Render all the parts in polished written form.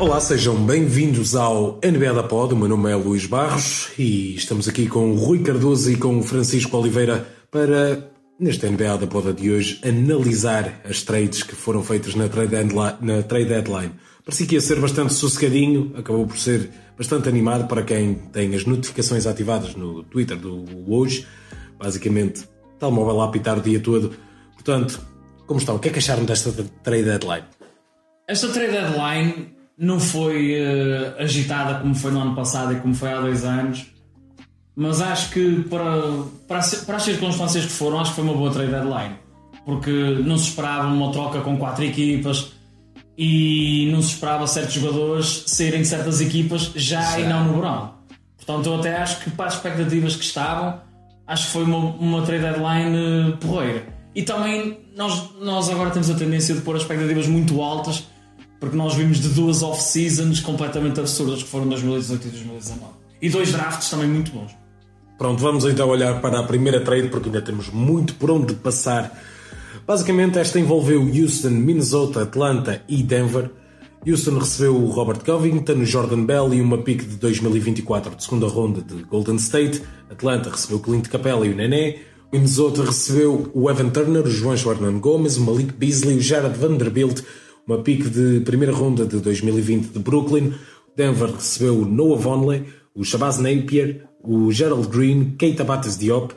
Olá, sejam bem-vindos ao NBA da Pod. O meu nome é Luís Barros e estamos aqui com o Rui Cardoso e com o Francisco Oliveira para, neste NBA da Pod de hoje, analisar as trades que foram feitas na trade deadline. Parecia que ia ser bastante sossegadinho, acabou por ser bastante animado para quem tem as notificações ativadas no Twitter do Hoje. Basicamente, telemóvel a apitar o dia todo. Portanto, como estão? O que é que acharam desta trade deadline? Esta trade deadline não foi agitada como foi no ano passado e como foi há 2 anos, mas acho que para as circunstâncias que foram, acho que foi uma boa trade deadline, porque não se esperava uma troca com 4 equipas e não se esperava certos jogadores saírem de certas equipas já e não no verão. Portanto, eu até acho que para as expectativas que estavam, acho que foi uma trade deadline porreira. E também nós agora temos a tendência de pôr as expectativas muito altas, porque nós vimos de 2 off-seasons completamente absurdas que foram 2018 e 2019. E 2 drafts também muito bons. Pronto, vamos então olhar para a primeira trade, porque ainda temos muito por onde passar. Basicamente, esta envolveu Houston, Minnesota, Atlanta e Denver. Houston recebeu o Robert Covington, o Jordan Bell e uma pick de 2024 de segunda ronda de Golden State. Atlanta recebeu o Clint Capela e o Nené. Minnesota recebeu o Evan Turner, o Juancho Hernan Gomes, o Malik Beasley, o Jared Vanderbilt, uma pick de primeira ronda de 2020 de Brooklyn. Denver recebeu o Noah Vonleh, o Shabazz Napier, o Gerald Green, Keita Bates-Diop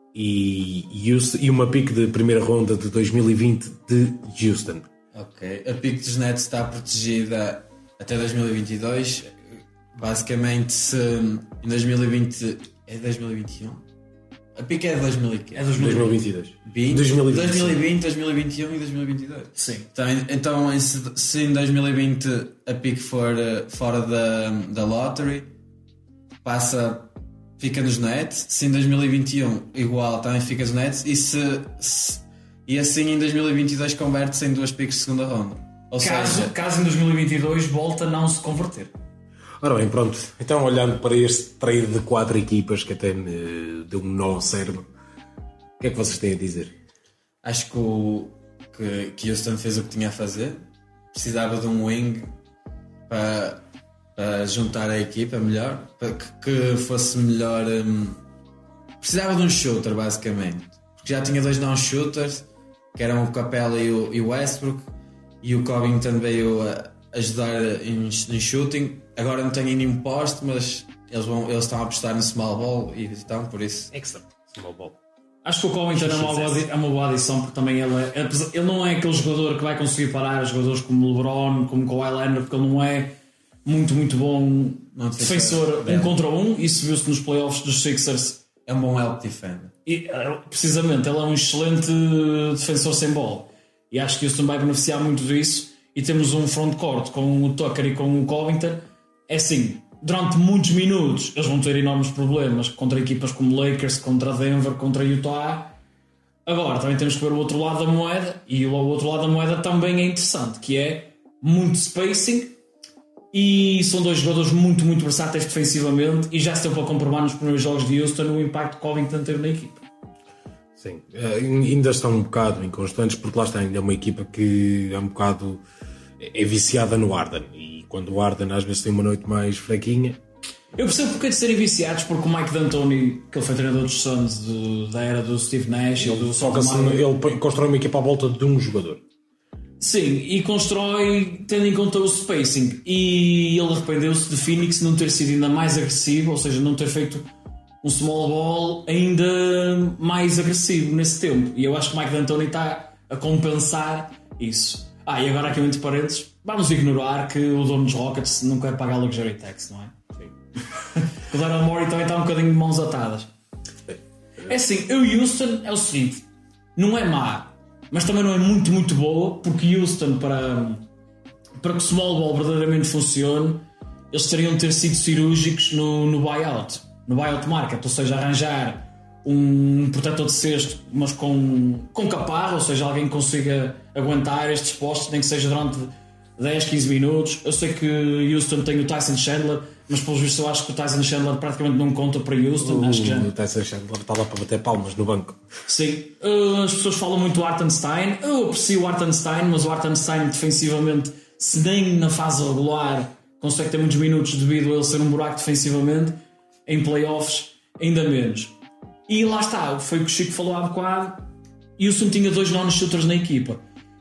e uma pick de primeira ronda de 2020 de Houston. Ok, a pick dos Nets está protegida até 2022. Basicamente, se em 2020 é 2021. A pick é de 2022. 2020, 2021 e 2022. Sim. Então se em 2020 a pick for fora da lottery, fica nos Nets. Se em 2021 igual, também fica nos Nets. E assim em 2022 converte-se em 2 picks de segunda ronda. Caso em 2022 volta a não se converter. Ora bem, pronto. Então, olhando para este trade de 4 equipas que até me deu um nó ao cérebro, o que é que vocês têm a dizer? Acho que Houston fez o que tinha a fazer. Precisava de um wing para juntar a equipa melhor, para que fosse melhor. Precisava de um shooter, basicamente. Porque já tinha 2 non-shooters, que eram o Capela e o Westbrook, e o Covington veio a ajudar em shooting. Agora não tenho nenhum poste, mas eles estão a apostar no small ball e estão por isso. Extra small ball. Acho que o Covington é uma boa adição, porque também ele não é aquele jogador que vai conseguir parar jogadores como LeBron, como Kawhi Leonard, porque ele não é muito bom defensor 1 contra 1. Isso viu-se nos playoffs dos Sixers. É um bom help defender. E, precisamente, ele é um excelente defensor sem bola. E acho que o Houston vai beneficiar muito disso. E temos um frontcourt com o Tucker e com o Covington. É assim, durante muitos minutos eles vão ter enormes problemas contra equipas como Lakers, contra Denver, contra Utah. Agora também temos que ver o outro lado da moeda, e o outro lado da moeda também é interessante, que é muito spacing, e são 2 jogadores muito versáteis defensivamente, e já se deu para comprovar nos primeiros jogos de Houston o impacto que Covington teve na equipa. Sim, ainda estão um bocado inconstantes, porque lá está, ainda é uma equipa que é um bocado viciada no Harden, e quando o Harden às vezes tem uma noite mais fraquinha. Eu percebo porque de serem viciados, porque o Mike D'Antoni, que ele foi treinador dos Suns da era do Steve Nash, ele constrói uma equipa à volta de um jogador. Sim, e constrói tendo em conta o spacing, e ele arrependeu-se de Phoenix não ter sido ainda mais agressivo, ou seja, não ter feito um small ball ainda mais agressivo nesse tempo, e eu acho que o Mike D'Antoni está a compensar isso. E agora aqui entre parênteses, vamos ignorar que o dono dos Rockets não quer pagar luxury tax, não é? Sim. O Daryl Morey também está um bocadinho de mãos atadas. É assim, o Houston é o seguinte, não é má, mas também não é muito boa, porque Houston, para que o small ball verdadeiramente funcione, eles teriam de ter sido cirúrgicos no buyout market, ou seja, arranjar um protetor de cesto, mas com caparra, ou seja, alguém que consiga aguentar estes postos, nem que seja durante 10, 15 minutos. Eu sei que Houston tem o Tyson Chandler, mas pelos vistos eu acho que o Tyson Chandler praticamente não conta para Houston. O Tyson Chandler está lá para bater palmas no banco. Sim, as pessoas falam muito do Hartenstein. Eu aprecio o Hartenstein, mas o Hartenstein defensivamente se nem na fase regular consegue ter muitos minutos devido a ele ser um buraco defensivamente, em playoffs ainda menos. E lá está, foi o que o Chico falou há bocado, Houston tinha 2 non-shooters na equipa.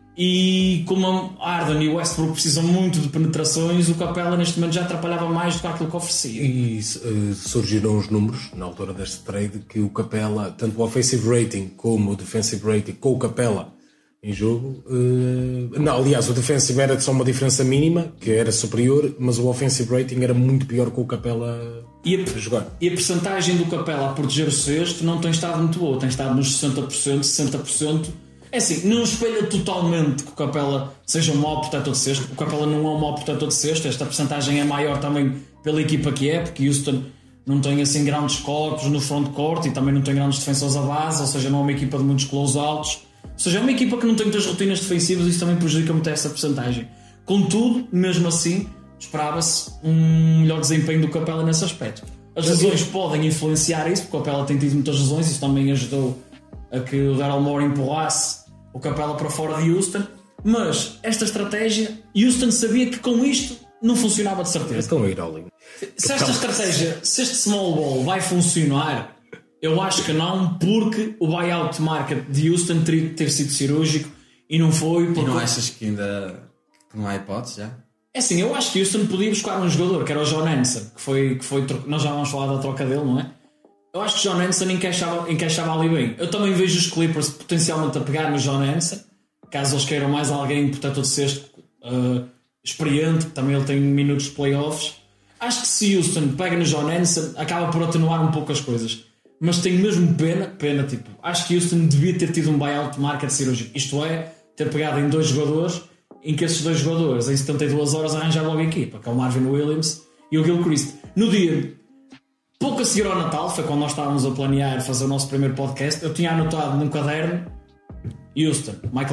E como a Harden e o Westbrook precisam muito de penetrações, o Capela neste momento já atrapalhava mais do que aquilo que oferecia. E surgiram os números na altura deste trade que o Capela, tanto o offensive rating como o defensive rating com o Capela em jogo, não, aliás, o defensive era só uma diferença mínima, que era superior, mas o offensive rating era muito pior com o Capela a jogar. E a percentagem do Capela a proteger o cesto não tem estado muito boa, tem estado nos 60%, 60%. É assim, não espelha totalmente que o Capela seja um mau protetor de cesto. O Capela não é um mau protetor de cesto. Esta percentagem é maior também pela equipa que é, porque Houston não tem assim grandes corpos no frontcourt e também não tem grandes defensores à base, ou seja, não é uma equipa de muitos close-outs. Ou seja, é uma equipa que não tem muitas rotinas defensivas e isso também prejudica muito essa percentagem. Contudo, mesmo assim, esperava-se um melhor desempenho do Capela nesse aspecto. As lesões podem influenciar isso, porque o Capela tem tido muitas lesões, isso também ajudou a que o Daryl Morey empurrasse o Capela para fora de Houston, mas esta estratégia, Houston sabia que com isto não funcionava de certeza. Estão a ir all in. Se esta estratégia, se este small ball vai funcionar, eu acho que não, porque o buyout market de Houston teria que ter sido cirúrgico e não foi. E não achas que ainda não há hipótese já? É assim, eu acho que Houston podia buscar um jogador que era o John Henson, que foi nós já vamos falar da troca dele, não é? Eu acho que John Henson encaixava ali bem. Eu também vejo os Clippers potencialmente a pegar no John Henson, caso eles queiram mais alguém protetor de cesto experiente, que também ele tem minutos de playoffs. Acho que se Houston pega no John Henson, acaba por atenuar um pouco as coisas. Mas tenho mesmo pena, tipo, acho que Houston devia ter tido um buyout market cirúrgico. Isto é, ter pegado em 2 jogadores, em que esses 2 jogadores, em 72 horas, arranjaram logo a equipa, que é o Marvin Williams e o Gilchrist. No dia pouco a seguir ao Natal, foi quando nós estávamos a planear fazer o nosso primeiro podcast, eu tinha anotado num caderno Houston,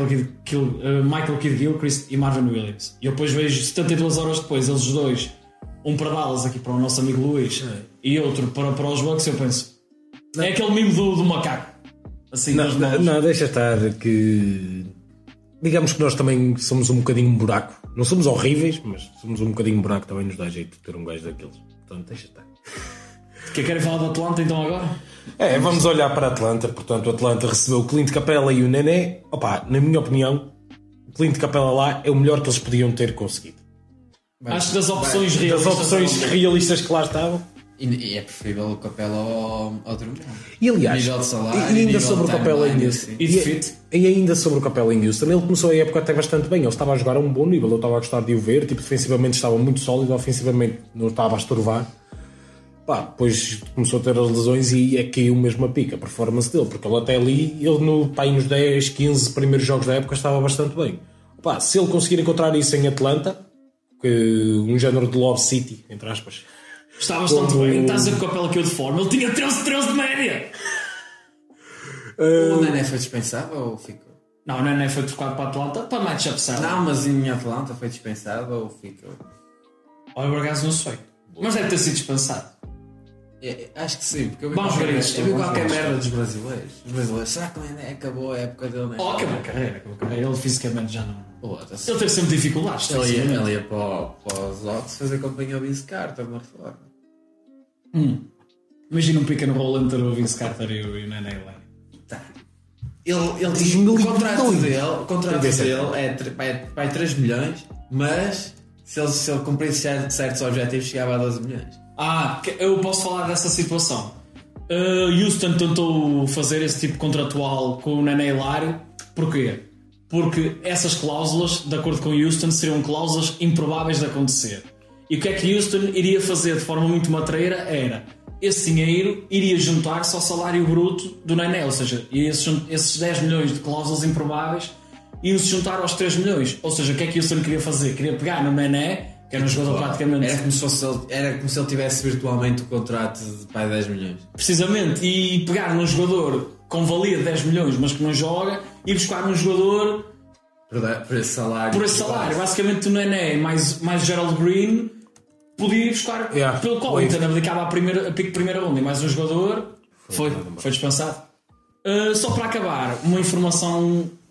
Michael Kidd-Gilchrist e Marvin Williams. E eu depois vejo 72 horas depois, eles dois, um para Dallas aqui para o nosso amigo Luís e outro para os Bucks, eu penso, é aquele mimo do macaco. Assim, não, deixa estar que... Digamos que nós também somos um bocadinho um buraco. Não somos horríveis, mas somos um bocadinho um buraco, também nos dá jeito de ter um gajo daqueles. Portanto, deixa estar. Querem falar do Atlanta então agora? Vamos olhar para a Atlanta. Portanto, o Atlanta recebeu o Clint Capela e o Nené. Opa, na minha opinião, o Clint Capela lá é o melhor que eles podiam ter conseguido. Acho que das opções realistas que lá estavam. E é preferível o Capela ao Drummond. E aliás, nível de salário, e ainda sobre o Capela em Houston. E ainda sobre o Capela em Houston, ele começou a época até bastante bem. Ele estava a jogar a um bom nível, eu estava a gostar de o ver. Tipo, defensivamente estava muito sólido, ofensivamente não estava a estorvar. Depois começou a ter as lesões e caiu mesmo a pica, a performance dele, porque ele até ali, nos 10, 15 primeiros jogos da época estava bastante bem. Se ele conseguir encontrar isso em Atlanta, um género de Lob City, entre aspas, está bastante bem. Estás a dizer que o Capela caiu de forma, ele tinha 13 de média. O Nené foi dispensado ou ficou? Não, o Nené foi trocado para Atlanta para matchup side. Não, mas em Atlanta foi dispensado ou ficou? Olha, por acaso não sei, mas deve ter sido dispensado. Acho que sim, porque eu vi qualquer merda dos brasileiros. Os brasileiros, será que o Nené acabou a época dele? Acabou a carreira. Ele fisicamente já não. Ele teve sempre dificuldades. Ele ia para os Ox fazer companhia ao Vince Carter na reforma. Imagina um pick and roll entre o Vince Carter e o Nené lá. Ele diz o contrato dele vai 3 milhões, mas se ele cumprisse certos objetivos chegava a 12 milhões. Eu posso falar dessa situação. Houston tentou fazer esse tipo contratual com o Nené Hilário. Porquê? Porque essas cláusulas, de acordo com Houston, seriam cláusulas improváveis de acontecer. E o que é que Houston iria fazer de forma muito matreira era, esse dinheiro iria juntar-se ao salário bruto do Nené, ou seja, esses 10 milhões de cláusulas improváveis iam-se juntar aos 3 milhões. Ou seja, o que é que Houston queria fazer? Queria pegar no Nené, que era um jogador praticamente... Era como se ele tivesse virtualmente o contrato de 10 milhões. Precisamente, e pegar num jogador com valia de 10 milhões, mas que não joga, e buscar um jogador... Por esse salário. Basicamente o Nené mais Gerald Green podia ir buscar pelo Collington, abdicava a pique de primeira ronda e mais um jogador, foi dispensado. Só para acabar, uma informação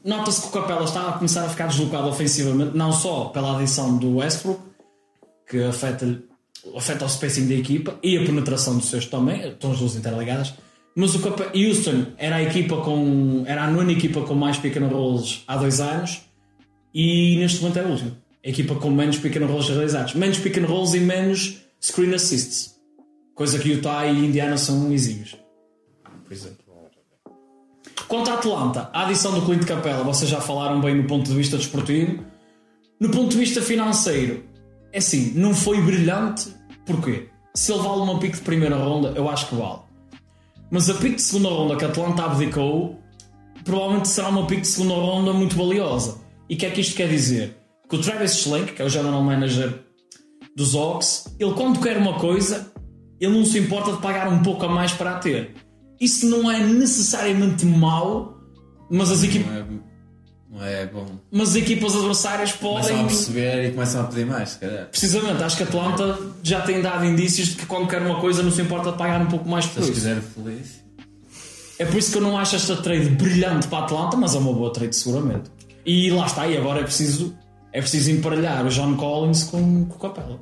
nota-se que o Capela está a começar a ficar deslocado ofensivamente, não só pela adição do Westbrook, que afeta o spacing da equipa e a penetração do sexto também, estão as duas interligadas, mas Houston era a nona equipa com mais pick and rolls há 2 anos e neste momento é a última. A equipa com menos pick and rolls realizados, menos pick and rolls e menos screen assists, coisa que Utah e Indiana são exímios, por exemplo. Quanto à Atlanta, a adição do Clint Capela, vocês já falaram bem no ponto de vista desportivo. No ponto de vista financeiro, é assim, não foi brilhante. Porquê? Se ele vale uma pick de primeira ronda, eu acho que vale. Mas a pick de segunda ronda que a Atlanta abdicou, provavelmente será uma pick de segunda ronda muito valiosa. E o que é que isto quer dizer? Que o Travis Schlenk, que é o General Manager dos Hawks, ele quando quer uma coisa, ele não se importa de pagar um pouco a mais para a ter. Isso não é necessariamente mau, mas as equipas... Não é bom. Mas as equipas adversárias podem... Começam a perceber e começam a pedir mais, se calhar. Precisamente, acho que a Atlanta já tem dado indícios de que quando quer uma coisa não se importa de pagar um pouco mais por isso. Se quiser feliz. É por isso que eu não acho esta trade brilhante para a Atlanta, mas é uma boa trade seguramente. E lá está, e agora é preciso emparelhar o John Collins com o Capela.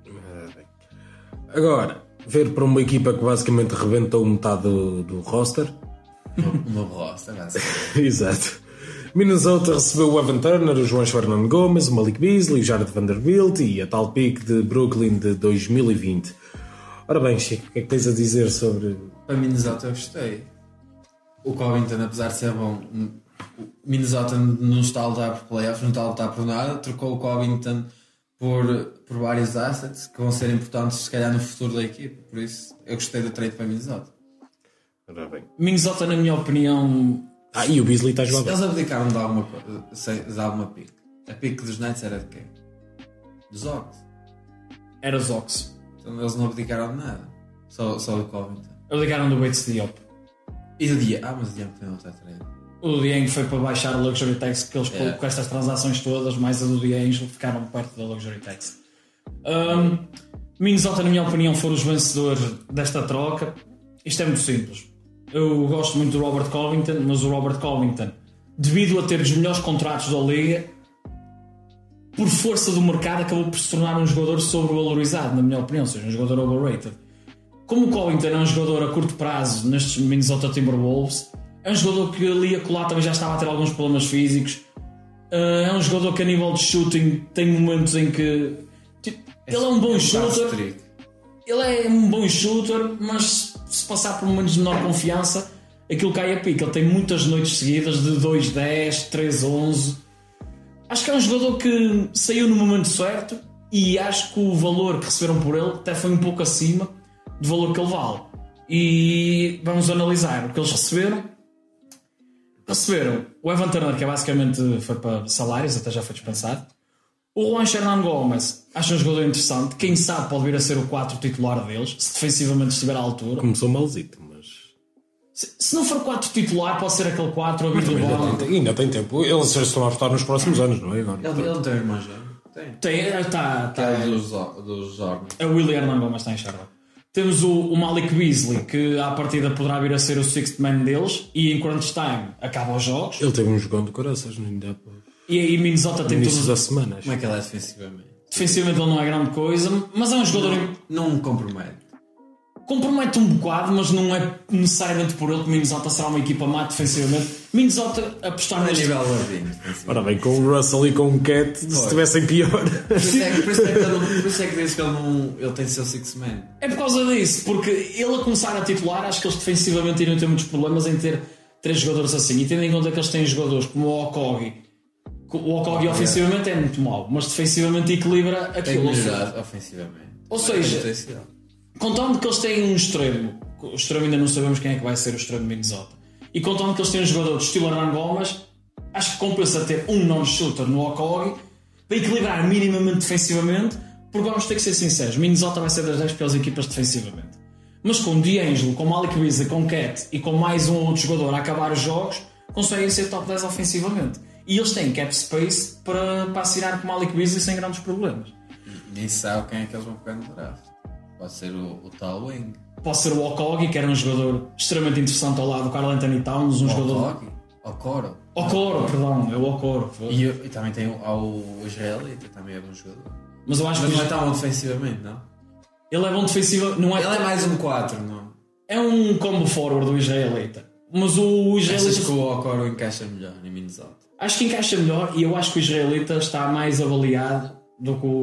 Agora, ver para uma equipa que basicamente rebentou metade do roster. Um novo roster, Exato. Minnesota recebeu o Evan Turner, o João Fernando Gomes, o Malik Beasley, o Jared Vanderbilt e a tal pick de Brooklyn de 2020. Ora bem, Chico, o que é que tens a dizer sobre... Para Minnesota eu gostei. O Covington, apesar de ser bom, Minnesota não está a lutar por playoffs, não está a lutar por nada, trocou o Covington por vários assets que vão ser importantes se calhar no futuro da equipe, por isso eu gostei do trade para Minnesota. Ora bem. Minnesota, na minha opinião... e o Beasley está a jogar. Eles abdicaram de alguma pick. A pick dos Nets era de quem? Dos Hawks. Era os Hawks. Então eles não abdicaram de nada. Só do Covington. Abdicaram do Bates Diop. E do Dieng? Mas o Dieng foi outra trade. O Dieng foi para baixar a Luxury Tax, que eles com estas transações todas, mais a do D'Angelo, ficaram perto da Luxury Tax. Minnesota, na minha opinião, foram os vencedores desta troca. Isto é muito simples. Eu gosto muito do Robert Covington, mas o Robert Covington, devido a ter os melhores contratos da liga, por força do mercado, acabou por se tornar um jogador sobrevalorizado, na minha opinião, ou seja, um jogador overrated. Como o Covington é um jogador a curto prazo nestes Minnesota Timberwolves, é um jogador que ali a colar também já estava a ter alguns problemas físicos, é um jogador que a nível de shooting tem momentos em que ele é um bom shooter, ele é um bom shooter, mas se passar por momentos de menor confiança, aquilo cai a pique. Ele tem muitas noites seguidas de 2-10, 3-11. Acho que é um jogador que saiu no momento certo e acho que o valor que receberam por ele até foi um pouco acima do valor que ele vale. E vamos analisar o que eles receberam. Receberam o Evan Turner, que basicamente foi para salários, até já foi dispensado. O Juan Fernando Gomes, acho um jogador interessante. Quem sabe pode vir a ser o 4 titular deles, se defensivamente estiver à altura. Começou malzito, mas... Se não for 4 titular, pode ser aquele 4 a vir do banco. Ainda tem tempo. Eles já estão a votar nos próximos anos, não é? Ele não tem irmão já? Tem. Está. Dos órgãos. É o William Hernán Gomes, está em Charlotte. Temos o Malik Beasley, que à partida poderá vir a ser o sixth man deles, e em crunch time acaba os jogos. Ele teve um jogão de corações, não dá para... E aí Minnesota tem todos da semana. Como é que ele é defensivamente? Defensivamente ele não é grande coisa, mas é um jogador... Não compromete. Compromete um bocado, mas não é necessariamente por ele que Minnesota será uma equipa má defensivamente. Minnesota apostar neste... nível Lardinho. Ora bem, com o Russell e com o Cat, se estivessem pior... Por isso é que diz que ele tem de ser o six man. É por causa disso, porque ele a começar a titular, acho que eles defensivamente iriam ter muitos problemas em ter 3 jogadores assim. E tendo em conta que eles têm jogadores como o Okogie. O Okogie ofensivamente é muito mau, mas defensivamente equilibra aquilo. Tem melhorado ofensivamente. Ou seja... Contando que eles têm um extremo, o extremo ainda não sabemos quem é que vai ser o extremo de Minnesota, e contando que eles têm um jogador de estilo Hernán Gomes, acho que compensa ter um non-shooter no Okogie para equilibrar minimamente defensivamente, porque vamos ter que ser sinceros, Minnesota vai ser das 10 piores equipas defensivamente. Mas com D'Angelo, com Malik Beasley, com Cat e com mais um ou outro jogador a acabar os jogos, conseguem ser top 10 ofensivamente. E eles têm cap space para assinar com Malik Beasley sem grandes problemas. Nem sabe quem é que eles vão pegar no draft. Pode ser o tal Wing. Pode ser o Okogie, que era um jogador extremamente interessante ao lado do Karl Anthony Towns, um jogador... Okoro. Okoro, perdão, é o Okoro. E também tem o israelita, também é bom jogador. Mas eu acho Mas que não é tão bom defensivamente, não? ele é bom defensivo, não é? Ele é mais um 4, não? É um combo forward do israelita. Mas o israelita. Achas que o Okoro encaixa melhor em Minnesota? Acho que encaixa melhor e eu acho que o israelita está mais avaliado do que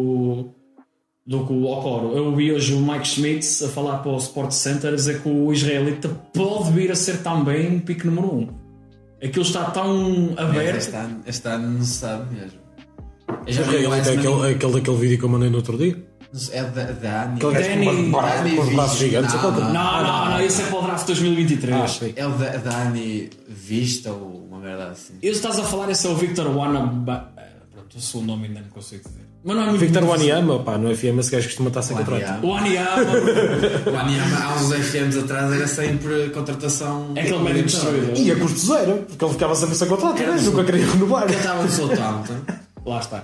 o Okoro. Eu vi hoje o Mike Schmitz a falar para o Sport Center a dizer que o israelita pode vir a ser também pique número 1. Aquilo está tão aberto. Este ano não se sabe mesmo. O israelita é aquele daquele vídeo que eu mandei no outro dia? É Dani. Aquele gajo com os braços gigantes. Não, esse é para o draft 2023. É o Dani Vista ou uma merda assim. Esse estás a falar, esse é o Victor Wanaba. Pronto, o seu nome ainda não consigo dizer. Mas não é muito Victor difícil. Wanyama, pá, no FM esse gajo costuma estar sem contrato. O Wanyama. O Wanyama há uns FMs atrás era sempre contratação. É aquele médio destruído. E a custo zero, porque ele ficava sempre sem contrato, nunca queria renovar. Ele estava no Southampton. Lá está.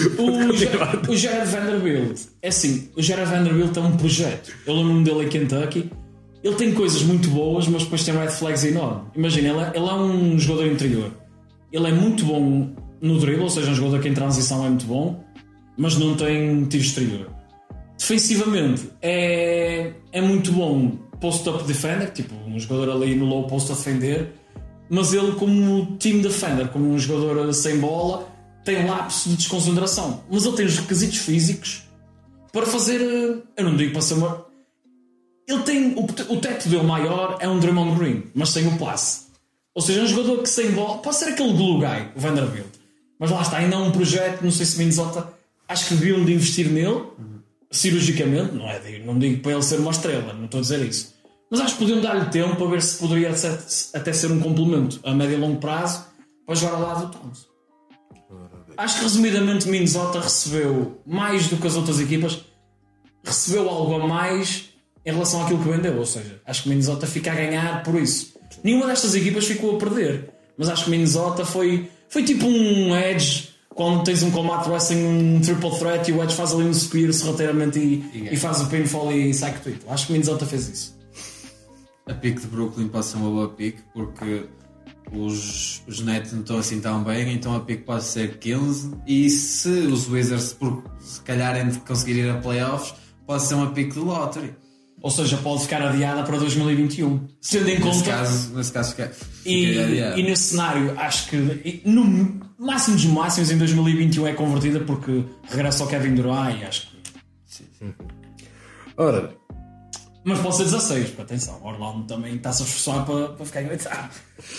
O Jared Vanderbilt é assim, o Jared Vanderbilt é um projeto. Eu lembro-me dele em Kentucky. Ele tem coisas muito boas, mas depois tem red flags enormes. Imagina, ele é um jogador interior. Ele é muito bom no dribble, ou seja, um jogador que em transição é muito bom, mas não tem tiro exterior. Defensivamente é muito bom post-up defender, tipo um jogador ali no low post a defender, mas ele como team defender, como um jogador sem bola, tem lapso de desconcentração, mas ele tem os requisitos físicos para fazer, eu não digo para ser uma... Ele tem, o teto dele maior é um Draymond Green, mas sem o passe. Ou seja, um jogador que sem bola, pode ser aquele glue guy, o Vanderbilt, mas lá está, ainda é um projeto, não sei se Minnesota, acho que deviam de investir nele, cirurgicamente, não digo para ele ser uma estrela, não estou a dizer isso, mas acho que podiam dar-lhe tempo para ver se poderia até ser um complemento a médio e longo prazo para jogar ao lado do Towns. Acho que resumidamente Minnesota recebeu mais do que as outras equipas, recebeu algo a mais em relação àquilo que vendeu, ou seja, acho que Minnesota fica a ganhar por isso. Nenhuma destas equipas ficou a perder, mas acho que Minnesota foi tipo um edge quando tens um combate wrestling, um triple threat e o edge faz ali um spear sorrateiramente e faz o pinfall e sai com o título. Acho que Minnesota fez isso. A pick de Brooklyn pode ser uma boa pick porque os Nets não estão assim tão bem, então a pick pode ser 15 e se os Wizards se calhar conseguir ir a playoffs pode ser uma pick de lottery. Ou seja, pode ficar adiada para 2021. Tendo em conta. Nesse caso fica e nesse cenário, acho que no máximo dos máximos em 2021 é convertida porque regressa ao Kevin Durant e acho que. Sim. Ora. Mas pode ser 16, porque atenção, Orlando também está-se a esforçar para ficar em oitavo.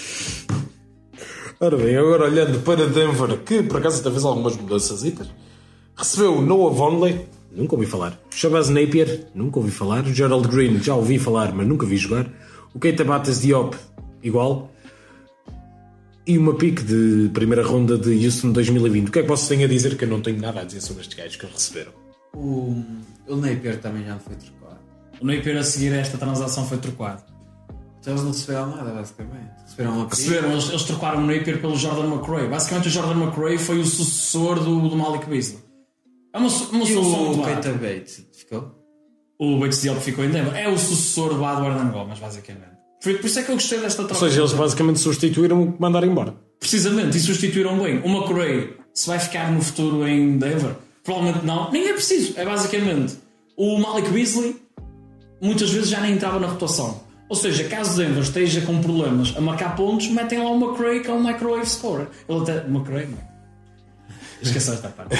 Ora bem, agora olhando para Denver, que por acaso até fez algumas mudanças, recebeu Noah Vonleh, nunca ouvi falar. Shabazz Napier, nunca ouvi falar. Gerald Green, já ouvi falar, mas nunca vi jogar. O Keita Bates Diop, igual. E uma pick de primeira ronda de Houston 2020. O que é que vocês têm a dizer que eu não tenho nada a dizer sobre estes gajos que eles receberam? O Napier também já não foi trocado. O Napier a seguir a esta transação foi trocado. Então eles não receberam nada, basicamente. Receberam, eles trocaram o Napier pelo Jordan McRae. Basicamente o Jordan McRae foi o sucessor do Malik Beasley. É uma solução o Keita Bates ficou? O Bates Diop ficou em Denver. É o sucessor do Eduardo Gomes, basicamente. Por isso é que eu gostei desta troca. Ou seja, eles basicamente substituíram o que mandaram embora. Precisamente, e substituíram bem. O McRae, se vai ficar no futuro em Denver, provavelmente não. Nem é preciso. É basicamente o Malik Beasley muitas vezes já nem entrava na rotação. Ou seja, caso Denver esteja com problemas a marcar pontos, metem lá o McRae, que é um microwave scorer. Ele até... McRae, não. Esqueci esta parte.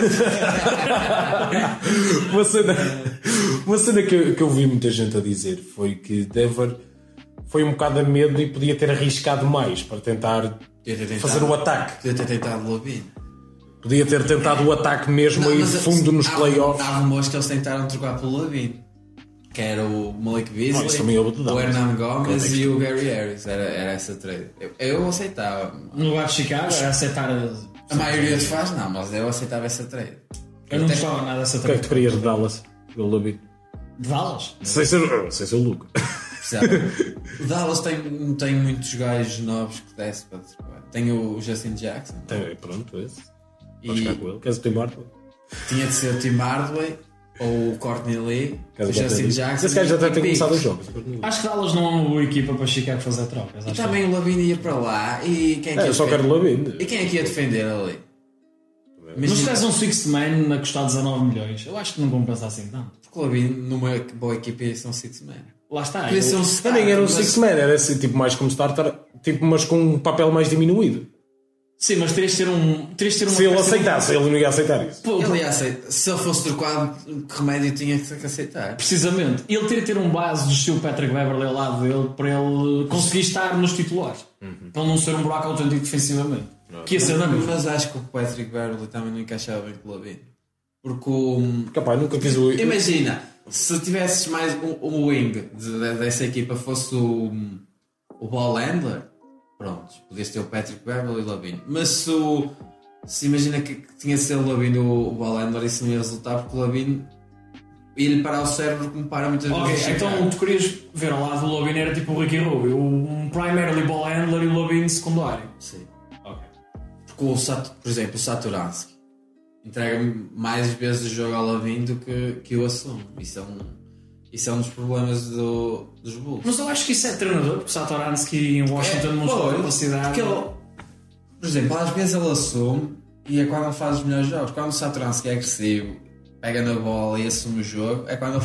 uma cena que eu vi muita gente a dizer foi que Denver foi um bocado a medo e podia ter arriscado mais para tentar fazer o ataque. Podia ter tentado o Lobin. Podia ter tentado o ataque mesmo aí de fundo nos playoffs. Há rumores que eles tentaram trocar pelo Lobin. Que era o Malik Beasley, o Hernan Gomes e o Gary Harris. Era essa trade. Eu aceitava. No lugar de Chicago era aceitar a maioria dos faz não, mas eu aceitava essa trade. Eu não gostava nada dessa trade. O que é que tu querias de Dallas? Pelo Lobin? De Dallas? Sem ser o Luca. O Dallas tem muitos gajos novos que desce para trocar. Tem o Justin Jackson. Pronto, esse. Pode ficar com ele. Queres o Tim Hardaway? Tinha de ser o Tim Hardaway. ou o Courtney Lee, Caso o Justin Esse Jackson. gajo já até tem e começado os jogos. Acho que Dallas não é uma boa equipa para Chicago fazer trocas. E também o Lavine ia para lá. E quem é que ia Eu só defender? quero Lavine. E quem é que ia defender ali? Mas se tens um sixth man a custar 19 milhões, eu acho que não compensa assim tanto. Porque o Lavine, numa boa equipa, ia ser um six man. Lá está. Podia ser um Eu starter, nem era um mas- six man, era assim, tipo mais como starter, tipo, mas com um papel mais diminuído. Sim, mas terias de ter uma Se ele aceitasse, ele não ia aceitar isso. Pô, Ele ia aceitar. Se ele fosse trocado, que remédio tinha que aceitar? precisamente. Ele teria de ter um base do estilo Patrick Beverley ao lado dele para ele conseguir estar nos titulares. Para ele não ser um buraco autêntico defensivamente. Que ia ser na mesma. Mas acho que o Patrick Beverley também não encaixava bem com o Lavine. Porque o... Capaz, nunca fiz o. Imagina, se tivesses mais um wing dessa equipa fosse o ball handler, pronto, podias ter o Patrick Beverley e o Lavine. Mas se imagina que tinha de ser o Lavine o ball handler, isso não ia resultar porque o Lavine ia-lhe parar o cérebro como para muitas Ok, vezes. então tu querias ver ao lado do Lavine era tipo o Ricky Rubio, um primarily ball handler e o Lavine secundário. Sim. Ok. Porque por exemplo, o Satoransky entrega mais vezes o jogo ao Lavine do que o assume. Isso é um dos problemas dos Bulls. Mas eu acho que isso é treinador, porque Satoransky em Washington mostrou capacidade. Porque ele, por exemplo, às vezes ele assume e é quando ele faz os melhores jogos. Quando o Satoransky é agressivo, pega na bola e assume o jogo, é quando ele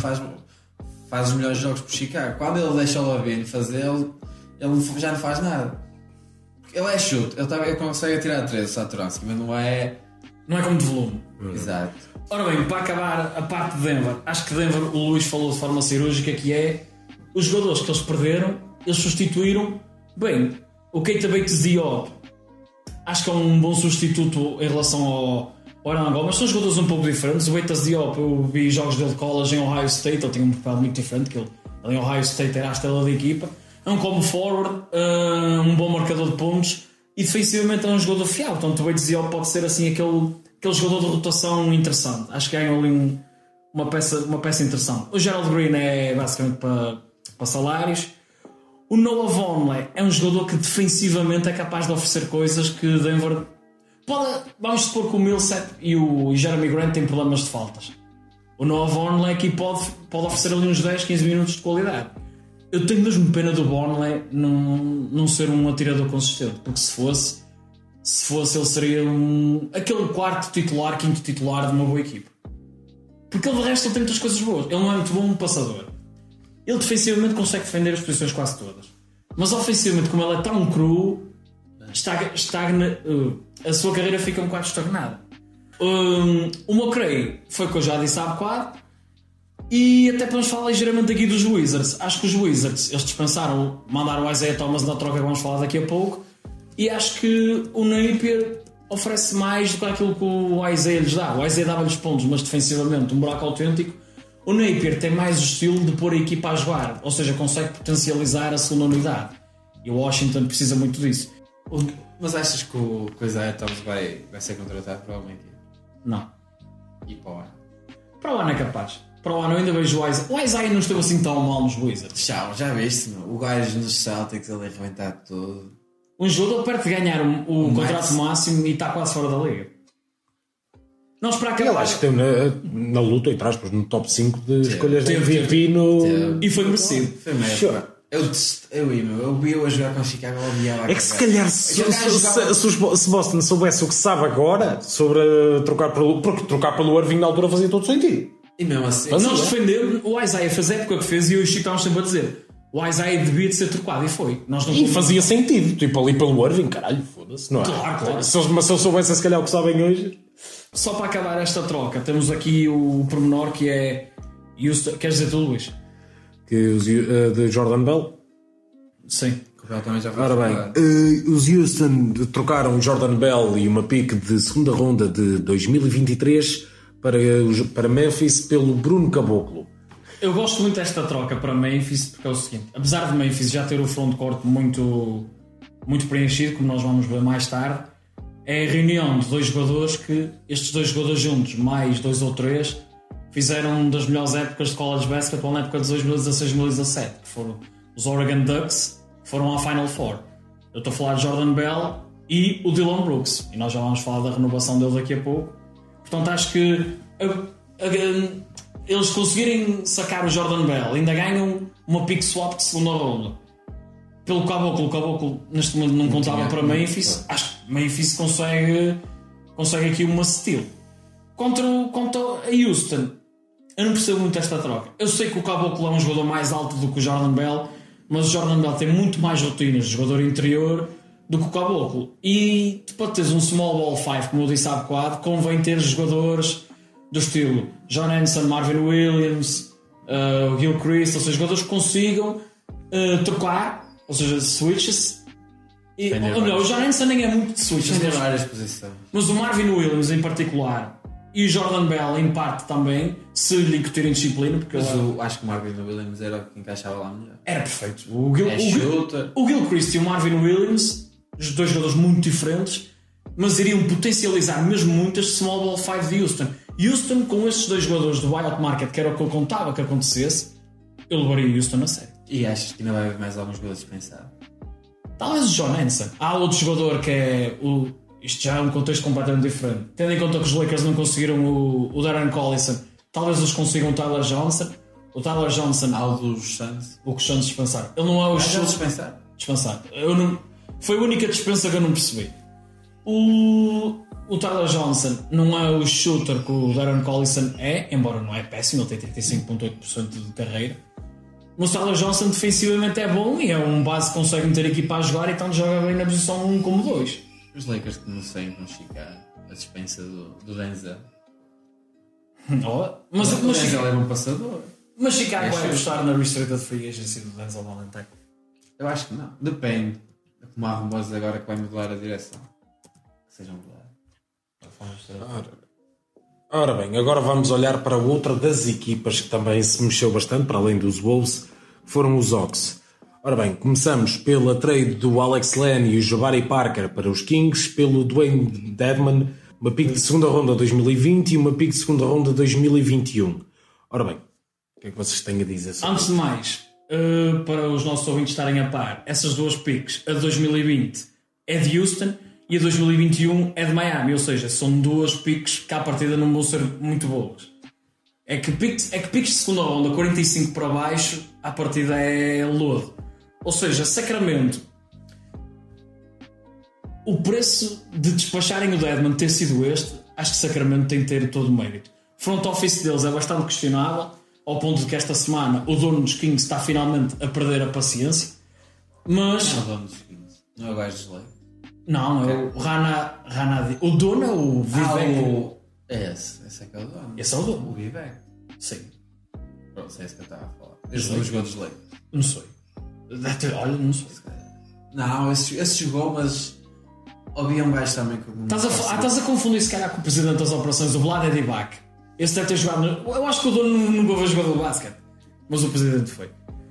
faz os melhores jogos por Chicago. Quando ele deixa o Lavine fazer, ele já não faz nada. Porque ele é chute, ele consegue tirar 3 o Satoransky, mas não é. Não é como de volume. Exato. Ora bem, para acabar a parte de Denver, acho que Denver, o Luís falou de forma cirúrgica, que é os jogadores que eles perderam, eles substituíram. Bem, o Keita Bates-Diop acho que é um bom substituto em relação ao Orlando Gomes. São jogadores um pouco diferentes. O Bates-Diop, eu vi jogos dele de college em Ohio State, ele tinha um papel muito diferente, que ele em Ohio State era a estrela da equipa. É um como forward, um bom marcador de pontos e defensivamente é um jogador fiável. Portanto, o Bates-Diop pode ser assim aquele jogador de rotação interessante. Acho que ganham ali uma peça interessante. O Gerald Green é basicamente para salários. O Noah Vonleh é um jogador que defensivamente é capaz de oferecer coisas que Denver vamos supor que o Millsap e o Jeremy Grant têm problemas de faltas. O Noah Vonleh aqui pode oferecer ali uns 10, 15 minutos de qualidade. Eu tenho mesmo pena do Vonleh não ser um atirador consistente, porque se fosse ele seria aquele quarto titular, quinto titular de uma boa equipa. Porque ele de resto ele tem muitas coisas boas. Ele não é muito bom um passador. Ele defensivamente consegue defender as posições quase todas. Mas ofensivamente, como ele é tão cru, estagna, a sua carreira fica um bocado estagnada. O McRae foi o que eu já disse há bocado. E até podemos falar ligeiramente aqui dos Wizards. Acho que os Wizards, eles dispensaram, mandaram o Isaiah Thomas na troca que vamos falar daqui a pouco. E acho que o Napier oferece mais do que aquilo que o Isaiah lhes dá. O Isaiah dava-lhes pontos, mas defensivamente um buraco autêntico. O Napier tem mais o estilo de pôr a equipa a jogar, ou seja, consegue potencializar a segunda unidade. E o Washington precisa muito disso. Mas achas que o Isaiah Thomas vai ser contratado para uma equipe? Não. E para o ano? Para o ano é capaz. Para o ano eu ainda vejo o Isaiah. O Isaiah não esteve assim tão mal nos Wizards. Já viste, meu? O gajo nos Celtics ele arrebentar tudo. Um jogador perto de ganhar o contrato máximo e está quase fora da liga. Nós para acabar. Ele acho que esteve na luta, entre aspas, no top 5 de escolhas de teve. MVP no. E foi merecido. Foi mesmo. Eu vi-o a jogar com Chicago, eu odiava. É que se calhar se Boston soubesse o que sabe agora sobre trocar pelo. Porque trocar pelo Irving na altura fazia todo sentido. E mesmo assim. Mas nós defendemos o Isaiah fez a época que fez e eu e o Chico estávamos sempre a dizer o Isaiah devia de ser trocado e foi. Nós não E fazia sentido, tipo ali pelo Irving, caralho, foda-se, não é? Claro. Mas se eles soubessem se calhar o que sabem hoje. Só para acabar esta troca, temos aqui o pormenor que é Houston. Queres dizer tu, Luís? Que os de Jordan Bell. Sim. Também já foi Ora falado. bem, os Houston trocaram Jordan Bell e uma pick de segunda ronda de 2023 para Memphis pelo Bruno Caboclo. Eu gosto muito desta troca para Memphis porque é o seguinte, apesar de Memphis já ter o frontcourt muito preenchido, como nós vamos ver mais tarde, é a reunião de dois jogadores que estes dois jogadores juntos, mais 2 ou 3, fizeram uma das melhores épocas de college basketball na época de 2016-2017, que foram os Oregon Ducks, que foram à Final Four. Eu estou a falar de Jordan Bell e o Dillon Brooks, e nós já vamos falar da renovação dele daqui a pouco. Portanto, acho que eles conseguirem sacar o Jordan Bell, ainda ganham uma pick swap de segunda ronda. Pelo Caboclo, o Caboclo neste momento não contava para Memphis. Acho que Memphis consegue aqui uma steal. Contra a Houston, eu não percebo muito esta troca. Eu sei que o Caboclo é um jogador mais alto do que o Jordan Bell, mas o Jordan Bell tem muito mais rotinas de jogador interior do que o Caboclo. E para teres um small ball 5, como eu disse há bocado, convém ter jogadores do estilo John Henson, Marvin Williams, Gil Christ, ou seja, jogadores que consigam trocar, ou seja, switches. Ou melhor, o John Henson nem é muito de switches, mas o Marvin Williams em particular e o Jordan Bell em parte também, se lhe incutirem disciplina, porque eu acho que o Marvin Williams era o que encaixava lá melhor. Era perfeito. O Gil Christ e o Marvin Williams, os dois jogadores muito diferentes, mas iriam potencializar mesmo muito este small ball 5 de Houston. Houston, com estes dois jogadores do buyout market, que era o que eu contava que acontecesse, eu levaria Houston a sério. E achas que ainda vai haver mais alguns jogadores dispensados? Talvez o John Henson. Há outro jogador que é isto já é um contexto completamente diferente. Tendo em conta que os Lakers não conseguiram o Darren Collison, talvez eles consigam o Tyler Johnson. O Tyler Johnson... Há o dos Suns. O que os Suns dispensaram. Ele não é o... dispensar? Dispensar. Foi a única dispensa que eu não percebi. O Tyler Johnson não é o shooter que o Darren Collison é, embora não é péssimo, ele tem 35,8% de carreira. Mas o Tyler Johnson defensivamente é bom e é um base que consegue meter aqui para jogar, então joga bem na posição 1 como 2. Os Lakers que não sei com Chicago, a dispensa do Denzel. Mas o Denzel é um passador. Mas Chicago vai apostar na Restricted Free Agency do Denzel Valentine? Eu acho que não. Depende. Como há rumores agora que vai mudar a direção. Que sejam mudados. Ora bem, agora vamos olhar para outra das equipas que também se mexeu bastante, para além dos Wolves, foram os Hawks. Ora bem, começamos pela trade do Alex Len e o Jabari Parker para os Kings, pelo Dwayne Dedmon, uma pick de segunda ronda 2020 e uma pick de segunda ronda 2021. Ora bem, o que é que vocês têm a dizer sobre Antes de mais, para os nossos ouvintes estarem a par, essas duas picks, a de 2020 é de Houston e a 2021 é de Miami, ou seja, são duas picks que à partida não vão ser muito boas. É que picks de segunda ronda 45 para baixo, à partida é lodo. Ou seja, Sacramento, o preço de despacharem o Dedmon ter sido este, acho que Sacramento tem que ter todo o mérito. O front office deles é bastante questionável, ao ponto de que esta semana o dono dos Kings está finalmente a perder a paciência. Mas... Não é o dono dos Kings, não é o gajo dos Lakers. Não, é o Rana. O dono é o Vivek. Esse é que é o dono. Esse é o dono. O Vivek. Sim. Pronto, é isso que eu estava a falar. Esse não jogou dos Lakers. Não sei. Olha, não sei. Não, esse jogou, mas havia um gajo também que... Estás a confundir se calhar com o presidente das operações, o Vlad Divac. Esse deve ter jogado... Eu acho que o dono nunca foi jogador de basquete, mas o presidente foi.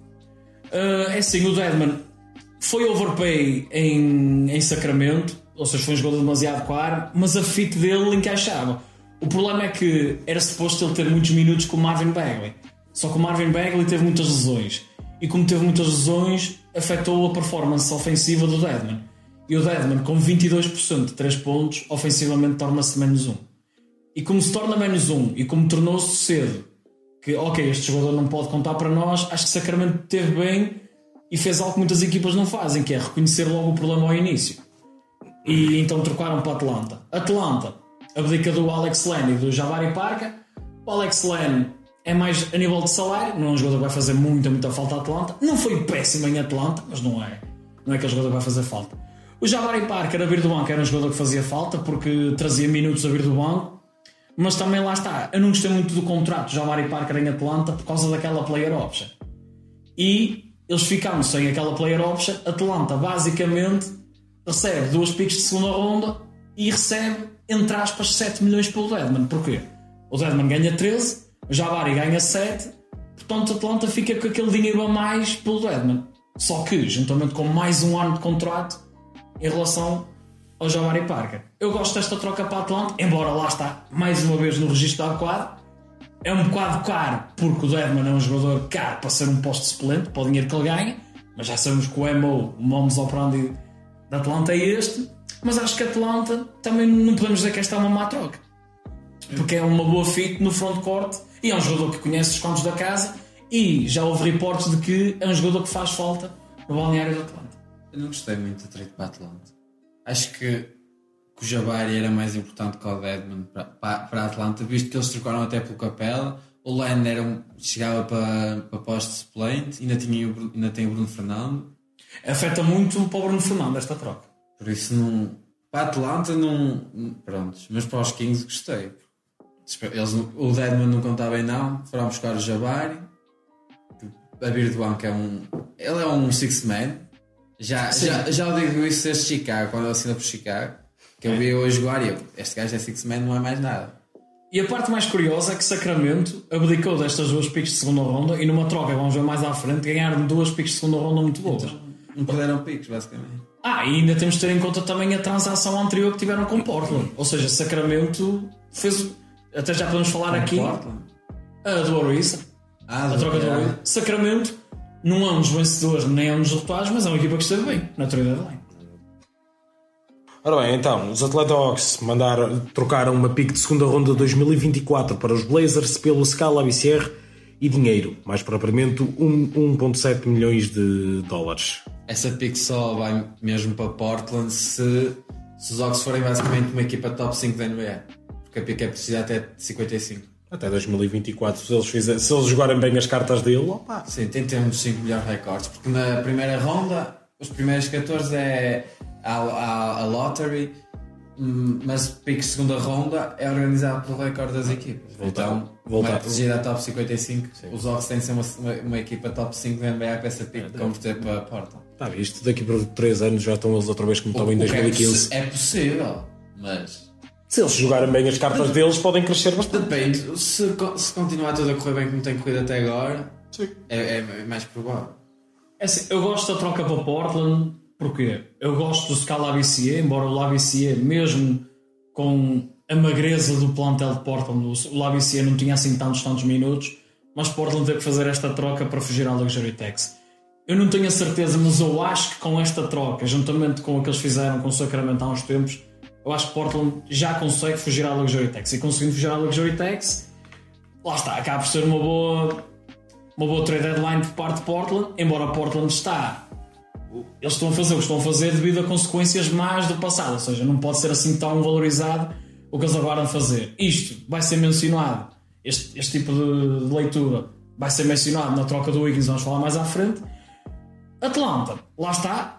É assim, o Dedmon foi overpay em Sacramento, ou seja, foi um jogador demasiado caro, mas a fit dele encaixava. O problema é que era suposto ele ter muitos minutos com o Marvin Bagley, só que o Marvin Bagley teve muitas lesões, e como teve muitas lesões, afetou a performance ofensiva do Dedmon. E o Dedmon, com 22% de 3 pontos, ofensivamente torna-se -1. E como se torna -1 e como tornou-se cedo que, ok, este jogador não pode contar para nós, acho que Sacramento teve bem e fez algo que muitas equipas não fazem, que é reconhecer logo o problema ao início. E então trocaram para Atlanta abdica do Alex Len e do Jabari Parker. O Alex Len é mais a nível de salário, não é um jogador que vai fazer muita falta a Atlanta. Não foi péssimo em Atlanta, mas não é aquele jogador que vai fazer falta. O Jabari Parker a vir do banco era um jogador que fazia falta porque trazia minutos a vir do banco, mas também lá está, eu não gostei muito do contrato de Jabari Parker em Atlanta por causa daquela player option. E eles ficaram sem aquela player option. Atlanta basicamente recebe 2 picks de segunda ronda e recebe, entre aspas, 7 milhões pelo Dedmon. Porquê? O Dedmon ganha 13, o Jabari ganha 7, portanto Atlanta fica com aquele dinheiro a mais pelo Dedmon. Só que, juntamente com mais um ano de contrato em relação ao Jabari Parker. Eu gosto desta troca para Atlanta, embora lá está, mais uma vez no registro adequado. É um bocado caro, porque o Dedmon é um jogador caro para ser um posto suplente, para o dinheiro que ele ganha, mas já sabemos que o modus operandi da Atlanta é este. Mas acho que Atlanta também não podemos dizer que esta é uma má troca, porque é uma boa fit no frontcourt. E é um jogador que conhece os cantos da casa e já houve reportes de que é um jogador que faz falta no balneário do Atlanta. Eu não gostei muito da trade para a Atlanta. Acho que o Jabari era mais importante que o Deadman para a Atlanta, visto que eles trocaram até pelo Capela. O Len chegava para poste suplente, ainda tem o Bruno Fernando. Afeta muito para o Bruno Fernando esta troca. Por isso não. Para a Atlanta não. Prontos. Mas para os Kings gostei. O Deadman não contava bem não. Foram buscar o Jabari. A Birduan que é um. Ele é um six man. Já o digo isso desde Chicago, quando ele assina por Chicago. Que eu vi hoje jogar e este gajo é six man, não é mais nada. E a parte mais curiosa é que Sacramento abdicou destas 2 picks de segunda ronda e numa troca, vamos ver mais à frente, ganharam 2 picks de segunda ronda muito boas. Então, não perderam picks, basicamente. E ainda temos de ter em conta também a transação anterior que tiveram com Portland. Ou seja, Sacramento fez. Até já podemos falar aqui. Portland? A do Ariza. A troca do Ariza. Sacramento não é um dos vencedores nem é um dos derrotados, mas é uma equipa que esteve bem na trade deadline. Ora bem, então, os Atlanta Hawks trocaram uma pick de segunda ronda de 2024 para os Blazers pelo Skal Labissière e dinheiro, mais propriamente 1,7 milhões de dólares. Essa pick só vai mesmo para Portland se os Hawks forem basicamente uma equipa top 5 da NBA, porque a pick é precisa até de 55. Até 2024, se eles jogarem bem as cartas dele, opa. Sim, tem que ter um dos 5 melhores recordes, porque na primeira ronda, os primeiros 14 é a lottery, mas o pick de segunda ronda é organizado pelo recorde das equipas. Então, vai proteger a top 55. Sim. Os Hawks têm de ser uma equipa top 5 da NBA com essa pick, converter para a Portland. Está visto, daqui por 3 anos já estão eles outra vez como estavam em 2015. É possível, mas... Se eles jogarem bem as cartas deles, podem crescer bastante. Depende, se continuar tudo a correr bem como tem corrido até agora, é mais provável. É assim, eu gosto da troca para Portland. Porquê? Eu gosto do Skal Labissière, embora o Labissière, mesmo com a magreza do plantel de Portland, o Labissière não tinha assim tantos minutos, mas Portland teve que fazer esta troca para fugir à Luxury Tax. Eu não tenho a certeza, mas eu acho que com esta troca, juntamente com o que eles fizeram com o Sacramento há uns tempos, eu acho que Portland já consegue fugir à Luxury Tax. E conseguindo fugir à Luxury Tax, lá está, acaba por ser uma boa trade deadline por parte de Portland, embora Portland eles estão a fazer o que estão a fazer devido a consequências más do passado, ou seja, não pode ser assim tão valorizado o que eles agora vão fazer. Isto vai ser mencionado, este tipo de leitura vai ser mencionado na troca do Wiggins, vamos falar mais à frente. Atlanta, lá está.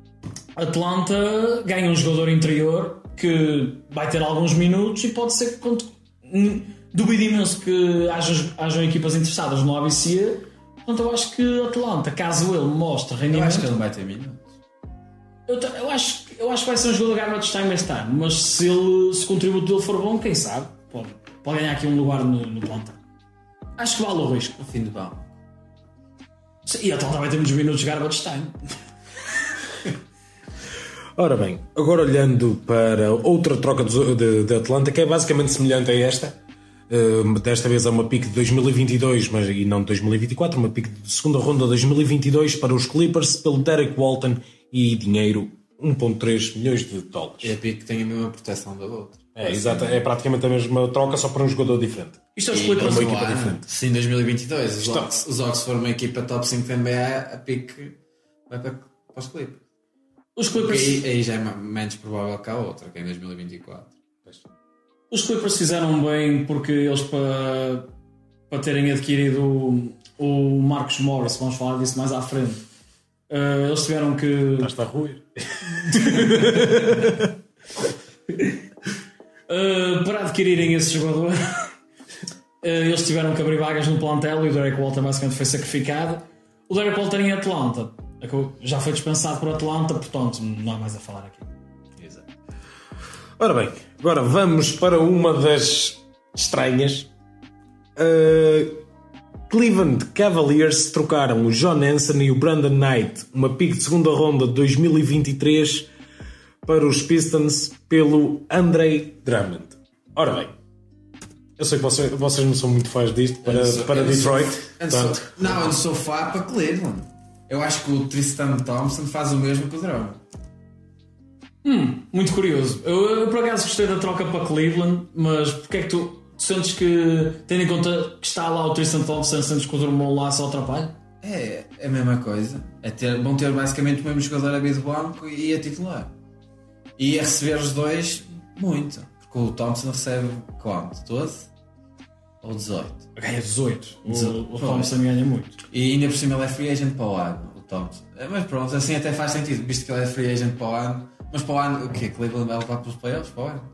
Atlanta ganha um jogador interior que vai ter alguns minutos e pode ser que duvido imenso que hajam equipas interessadas no ABC. Portanto, eu acho que Atlanta, caso ele mostre rendimento... Eu acho que ele não vai ter minutos. Eu acho que vai ser um jogador garbage time este ano, mas se o contributo dele for bom, quem sabe, pode ganhar aqui um lugar no plantão. Acho que vale o risco. No fim de banco. E a Atlanta vai ter muitos minutos de garbage time. Ora bem, agora olhando para outra troca de Atlanta, que é basicamente semelhante a esta. Desta vez é uma pick de 2022 e não de 2024, uma pick de segunda ronda de 2022 para os Clippers pelo Derek Walton e dinheiro 1,3 milhões de dólares. É a pick que tem a mesma proteção da outra. Exato, é praticamente a mesma troca, só para um jogador diferente. Isto é os Clippers, uma equipa diferente. Sim, em 2022 os Hawks foram uma equipa top 5 da NBA, a pick vai para os Clippers. Os Clippers... Aí já é menos provável que a outra, que é em 2024. Os Clippers fizeram bem porque eles, para terem adquirido o Marcus Morris, vamos falar disso mais à frente, eles tiveram que... Estás a ruir. Para adquirirem esse jogador, eles tiveram que abrir vagas no plantel e o Derek Walton basicamente foi sacrificado. O Derek Walton em Atlanta já foi dispensado por Atlanta, portanto não há mais a falar aqui. Exato. Ora bem, agora vamos para uma das estranhas. Cleveland Cavaliers trocaram o John Henson e o Brandon Knight, uma pick de segunda ronda de 2023, para os Pistons pelo Andre Drummond. Ora bem, eu sei que vocês não são muito fãs disto para Detroit. Eu não sou fã para Cleveland. Eu acho que o Tristan Thompson faz o mesmo que o Drummond. Muito curioso. Eu por acaso gostei da troca para Cleveland, mas porque é que sentes que, tendo em conta que está lá o Tristan Thompson, sentes que o Drummond lá só atrapalha? É a mesma coisa. Vão ter basicamente o mesmo jogador a vir do banco e a titular. E a receber os dois, muito. Porque o Thompson recebe quanto? 12? Ou 18? Ganha 18. O Thompson ganha muito. E ainda por cima ele é free agent para o ano, o Thompson. Mas pronto, assim até faz sentido, visto que ele é free agent para o ano. Mas para o ano, o quê? Cleveland vai levar para os playoffs para o ano?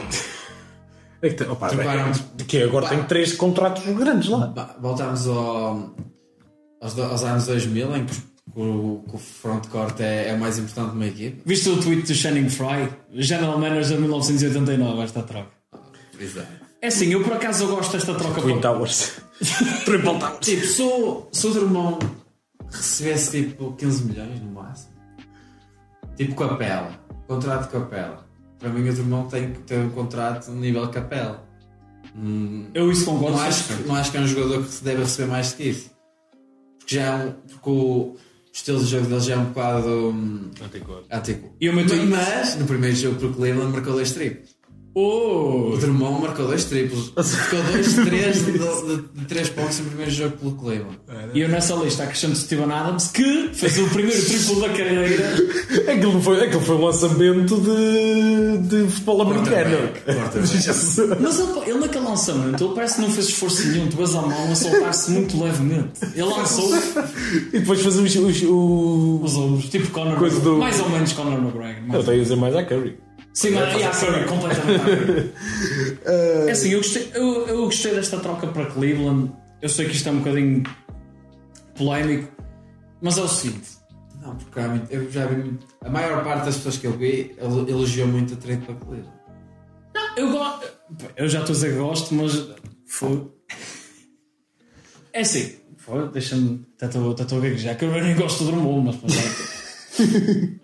De que agora tem 3 contratos grandes lá. Voltamos aos anos 2000 em que o frontcourt é o mais importante de uma equipe. Viste o tweet do Channing Frye? General Manager de 1989, esta troca. Exato. É assim, eu por acaso eu gosto desta troca. Twin Towers. Triple Towers. Tipo, se o Drummond recebesse tipo 15 milhões no máximo, tipo Capela, contrato de Capela, para mim o Drummond tem que ter um contrato no nível Capela. Eu isso concordo. Não acho que é um jogador que deve receber mais que isso. Porque o estilo de jogo dele já é um bocado antigo. Mas no primeiro jogo para o Cleveland marcou 2 triplos. O Drummond marcou 2 triplos. Ficou 2-3 de 3 pontos no primeiro jogo pelo Cleveland. E eu nessa lista acrescento Steven Adams, que fez o primeiro triplo da carreira. Aquilo foi um lançamento de futebol americano. Mas ele naquele lançamento, ele parece que não fez esforço nenhum. Tu vês a mão a soltar-se muito levemente. Ele lançou e depois fez os ombros, tipo Conor, mais ou menos Conor McGregor. Eu tenho a dizer mais a Curry. Sim, mas completamente. É assim, eu gostei desta troca para Cleveland. Eu sei que isto é um bocadinho polémico, mas é o seguinte. Não, porque eu já vi a maior parte das pessoas que eu vi elogiou muito a trade para Cleveland. Não, eu já estou a dizer que gosto, mas foi. É assim, deixa-me. Estou a gaguejar, que eu nem gosto do Drummond, mas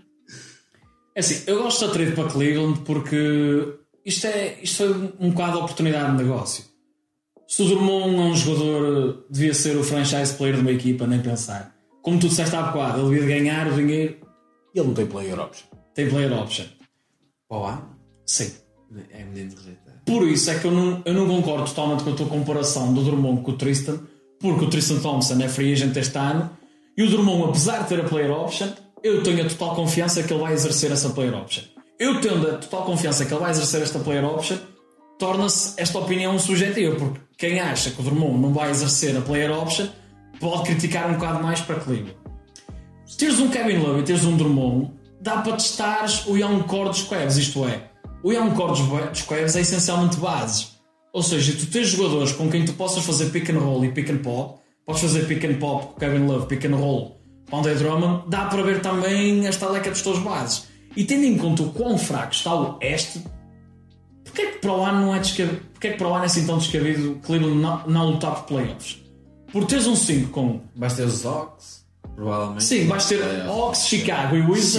é assim, eu gosto da trade para Cleveland porque isto foi um bocado de oportunidade de negócio. Se o Drummond é um jogador, devia ser o franchise player de uma equipa, nem pensar. Como tu disseste há bocado, ele devia ganhar o dinheiro. Ele não tem player option. Tem player option. Para o ano? Sim. É menino de rejeitar. Por isso é que eu não concordo totalmente com a tua comparação do Drummond com o Tristan, porque o Tristan Thompson é free agent este ano e o Drummond, apesar de ter a player option, eu tenho a total confiança que ele vai exercer essa player option. Eu tendo a total confiança que ele vai exercer esta player option, torna-se esta opinião subjetiva, porque quem acha que o Drummond não vai exercer a player option pode criticar um bocado mais para Cleveland. Se teres um Kevin Love e teres um Drummond, dá para testares o young core dos Cavs, isto é, o young core dos Cavs é essencialmente bases. Ou seja, tu tens jogadores com quem tu possas fazer pick and roll e pick and pop, podes fazer pick and pop com o Kevin Love, pick and roll com o Andre Drummond, dá para ver também esta leca dos teus bases. E tendo em conta o quão fraco está o Oeste, porque é que para o ano não é descabido? Porque é que para o ano é assim tão descabido Cleveland não lutar por playoffs? Por teres um 5 com... Vais ter os Hawks, provavelmente. Sim, vais ter Hawks, Chicago e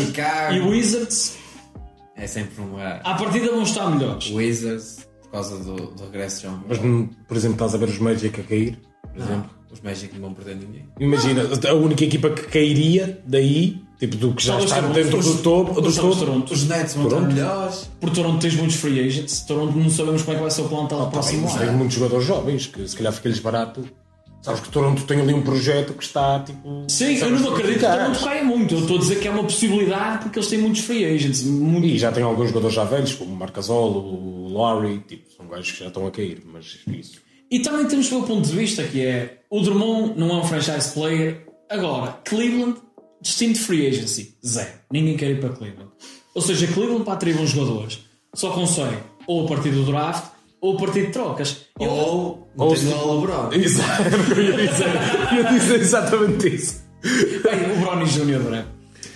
Wizards. É sempre um lugar. À partida vão estar melhores. Wizards, por causa do regresso de John. Mas, por exemplo, estás a ver os Magic a cair, por exemplo. Os Magic não vão perder ninguém. Imagina, a única equipa que cairia daí, tipo do que já está dentro do topo, os Nets vão estar melhores. Por Toronto tens muitos free agents. Toronto não sabemos como é que vai ser o plantel ao próximo ano. Tem muitos jogadores jovens que se calhar fica-lhes barato. Sabes que Toronto tem ali um projeto que está tipo. Sim, eu não acredito que Toronto caia muito. Eu estou a dizer que é uma possibilidade porque eles têm muitos free agents. E já tem alguns jogadores já velhos, como o Marc Gasol, o Lowry, tipo, são gajos que já estão a cair, mas isso. E também temos o meu ponto de vista, que é o Drummond não é um franchise player. Agora, Cleveland, destino de free agency, zero. Ninguém quer ir para Cleveland. Ou seja, Cleveland para atrair bons jogadores só consegue ou a partir do draft ou a partir de trocas. Ou o LeBron. Exato, eu ia dizer exatamente isso. Bem, o Bronny Jr. breve.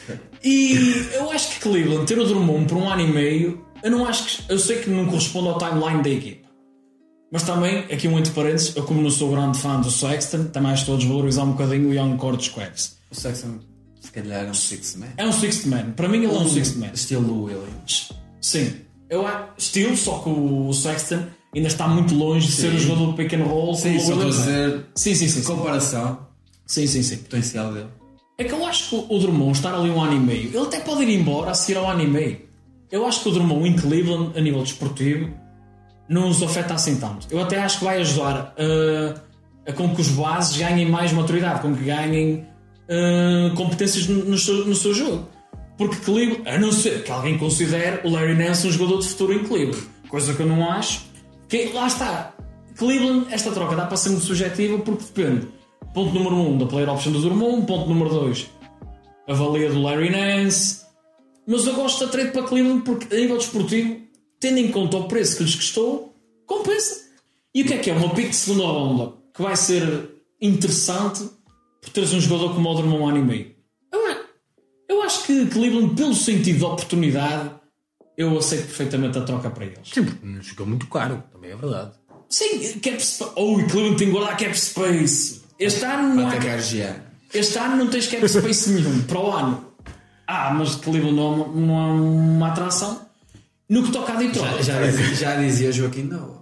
E eu acho que Cleveland ter o Drummond por 1 ano e meio, eu sei que não corresponde ao timeline da equipa. Mas também, aqui um entre parênteses, eu como não sou grande fã do Sexton, também estou a desvalorizar um bocadinho o young core dos Cavs. O Sexton, se calhar, é um sixth man. É um sixth man. Para mim ele é um sixth man. Estilo Williams. Sim. Estilo, só que o Sexton ainda está muito longe de ser um jogador de pick and roll. Sim, só estou a dizer... Sim. Comparação. Sim. O potencial dele. É que eu acho que o Drummond estar ali 1 ano e meio, ele até pode ir embora a seguir ao ano e meio. Eu acho que o Drummond em Cleveland, a nível desportivo, não os afeta assim tanto. Eu até acho que vai ajudar a com que os bases ganhem mais maturidade, com que ganhem competências no seu jogo. Porque Cleveland, a não ser que alguém considere o Larry Nance um jogador de futuro em Cleveland, coisa que eu não acho, que lá está. Cleveland, esta troca dá para ser muito subjetiva porque depende. Ponto número 1 da player option do Drummond, ponto número 2 a valia do Larry Nance. Mas eu gosto da trade para Cleveland porque, a nível desportivo, tendo em conta o preço que lhes custou, compensa. E o que é uma pick de segunda onda que vai ser interessante por teres um jogador como o Drummond um ano e meio? Eu acho que Cleveland, pelo sentido de oportunidade, eu aceito perfeitamente a troca para eles. Sim, porque nos ficou muito caro, também é verdade. Sim, cap space. E Cleveland tem que guardar cap space. Este ano não há. Este ano não tens cap space nenhum. Para o ano. Mas Cleveland não é uma atração. No que toca a Detroit. Já dizia Joaquim Noah.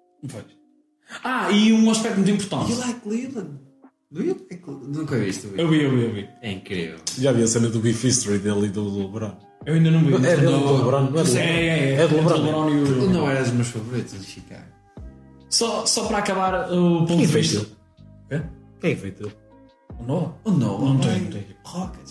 E um aspecto muito importante. You like Cleveland? Do you like Cleveland? Nunca viste o Eu vi. É incrível. Já vi a cena do Beef History dele e do LeBron. Eu ainda não vi. É do LeBron, não é do LeBron? É do LeBron e o... Não era dos meus favoritos de Chicago. Só para acabar o ponto Quem de fez vista. ele? Quem fez ele? O Noah? O Noah? Não tem. Rockets.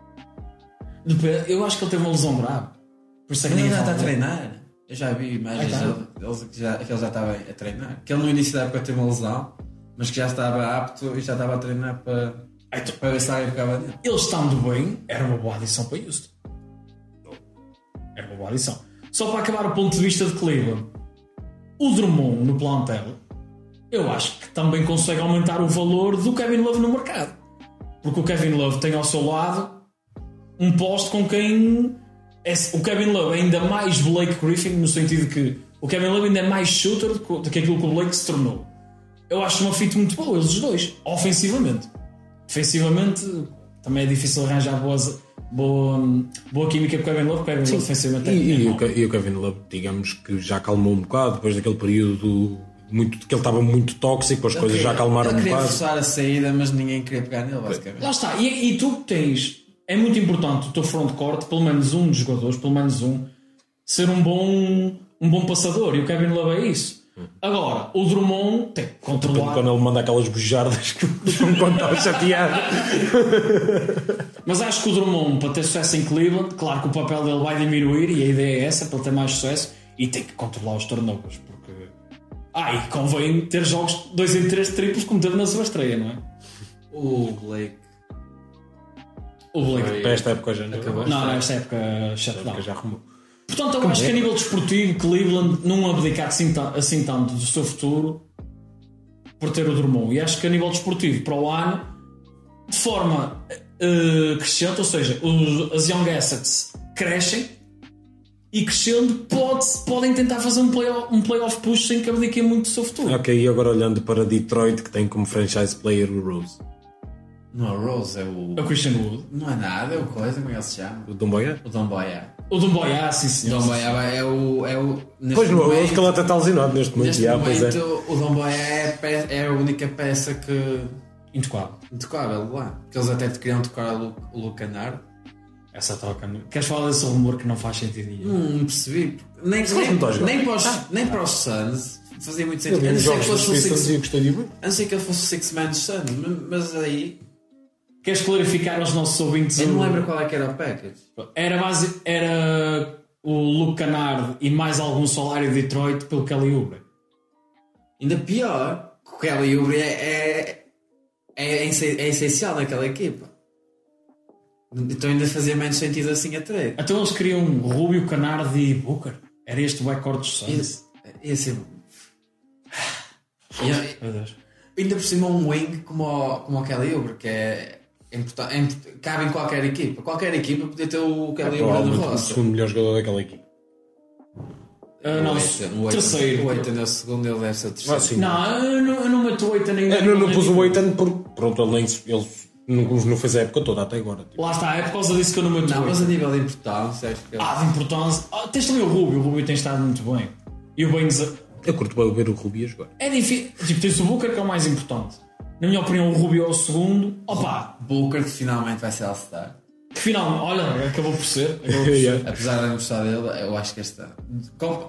Eu acho que ele teve uma lesão grave. Por isso é que Ele ninguém ainda está a fala dele. treinar. Eu já vi imagens deles que ele já estava a treinar. Que ele no início da época teve uma lesão, mas que já estava apto e já estava a treinar para ver se alguém ficava dentro. Ele estando bem, era uma boa adição para Houston. Era uma boa adição. Só para acabar o ponto de vista de Cleveland, o Drummond no plantel, eu acho que também consegue aumentar o valor do Kevin Love no mercado. Porque o Kevin Love tem ao seu lado um poste com quem... O Kevin Love é ainda mais Blake Griffin, no sentido que o Kevin Love ainda é mais shooter do que aquilo que o Blake se tornou. Eu acho uma fit muito boa, eles os dois, ofensivamente. Defensivamente, também é difícil arranjar boa química com o Kevin Love, porque o Kevin Love defensivamente e o Kevin Love, digamos que já acalmou um bocado depois daquele período que ele estava muito tóxico, as coisas já acalmaram um bocado. Ele bocado. queria forçar a saída, mas ninguém queria pegar nele, basicamente. Lá está, e tu tens... É muito importante o teu frontcourt, pelo menos um dos jogadores, ser um bom passador, e o Kevin Love é isso. Agora, o Drummond tem que controlar. Quando ele manda aquelas bujardas que quando estava chateado. Mas acho que o Drummond, para ter sucesso em Cleveland, claro que o papel dele vai diminuir, e a ideia é essa, para ele ter mais sucesso, e tem que controlar os turnovers, porque... e convém ter jogos 2 em 3 triplos como teve na sua estreia, não é? O Blake. Para esta época já não. Não, nesta época shutdown. Já arrumou. Portanto, eu acho que a nível desportivo, Cleveland não abdicar assim tanto do seu futuro por ter o Drummond. E acho que a nível desportivo, para o ano, de forma crescente, ou seja, as Young Assets crescem e crescendo podem tentar fazer um playoff push sem que abdiquem muito do seu futuro. Ok, e agora olhando para Detroit, que tem como franchise player o Rose. Não é o Rose, é o Christian Wood. Não é nada, é o coisa, como é que ele se chama? O Domboia? O Domboia. O Domboia, sim senhor. O Domboia é o pois não, é que ele até está lesionado neste momento. Neste momento, o Domboia é a única peça que... Intocável lá. Porque eles até queriam tocar o Luke Kennard. Essa troca. Queres falar desse rumor que não faz sentido nenhum? Não percebi. Nem para os Suns fazia muito sentido. A não ser que ele fosse o Six-Man dos Suns. Mas aí... Queres clarificar aos nossos ouvintes? Eu não lembro qual é que era o package. Era o Luke Kennard e mais algum salário de Detroit pelo Kelly Oubre. Ainda pior, o Kelly Oubre é essencial naquela equipa. Então ainda fazia menos sentido assim a trade. Então eles queriam Rubio, Kennard e Booker. Era este o backcourt dos Suns. Ia ser... Ainda por cima um wing como o Kelly Oubre, que é cabe em qualquer equipa. Qualquer equipa podia ter o Kelly Oubre no roster. O segundo melhor jogador daquela equipa. Terceiro. O Aiton é o segundo, ele deve ser o terceiro. Eu não meto o Aiton nem... Não pus o Aiton porque pronto, ele não fez a época toda até agora. Tipo. Lá está, é por causa disso que eu não meto o Aiton. Mas a nível de importância, acho que... de importância... tens também o Rubio tem estado muito bem. E o Baines... Eu curto bem ver o Rubio a jogar. É difícil. Tipo, tens o Booker que é o mais importante. Na minha opinião, o Rubio é o segundo. Booker que finalmente vai ser All-Star. Que finalmente, olha, acabou por ser. Apesar de eu gostar dele, eu acho que esta...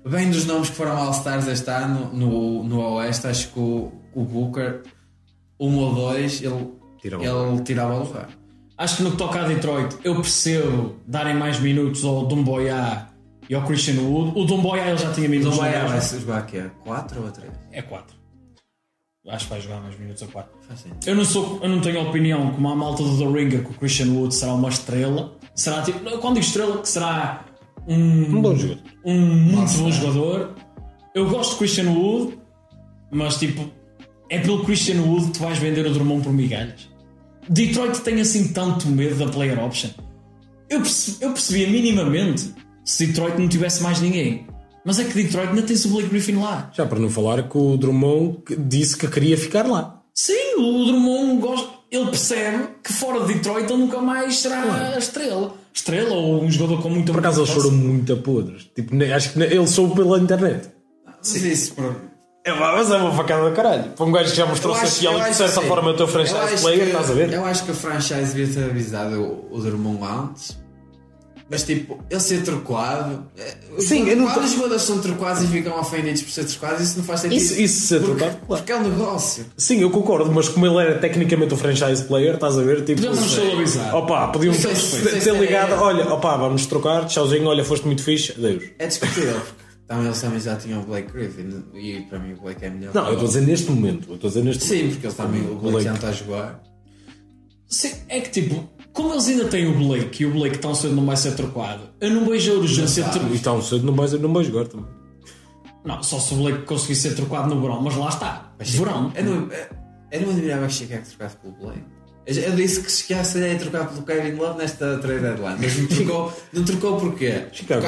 bem dos nomes que foram All-Stars este ano no Oeste, acho que o Booker, 1 ou 2, ele tirava o lugar. Acho que no que toca a Detroit, eu percebo darem mais minutos ao Doumbouya e ao Christian Wood. O Doumbouya ele já tinha minutos. O Doumbouya vai jogar aqui a 4 ou a 3? É 4. Acho que vai jogar mais minutos a 4. Eu não tenho opinião como a malta do The Ringer que o Christian Wood será uma estrela. Será tipo, quando digo estrela, que será um bom jogador. Um muito bom jogador. Eu gosto de Christian Wood, mas tipo, é pelo Christian Wood que tu vais vender o Drummond por migalhas. Detroit tem assim tanto medo da player option. Eu percebia minimamente se Detroit não tivesse mais ninguém. Mas é que Detroit ainda tem o Blake Griffin lá. Já para não falar que o Drummond disse que queria ficar lá. Sim, o Drummond gosta. Ele percebe que fora de Detroit ele nunca mais será a estrela. Estrela ou um jogador com muita... Por acaso eles foram muito a podres. Tipo, acho que ele soube pela internet. Sim, isso Mas é uma facada do caralho. Para um gajo que já mostrou social e de certa forma o teu franchise player, estás a ver? Eu acho que a franchise devia ter avisado o Drummond antes. Mas tipo, ele ser trocado. Sim, quando os jogadores são trocados e ficam ofendidos por ser trocados, isso não faz sentido. Isso ser trocado, claro. Porque é um negócio. Sim, eu concordo, mas como ele era tecnicamente o franchise player, estás a ver? Tipo, podemos só avisar. Opa, podiam ter ligado, olha, opa, vamos trocar, tchauzinho, olha, foste muito fixe, adeus. É discutível, porque também eles também já tinham o Blake Griffin e para mim o Blake é melhor. Não, eu estou a dizer neste momento. Sim, porque eles também, o Blake já não está a jogar. Sim, é que tipo, como eles ainda têm o Blake e o Blake tão cedo não vai ser trocado, eu não vejo a urgência de trocar. E tão cedo não vai jogar também. Não, só se o Blake conseguir ser trocado no verão, mas lá está. Verão. Eu não admirava que Chicago trocasse pelo Blake. Eu disse que Chicago seria trocar pelo Kevin Love nesta trade deadline, mas não trocou porquê? Chicago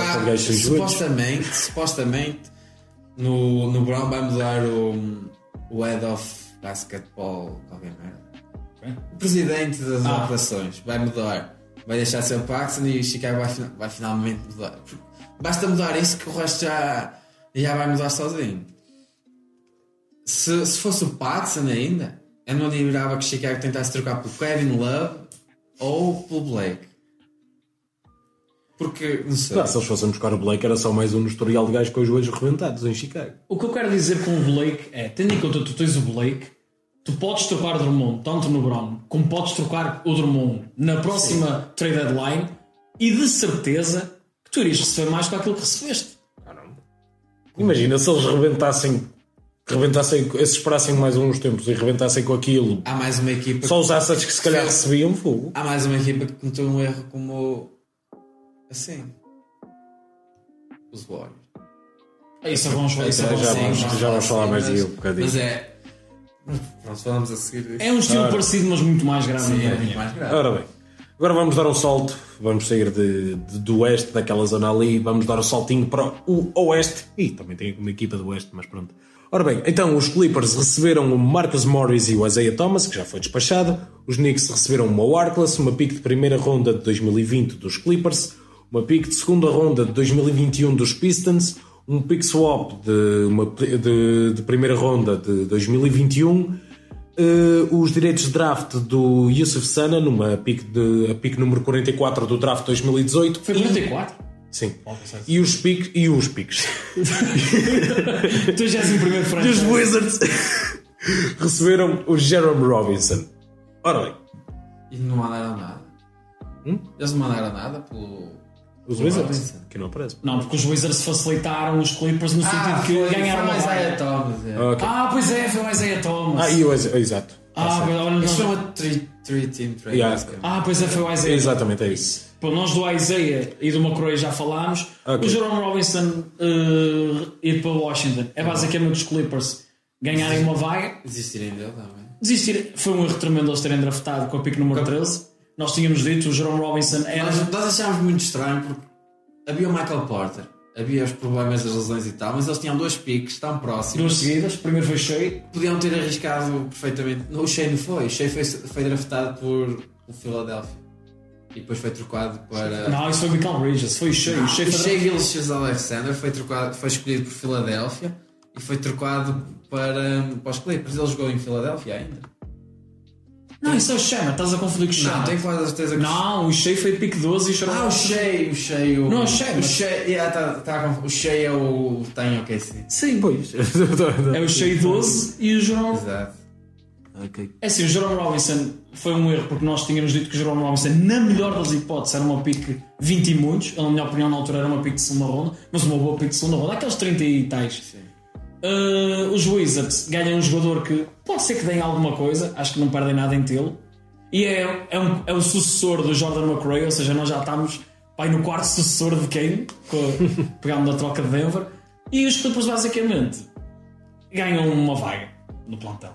supostamente no verão vai mudar o head of basketball, qualquer merda. O presidente das operações vai mudar, vai deixar de ser o Paxson e o Chicago vai finalmente mudar. Basta mudar isso que o resto já vai mudar sozinho. Se fosse o Paxson ainda, eu não admirava que o Chicago tentasse trocar pelo Kevin Love ou pelo Blake. Porque, não sei. Se eles fossem buscar o Blake, era só mais um historial de gajos com os joelhos rebentados em Chicago. O que eu quero dizer com o Blake é, tendo em conta que tu tens o Blake, tu podes trocar o Drummond tanto no verão como podes trocar o Drummond na próxima trade deadline e de certeza que tu irias receber mais do que aquilo que recebeste. Imagina se eles rebentassem, se esperassem mais uns tempos e rebentassem com aquilo. Há mais uma equipa. Só os assets que se calhar recebiam fogo. Há mais uma equipa que cometeu um erro como assim. Os Warriors. Isso vamos já vamos falar mais de um bocadinho. Mas é. Pronto, falamos a seguir. É um estilo parecido, mas muito mais grave. Sim, é muito mais grave. Ora bem, agora vamos dar um salto. Vamos sair do oeste, daquela zona ali. Vamos dar um saltinho para o oeste. E também tem uma equipa do oeste, mas pronto. Ora bem, então os Clippers receberam o Marcus Morris e o Isaiah Thomas, que já foi despachado. Os Knicks receberam uma Harkless, uma pick de primeira ronda de 2020 dos Clippers, uma pick de segunda ronda de 2021 dos Pistons, um pick swap de primeira ronda de 2021, os direitos de draft do Yusuf Sana, a pick número 44 do draft 2018. Foi 44? Sim. E os picks. Tu já és o primeiro franchise. E os Wizards receberam o Jerome Robinson. Ora bem. E não mandaram nada. Eles não mandaram nada pelo... Os Wizards? Que não aparece. Não, porque os Wizards facilitaram os Clippers no sentido que ganharam uma Isaiah Thomas. Okay. Pois é, foi o Isaiah Thomas. E o Isaiah, exato. Isso é uma three-team trade. Pois é, foi o Isaiah. Exatamente, é isso. Pô, nós do Isaiah e do McCrory já falámos. Okay. O Jerome Robinson ir para Washington é basicamente os Clippers ganharem uma vaga. Desistirem dele também. Foi um erro tremendo eles terem draftado com a pick número 13. Nós tínhamos dito, o Jerome Robinson era... Nós achámos muito estranho porque havia o Michael Porter, havia os problemas das lesões e tal, mas eles tinham dois piques tão próximos. Duas seguidas, primeiro foi Shea. Podiam ter arriscado perfeitamente. O Shea não foi. O Shea foi draftado por o Philadelphia e depois foi trocado para... Não, isso foi Michael Bridges, foi o Shea. O Shea Gilgeous-Alexander foi escolhido por Philadelphia e foi trocado para os Clippers. Ele jogou em Philadelphia ainda. Não, isso é o Shema, estás a confundir com o Shema. Não, tenho quase a certeza que... Não, o Shea foi pick 12 e o Jerome Robinson... o Shea... Não, o Shea, O Shea, o Shea é o... Tem, ok, sim. Sim, Pois. é o Shea 12 e o Jerome... Exato. Ok. É assim, o Jerome Robinson foi um erro porque nós tínhamos dito que o Jerome Robinson, na melhor das hipóteses, era uma pick 20 e muitos. Ele, na minha opinião, na altura era uma pick de segunda ronda, mas uma boa pick de segunda ronda, aqueles 30 e tais. Sim. Os Wizards ganham um jogador que pode ser que deem alguma coisa, acho que não perdem nada em tê-lo. E é o sucessor do Jordan McRae, ou seja, nós já estamos no quarto sucessor de Kane, pegando na troca de Denver. E os Clippers basicamente ganham uma vaga no plantão.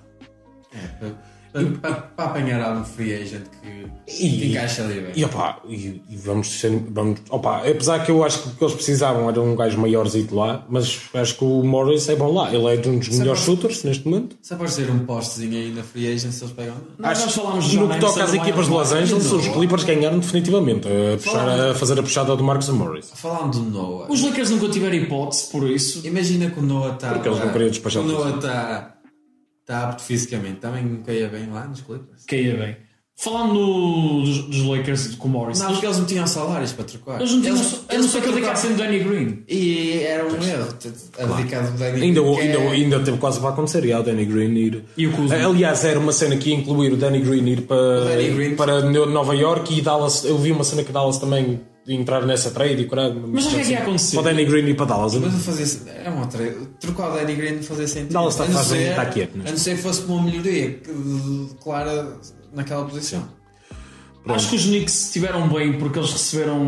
Para apanhar algum free agent que encaixa ali bem. E vamos, apesar que eu acho que o que eles precisavam era um gajo maiorzito lá, mas acho que o Morris é bom lá. Ele é um dos melhores shooters neste momento. Se aparecer um postezinho aí na free agent, se eles pegam. Nós falámos de no que toca às equipas de Los Angeles, os Clippers ganharam definitivamente a fazer a puxada do Marcus Morris. Falando do Noah, os Lakers nunca tiveram hipótese, por isso. Imagina que o Noah está. Porque eles não queriam despachar o Noah está apto fisicamente, também caía bem lá nos Clippers. Caía bem. Falando dos Lakers com o Morris. Não, porque eles não tinham salários para trocar. Eles não tinham. Eu não sei que dedicassem do Danny Green. E era um erro. Abdicado do Danny Green. Ainda teve quase para acontecer. E o Danny Green ir. E o Kuzma. Aliás, era uma cena que ia incluir o Danny Green ir para Nova York e Dallas. Eu vi uma cena que Dallas também entrar nessa trade e caralho. Mas o que é que ia acontecer? O Danny Green ir para Dallas. Mas é uma trade. Trocar o Danny Green não fazia sentido. Dallas está quieto. A não ser que fosse uma melhoria clara naquela posição. Pronto. Acho que os Knicks tiveram bem porque eles receberam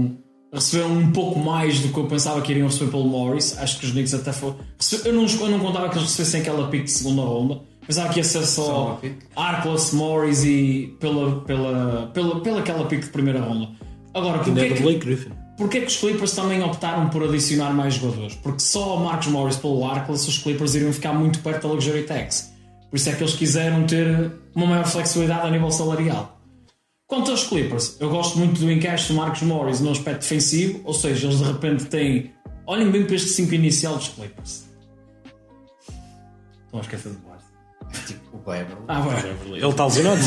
um pouco mais do que eu pensava que iriam receber pelo Morris. Acho que os Knicks até foram. Eu não contava que eles recebessem aquela pick de segunda ronda. Pensava que ia ser só Harkless, Morris e pela aquela pick de primeira ronda. Agora, porquê que os Clippers também optaram por adicionar mais jogadores? Porque só o Marcus Morris pelo Harkless os Clippers iriam ficar muito perto da Luxury Tax. Por isso é que eles quiseram ter uma maior flexibilidade a nível salarial. Quanto aos Clippers, eu gosto muito do encaixe do Marcus Morris no aspecto defensivo, ou seja, eles de repente têm... Olhem bem para este 5 inicial dos Clippers. Estão a esquecer de Blas. Tipo o Beverly. Beverly. Ele está lesionado,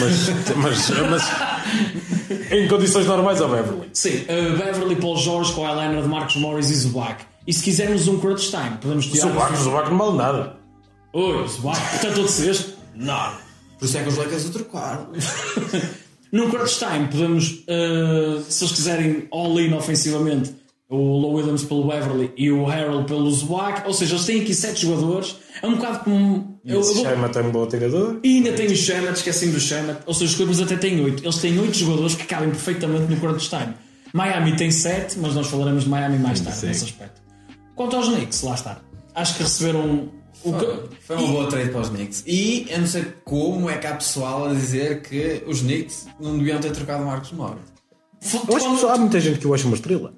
mas em condições normais é o Beverly. Sim, Beverly, Paul George, Kawhi Leonard, Marcus Morris e Zubac. E se quisermos um crunch time, podemos tirar... Zubac não vale nada. Oi, Zubac, está todo sexto? Não. Por isso é que os Lakers o trocaram. Num crunch time, podemos, se eles quiserem all-in ofensivamente, o Lou Williams pelo Beverly e o Harrell pelo Zubac, ou seja, eles têm aqui 7 jogadores, é um bocado como... O Shema tem um bom tirador. E ainda tem o Shema, esqueci-me do Shema, ou seja, os Clippers até têm 8, eles têm 8 jogadores que cabem perfeitamente no crunch time. Miami tem 7, mas nós falaremos de Miami mais tarde nesse aspecto. Quanto aos Knicks, lá está, acho que receberam... Foi uma boa trade para os Knicks. E eu não sei como é que há pessoal a dizer que os Knicks não deviam ter trocado o Marcus Morris. Eu acho que há muita gente que eu acho uma estrela.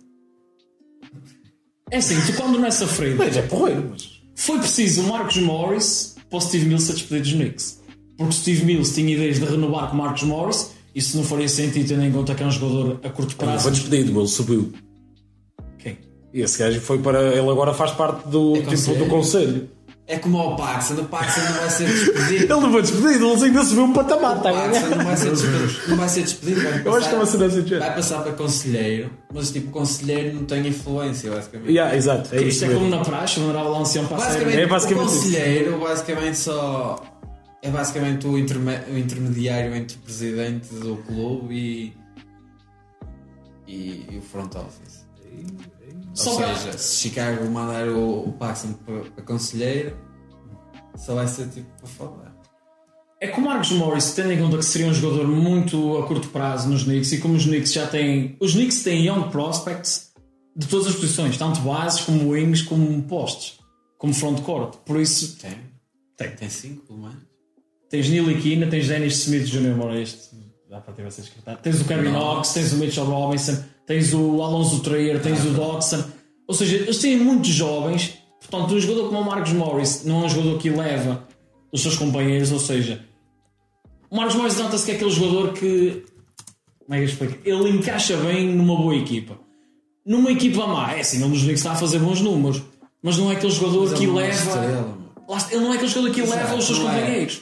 É assim, tu quando nessa freira. Mas é porreiro, mas... Foi preciso o Marcus Morris para o Steve Mills a despedir dos Knicks. Porque o Steve Mills tinha ideias de renovar com o Marcus Morris. E se não faria sentido, tendo em conta que é um jogador a curto prazo. Ele foi despedido, ele subiu. Quem? E esse gajo foi para. Ele agora faz parte do conselho. É como o Paxson não vai ser despedido. Ele não foi despedido, ele ainda subiu um patamar. O Paxson não vai ser despedido. Eu acho que é uma cena assim. Vai passar para conselheiro, mas tipo, o conselheiro não tem influência, basicamente. Exato. É isto é como na praxe, o honorável ancião passa basicamente, o conselheiro basicamente só é basicamente o intermediário entre o presidente do clube e o front office. Ou seja, se Chicago mandar o Paxson para conselheiro, só vai ser tipo para falar. É que o Marcus Morris, tendo em conta que seria um jogador muito a curto prazo nos Knicks, e como os Knicks já têm... Os Knicks têm young prospects de todas as posições, tanto bases como wings, como postes, como frontcourt. Por isso... Tem 5, pelo menos. Tens Neil Ikina, tens Dennis Smith Jr. Moreste, dá para ter a ser secretário. Tens o Kevin Knox, tens o Mitchell Robinson, tens o Alonso Trier, tens o Dodson. Ou seja, eles têm muitos jovens. Portanto, um jogador como o Marcus Morris não é um jogador que eleva os seus companheiros. Ou seja, o Marcus Morris nota-se que é aquele jogador que... Como é que eu explico? Ele encaixa bem numa boa equipa. Numa equipa má, é assim, ele nos está a fazer bons números. Mas não é aquele jogador que eleva... Ele não é aquele jogador que eleva os seus companheiros.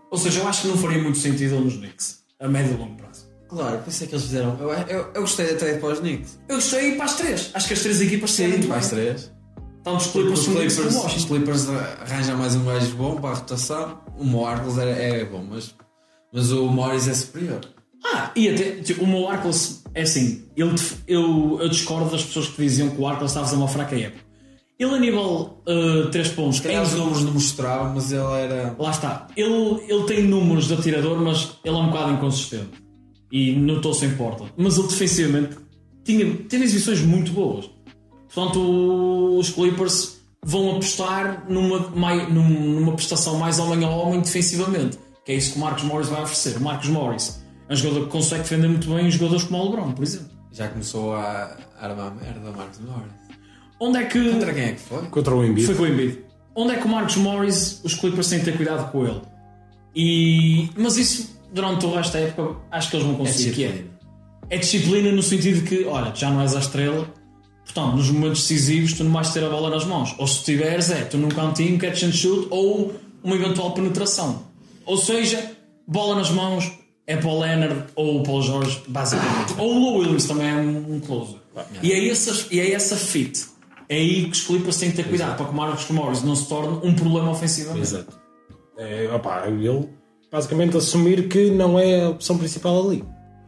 Ou seja, eu acho que não faria muito sentido ele nos Knicks, a médio e longo prazo. Claro, por isso é que eles fizeram. Eu gostei da trade para os Knicks. Eu gostei para as 3. Acho que as 3 equipas Sim, para as 3. Tanto os Clippers como Os Clippers arranjam mais um gajo bom para a rotação. O Mo Harkless é bom, mas o Morris é superior. E até tipo, o Mo Harkless é assim. Eu discordo das pessoas que diziam que o Harkless estava a fazer uma fraca época. Ele a nível 3 pontos. Se calhar os números não mostravam, mas ele era. Lá está. Ele tem números de atirador, mas ele é um bocado inconsistente. E notou-se em Portland. Mas ele defensivamente teve exibições muito boas. Portanto, os Clippers vão apostar numa prestação mais homem a homem defensivamente. Que é isso que o Marcus Morris vai oferecer. O Marcus Morris é um jogador que consegue defender muito bem os jogadores como o LeBron, por exemplo. Já começou a armar merda o Marcus Morris. Onde é que... Contra quem é que foi? Contra o Embiid. Foi com o Embiid. Onde é que o Marcus Morris, os Clippers têm que ter cuidado com ele. Mas isso, durante o resto da época, acho que eles vão conseguir. É disciplina no sentido que, olha, já não és a estrela, portanto, nos momentos decisivos tu não vais ter a bola nas mãos. Ou se tiveres, tu num cantinho, catch and shoot, ou uma eventual penetração. Ou seja, bola nas mãos, é Paul Leonard ou o Paul George, basicamente. Ou o Lou Williams também é um closer. E é essa fit. É aí que os Clippers têm que ter cuidado para que o Marcus Morris não se torne um problema ofensivamente. Exato. Ele basicamente assumir que não é a opção principal ali.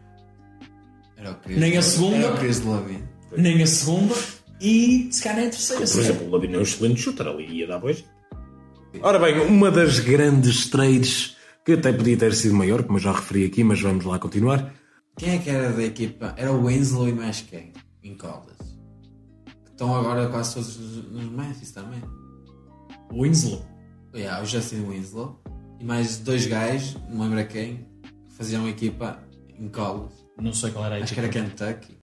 Nem a segunda. Era o Chris Lavin. Nem a segunda. E se calhar é a terceira. Por exemplo, o Lavin é um excelente shooter ali, ia dar bois. Ora bem, uma das grandes trades que até podia ter sido maior, como eu já referi aqui, mas vamos lá continuar. Quem é que era da equipa? Era o Winslow e mais quem? Em college. Estão agora quase todos nos Memphis também. O Winslow? O Justin Winslow. E mais 2 gajos, não lembro quem, que faziam equipa em college. Não sei qual era a equipa. Acho que era Kentucky.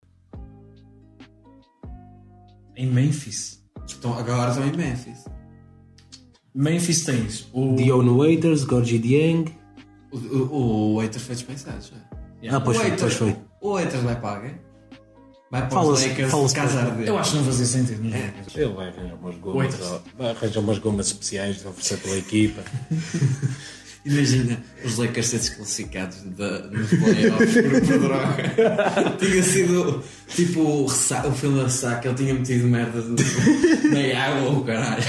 Em Memphis? Agora estão em Memphis. Memphis tens o Dion Waiters, Gorgie Dieng. O Waiters foi dispensado já. Pois foi. O Waiters vai para alguém? Vai para os Lakers casar dele. Eu acho que não fazia sentido. Ele vai arranjar umas gomas especiais de oferecer pela equipa. Imagina os Lakers ser desclassificados nos playoffs por droga. Tinha sido tipo o filme da Ressaca, ele tinha metido merda na água ou caralho.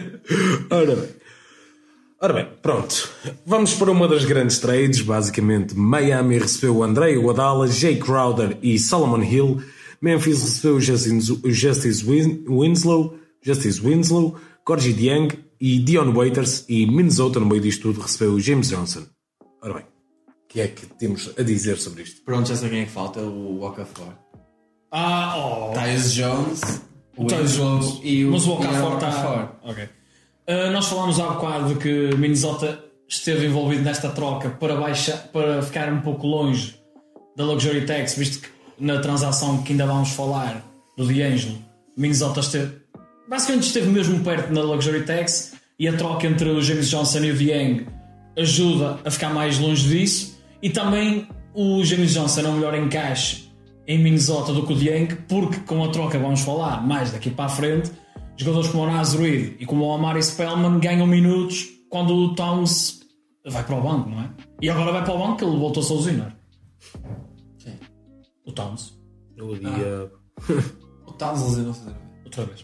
Ora bem, pronto. Vamos para uma das grandes trades. Basicamente, Miami recebeu o André Iguodala, Jay Crowder e Solomon Hill. Memphis recebeu o Justice Winslow, Gorgie Dieng e Dion Waiters. E Minnesota, no meio disto tudo, recebeu o James Johnson. Ora bem, o que é que temos a dizer sobre isto? Pronto, já sei quem é que falta, o Okafor. Tyus Jones, o Winslow e o Mas o Okafor está... Ok. Nós falámos há bocado que Minnesota esteve envolvido nesta troca para ficar um pouco longe da Luxury Tax, visto que na transação que ainda vamos falar do D'Angelo, Minnesota esteve mesmo perto na Luxury Tax, e a troca entre o James Johnson e o Dieng ajuda a ficar mais longe disso, e também o James Johnson é um melhor encaixe em Minnesota do que o Dieng, porque com a troca vamos falar mais daqui para a frente, jogadores como o Naz Reid e como o Amari Spellman ganham minutos quando o Towns vai para o banco, não é? E agora vai para o banco que ele voltou sozinho. Sim. O Towns. O Towns lesionou-se outra vez.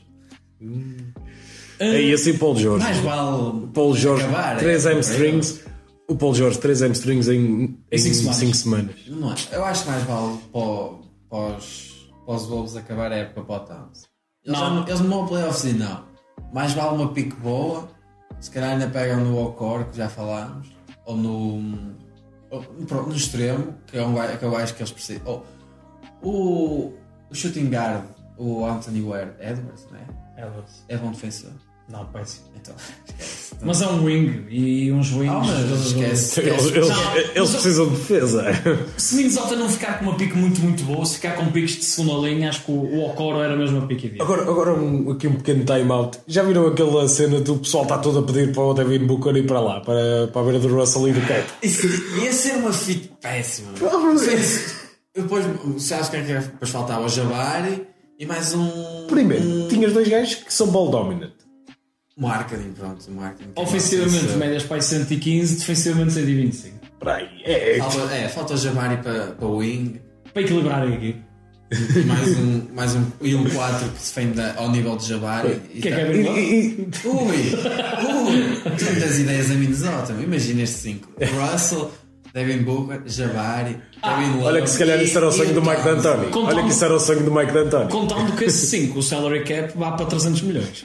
E assim Paul George. Mais vale Paul George, acabar, 3 hamstrings. O Paul George, 3 hamstrings em 5 semanas. Não é? Eu acho que mais vale para os Wolves acabar a época para o Towns. Eles não vão playoffs e não. Mais vale uma pique boa. Se calhar ainda pegam no Okor, que já falámos. Ou no extremo, que eu acho que eles precisam. O shooting guard, o Anthony Edwards, não é? Edwards. É bom defensor. Não, péssimo. Então, esquece. Mas é um wing, e uns wings... mas esquece. Eles precisam de defesa. Se Minnesota não ficar com uma pique muito, muito boa, se ficar com piques de segunda linha, acho que o Okoro era mesmo a pique ideal. Agora aqui um pequeno time-out. Já viram aquela cena do pessoal está todo a pedir para o Devin Booker ir para lá, para a beira do Russell e do Cat? Isso ia ser uma fit péssima. Depois, sabes quem é que depois faltava? O Jabari e mais um... Primeiro, tinhas 2 gajos que são ball dominant. Marketing, pronto. O marketing Ofensivamente, médias para 115, defensivamente 125. Para aí. Falta o Jabari para o wing. Para equilibrar a equipe. E um 4 que se defende ao nível de Jabari. Que é Kevin Love? Tu não tens ideias a Minnesota. Imagina este 5. Russell, Devin Booker, Jabari, Kevin Love. Olha que se calhar isso era o sonho do Mike D'Antoni. Olha que isso era o sonho do Mike D'Antoni. Contando que esse 5, o salary cap, vá para 300 milhões.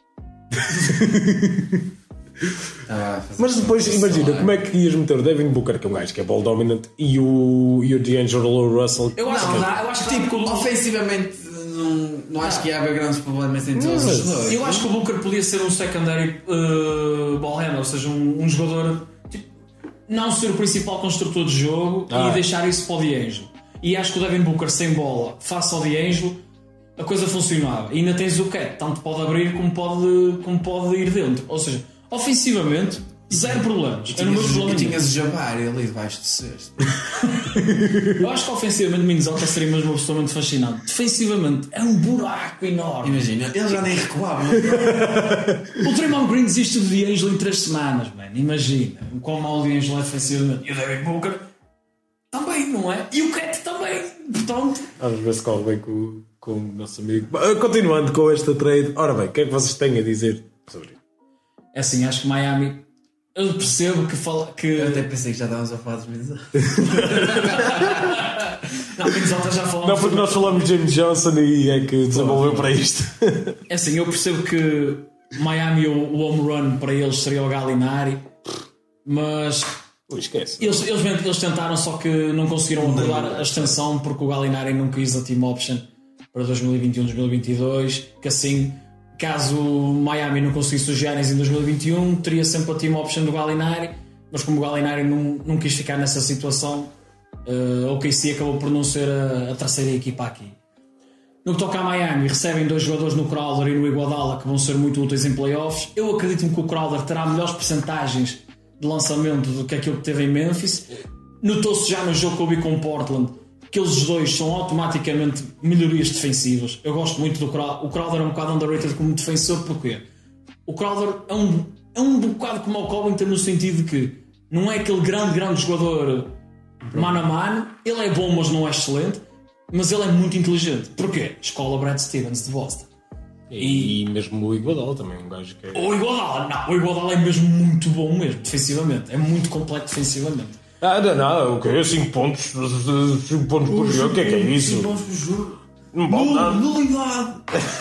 Mas depois imagina como é que ias meter o Devin Booker, que é um gajo que é ball dominant, e o D'Angelo Russell. Eu acho que tipo, ofensivamente não acho que ia haver grandes problemas entre todos os dois. Eu acho que o Booker podia ser um secondary ball handler, ou seja, um jogador tipo, não ser o principal construtor de jogo e deixar isso para o D'Angelo. E acho que o Devin Booker sem bola face ao D'Angelo a coisa funcionava. E ainda tens o Cat, tanto pode abrir como pode ir dentro. Ou seja, ofensivamente, zero problemas. E tinhas o Jabari ali debaixo do cesto. Eu acho que ofensivamente Minnesota seria mesmo absolutamente fascinante. Defensivamente é um buraco enorme. Imagina, ele já nem recuava. O Draymond Green desiste do D'Angelo em 3 semanas, man. Imagina o quão mal o D'Angelo é defensivamente. E o Devin Booker também, não é? E o Cat também. Portanto, vamos ver se corre bem com o nosso amigo. Continuando com esta trade, ora bem, o que é que vocês têm a dizer sobre isso? É assim, acho que Miami, eu percebo que Eu até pensei que já estávamos a falar dos Minnesota. Não, Minnesota já falamos. Não, porque nós falamos de James Johnson e é que desenvolveu para isto. É assim, eu percebo que Miami, o home run para eles seria o Gallinari, mas esquece. Eles tentaram, só que não conseguiram acordar a extensão porque o Gallinari não quis a team option para 2021-2022, que assim, caso o Miami não conseguisse os Giannis em 2021, teria sempre a team option do Gallinari, mas como o Gallinari não quis ficar nessa situação, o OKC acabou por não ser a terceira equipa aqui. No que toca a Miami, recebem 2 jogadores no Crowder e no Iguodala que vão ser muito úteis em playoffs. Eu acredito que o Crowder terá melhores percentagens de lançamento do que aquilo que teve em Memphis. Notou-se já no jogo que eu vi com o Portland que eles dois são automaticamente melhorias defensivas. Eu gosto muito do Crowder. O Crowder é um bocado underrated como defensor, porquê? O Crowder é um bocado como o Covington no sentido de que não é aquele grande jogador mano a mano. Ele é bom, mas não é excelente. Mas ele é muito inteligente. Porquê? Escola Brad Stevens de Boston. E mesmo o Iguodala também é um gajo que é... O Iguodala é mesmo muito bom mesmo, defensivamente. É muito completo defensivamente. Não, o que? 5 pontos? 5 pontos por jogo? O que é isso? 5 pontos por jogo? Não vale nada. Nulidade!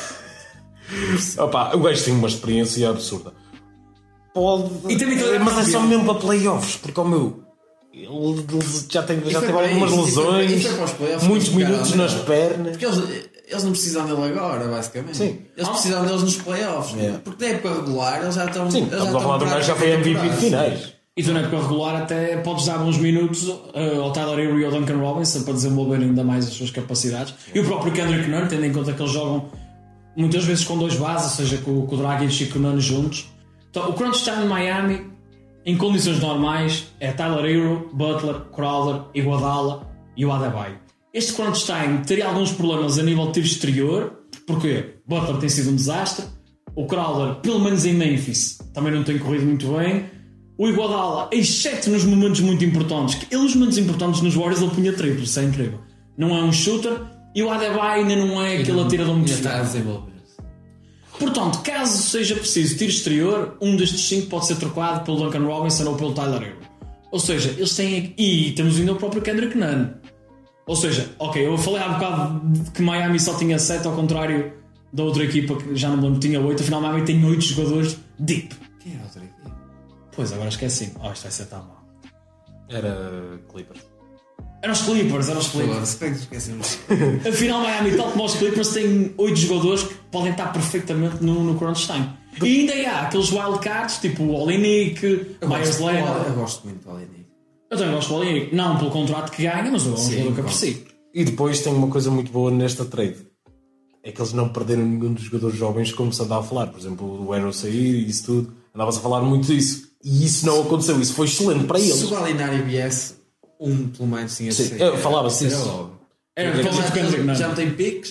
Opa, o gajo tem uma experiência absurda. Pode... mas é só mesmo para playoffs, porque o meu... Ele já teve algumas lesões, muitos minutos nas pernas. Porque eles não precisam dele agora, basicamente. Sim. Eles precisam deles nos playoffs. Porque na época regular eles já estão. Sim, estamos a falar de um gajo já foi MVP de finais. E tu na época regular até podes dar bons minutos ao Tyler Hero e ao Duncan Robinson para desenvolver ainda mais as suas capacidades. E o próprio Kendrick Nunn, tendo em conta que eles jogam muitas vezes com 2 bases, ou seja, com o Dragic e com o Nunn juntos. Então, o crunch time em Miami, em condições normais, é Tyler Hero, Butler, Crowder, Iguodala e o Adebayo. Este crunch time teria alguns problemas a nível de tiro exterior. Porquê? Butler tem sido um desastre. O Crowder, pelo menos em Memphis, também não tem corrido muito bem. O Iguodala, exceto nos momentos muito importantes, que ele, nos momentos importantes nos Warriors, ele punha triplo, isso é incrível. Não é um shooter. E o Adebayo ainda não é aquele atirador muito fiável. Portanto, caso seja preciso tiro exterior, um destes 5 pode ser trocado pelo Duncan Robinson ou pelo Tyler Hero. Ou seja, eles têm... E temos ainda o próprio Kendrick Nunn. Ou seja, ok, eu falei há bocado que Miami só tinha 7, ao contrário da outra equipa que já não me lembro, tinha 8. Afinal, Miami tem 8 jogadores deep. Quem era a outra equipa? Pois, agora esqueci. Isto vai ser tão mal. Era Clippers. Eram os Clippers. Afinal, Miami, tal como os Clippers, tem 8 jogadores que podem estar perfeitamente no crunch time. E ainda há aqueles wildcards, tipo o Olynyk, Myers Leonard. Eu gosto muito do Olynyk. Eu também gosto do Olynyk. Não pelo contrato que ganha, mas é um jogador que aprecio. E depois tem uma coisa muito boa nesta trade. É que eles não perderam nenhum dos jogadores jovens, como se andava a falar. Por exemplo, o Arrow sair e isso tudo. Andava-se a falar muito disso. E isso não aconteceu. Isso foi excelente para eles. Se o Gallinari viesse... pelo menos tinha de ser. Falava-se isso. Já não tem piques.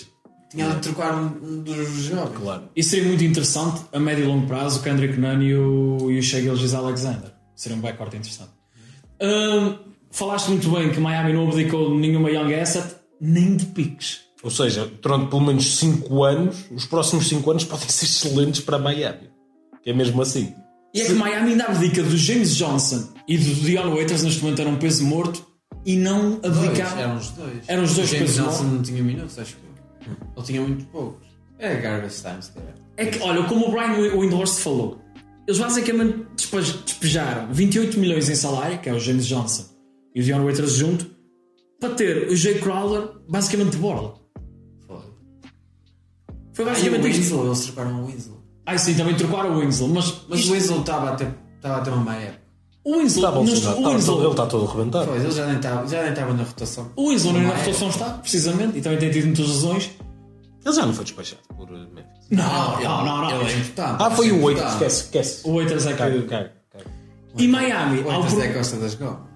Tinha de trocar um dos jovens. Claro. Isso seria muito interessante a médio e longo prazo, o Kendrick Nunn e o Shai Gilgeous-Alexander. Seria um backcourt interessante. Falaste muito bem que Miami não abdicou de nenhuma young asset, nem de piques. Ou seja, durante pelo menos 5 anos, os próximos 5 anos podem ser excelentes para Miami. Que é mesmo assim. E é que Miami ainda abdica do James Johnson e do Dion Waiters, neste momento era um peso morto, e não abdicava. Eram os dois. Eram os dois James pesos Johnson mortos. não tinha minutos, acho que ele tinha muito poucos. É garbage time, se calhar. É que, olha, como o Brian Windhorst falou, eles basicamente despejaram 28 milhões em salário, que é o James Johnson e o Dion Waiters junto, para ter o Jay Crowder basicamente de borla. Foi E o basicamente isto. Winslow, eles trocaram o Winslow. Sim, também trocaram o Winslow, mas Mas o Winslow estava a ter uma má época. o Winslow, Ele está todo arrebentado. Pois, ele já nem estava na rotação. o Winslow nem na Uma rotação época. está, precisamente, e também tem tido muitas lesões. Ele já não foi despachado por Memphis. Não. Ele é importante. Foi o Waiters, importante. esquece. O Waiters é que... Ok. E Miami, O ao Waiters pro- é a Costa das Gomas.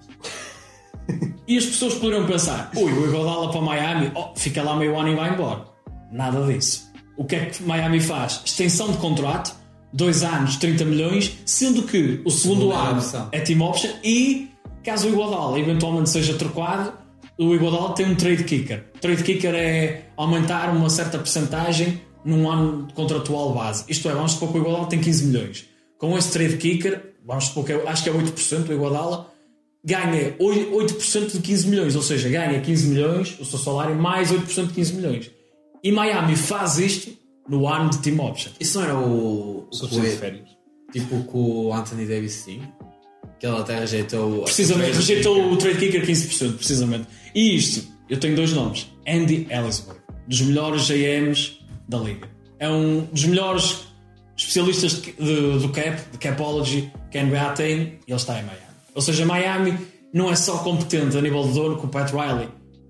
e as pessoas poderiam pensar, o Iguodala para Miami, fica lá meio ano e vai embora. Nada disso. O que é que Miami faz? Extensão de contrato, 2 anos, 30 milhões, sendo que o segundo é a ano opção. é team option e, caso o Iguodala eventualmente seja trocado, o Iguodala tem um trade kicker. Trade kicker é aumentar uma certa percentagem num ano contratual base. Isto é, vamos supor que o Iguodala tem 15 milhões. Com esse trade kicker, vamos supor que acho que é 8% o Iguodala, ganha 8% de 15 milhões, ou seja, ganha 15 milhões, o seu salário, mais 8% de 15 milhões. E Miami faz isto no ano de team option. Isso não era o Subsídio de férias. tipo que o Anthony Davis tinha? Que ele até rejeitou... Precisamente, rejeitou o trade kicker 15%, precisamente. E isto, eu tenho 2 nomes. Andy Ellisburg, dos melhores GMs da liga. É um dos melhores especialistas do cap, de capology, que a NBA tem, e ele está em Miami. Ou seja, Miami não é só competente a nível de dono, que o Pat Riley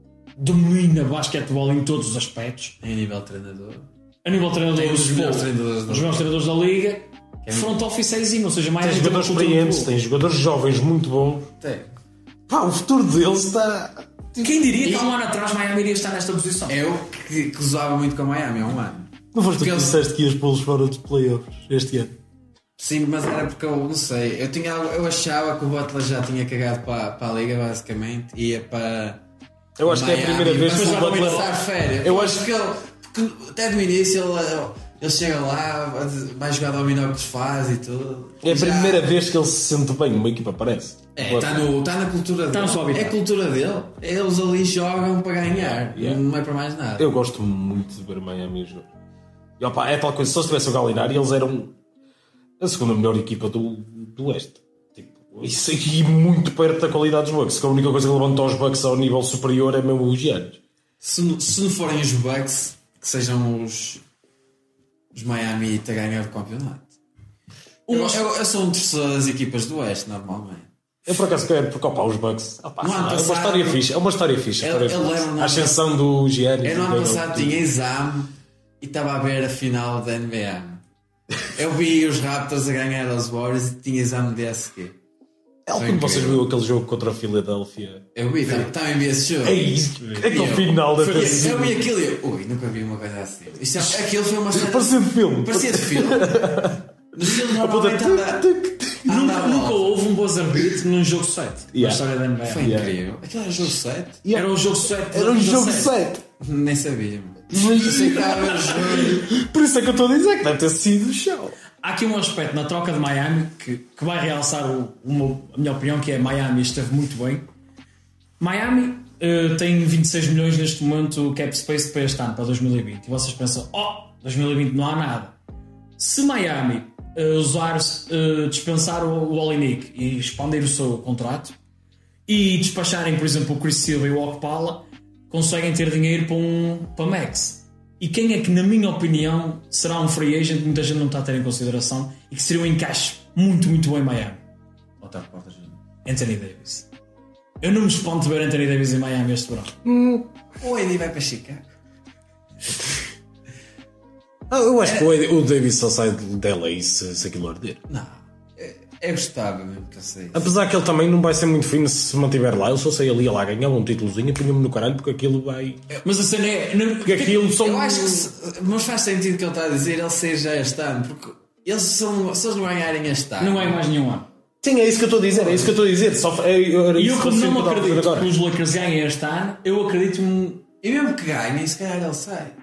domina basquetebol em todos os aspectos. Em nível de treinador. A nível de treinador, Tem os melhores treinadores da os melhores treinadores da liga. Front office é exímio, ou seja, Miami Tem tem jogadores uma cultura experientes, muito boa. tem jogadores jovens muito bons. Tem. Pá, o futuro deles está. Quem diria que há um ano atrás Miami iria estar nesta posição? Eu que usava muito com a Miami há um ano. Não foste tu Porque que eles- disseste que ias pô-los fora dos playoffs este ano? Sim, mas era porque eu não sei. Eu achava que o Butler já tinha cagado para a liga, basicamente. Ia para. Eu acho que é a Miami, primeira vez que mas o já vai Butler. passar férias. Eu acho que ele. Porque até do início ele chega lá, vai jogar dominó que faz e tudo. É a Já- primeira vez que ele se sente bem numa equipa, parece. Está na cultura Está dele. no seu habitat. É a cultura dele. Eles ali jogam para ganhar. Yeah. Não é para mais nada. Eu gosto muito de ver Miami jogar. E opa, é tal coisa, se eles tivessem o Gallinari, eles eram a segunda melhor equipa do Oeste. Tipo, isso aqui muito perto da qualidade dos Bucks. Que a única coisa que levanta os Bucks ao nível superior é mesmo os Giannis. Se não forem os Bucks, que sejam os Miami a ganhar o campeonato. Eu sou um torcedor das equipas do Oeste, normalmente. Eu por acaso quero, porque opa, os Bucks. Opa, No ano é uma passado- história fixe. É uma história fixe. Eu lembro-me A ascensão do Giannis. Eu no ano passado tinha exame e estava a ver a final da NBA. Eu vi os Raptors a ganhar aos Warriors e tinha exame de DSQ. É como vocês viram aquele jogo contra a Philadelphia. Eu vi, também vi esse jogo. É isso. Aquele final da Eu terceira. vi aquilo e eu, ui, nunca vi uma coisa assim. Aquilo foi uma cena. Parecia de filme. Parecia de filme. No filme normalmente Nunca houve um buzzer beat num jogo 7 na Yeah. história da NBA. Foi incrível. Aquilo era jogo 7? Era um jogo 7. Era um jogo 7. Nem sabia. Eu sei que estava a ver o jogo. Por isso é que eu estou a dizer que deve ter sido o show. Há aqui um aspecto na troca de Miami que vai realçar a minha opinião, que é Miami esteve muito bem. Miami tem 26 milhões neste momento cap space para este ano, para 2020. E vocês pensam, 2020 não há nada. Se Miami dispensar o Olynyk e expandir o seu contrato e despacharem, por exemplo, o Chris Silva e o Okpala, conseguem ter dinheiro para Max. E quem é que, na minha opinião, será um free agent que muita gente não está a ter em consideração e que seria um encaixe muito, muito bom em Miami? Anthony Davis. Eu não me espanto de ver Anthony Davis em Miami este verão. O Eddie vai para Chicago. Eu acho que o Davis só sai de LA se aquilo arder. Não. É gostável mesmo que eu sei. Apesar que ele também não vai ser muito fino se mantiver lá. Eu só sei ali lá ganhar um títulozinho e punha-me no caralho porque aquilo vai. Mas a cena é. Porque aquilo são. Eu acho que. Mas faz sentido o que ele está a dizer, ele seja este ano, porque eles são. Se eles não ganharem este ano. Não ganha mais nenhum ano. Sim, é isso que eu estou a dizer. É isso que eu estou a dizer. E eu, como não acredito que os Lakers ganhem este ano, eu acredito. E mesmo que ganhem, se calhar ele sai.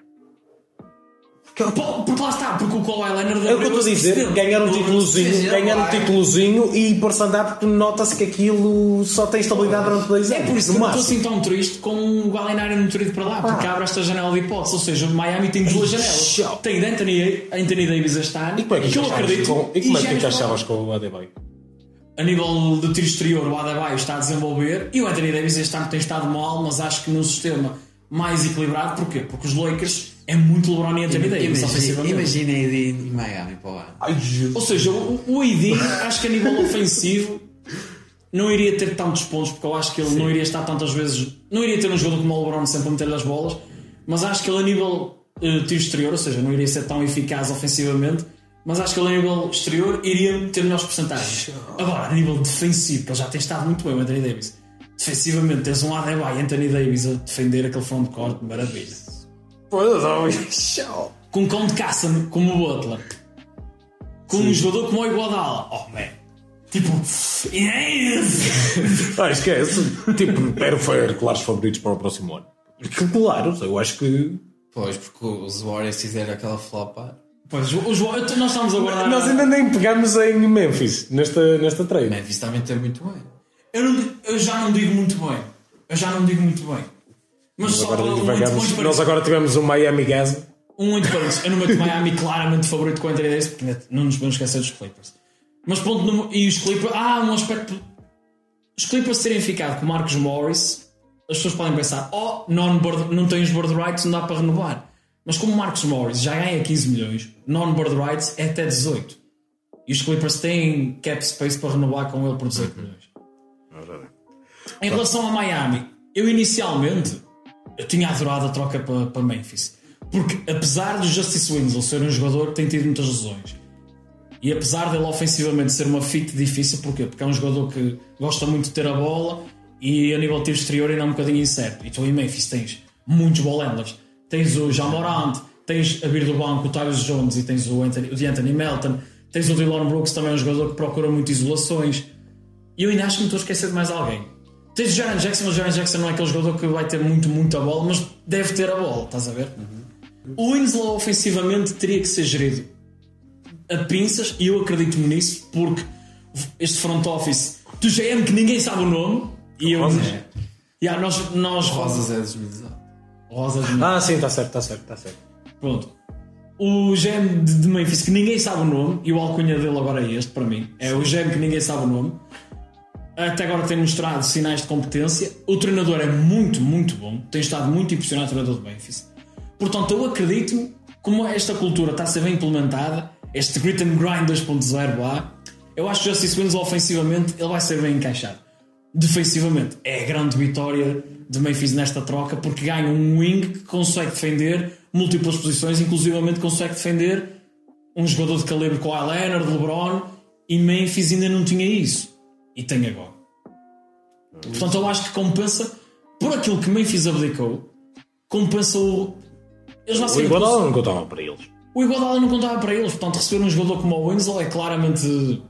Porque lá está, porque o Kawhi Leonard é o que eu estou a dizer, ganhar um títulozinho e pôr-se a andar porque nota-se que aquilo só tem estabilidade durante 2 anos. É por isso que eu estou assim tão triste com o Gallinari não ter ido para lá, porque abre esta janela de hipótese. Ou seja, o Miami tem 2 janelas. Tem de Anthony Davis este ano, e como é que eu acredito. E como é que achavas com o Adebayo? A nível de tiro exterior, o Adebayo está a desenvolver e o Anthony Davis este ano tem estado mal, mas acho que num sistema mais equilibrado. Porquê? Porque os Lakers é muito LeBron e Anthony Davis ofensivamente. Imagina AD em Miami para o ano. Ou seja, o AD acho que a nível ofensivo não iria ter tantos pontos, porque eu acho que ele não iria estar tantas vezes, não iria ter um jogador como o LeBron sempre a meter-lhe as bolas, mas acho que ele a nível tiro exterior, ou seja, não iria ser tão eficaz ofensivamente, mas acho que ele a nível exterior iria ter melhores porcentagens. Agora, a nível defensivo, que ele já tem estado muito bem, o Anthony Davis, defensivamente tens um Adebayo e Anthony Davis a defender aquele frontcourt, maravilha. Com um cão de caça como o Butler, com um jogador como o Iguodala, oh man, tipo, esquece, tipo, era claros favoritos para o próximo ano. Claro, eu acho que. Pois, porque os Warriors fizeram aquela flopa. Pois, nós estamos a guardar. Nós ainda nem pegamos em Memphis nesta trade. Memphis também tem muito bem. Eu já não digo muito bem. Mas só nós agora tivemos um Miami Gas. Muito parecido. Eu não meto Miami claramente favorito com o Anthony Davis, porque não nos podemos esquecer dos Clippers. Mas e os Clippers. Um aspecto. Os Clippers terem ficado com o Marcus Morris, as pessoas podem pensar: não tens board rights, não dá para renovar. Mas como o Marcus Morris já ganha 15 milhões, non-board rights é até 18. E os Clippers têm cap space para renovar com ele por 18 milhões. Em relação a Miami, eu inicialmente. Eu tinha adorado a troca para Memphis, porque apesar do Justice Winslow ser um jogador que tem tido muitas lesões e apesar dele ofensivamente ser uma fit difícil, porquê? Porque é um jogador que gosta muito de ter a bola e a nível de tiro exterior ainda é um bocadinho incerto. E tu em Memphis tens muitos ball handlers, tens o Ja Morant, tens a vir do banco o Tyus Jones e tens o Anthony Melton, tens o Dillon Brooks, também é um jogador que procura muito isolações, e eu ainda acho que me estou a esquecer de mais alguém. Tens o Jaren Jackson, mas o Jaren Jackson não é aquele jogador que vai ter muita bola, mas deve ter a bola, estás a ver? O Winslow ofensivamente teria que ser gerido a pinças, e eu acredito nisso, porque este front office do GM que ninguém sabe o nome, e eu... nós Rosas é desmedizado. Sim, está certo. Pronto. O GM de Memphis que ninguém sabe o nome, e o alcunha dele agora é este, para mim. É o GM que ninguém sabe o nome. Até agora tem mostrado sinais de competência. O treinador é muito bom. Tem estado muito impressionado o treinador de Memphis. Portanto, eu acredito, como esta cultura está a ser bem implementada, este grit and grind 2.0 lá, eu acho que o Justice Winslow ofensivamente ele vai ser bem encaixado. Defensivamente é a grande vitória de Memphis nesta troca, porque ganha um wing que consegue defender múltiplas posições, inclusivamente consegue defender um jogador de calibre com Kawhi Leonard, LeBron, e Memphis ainda não tinha isso. E tem agora. Portanto, eu acho que compensa por aquilo que Memphis abdicou. Compensa o. O Iguodala não contava para eles. O Iguodala não contava para eles. Portanto, receber um jogador como o Winslow é claramente.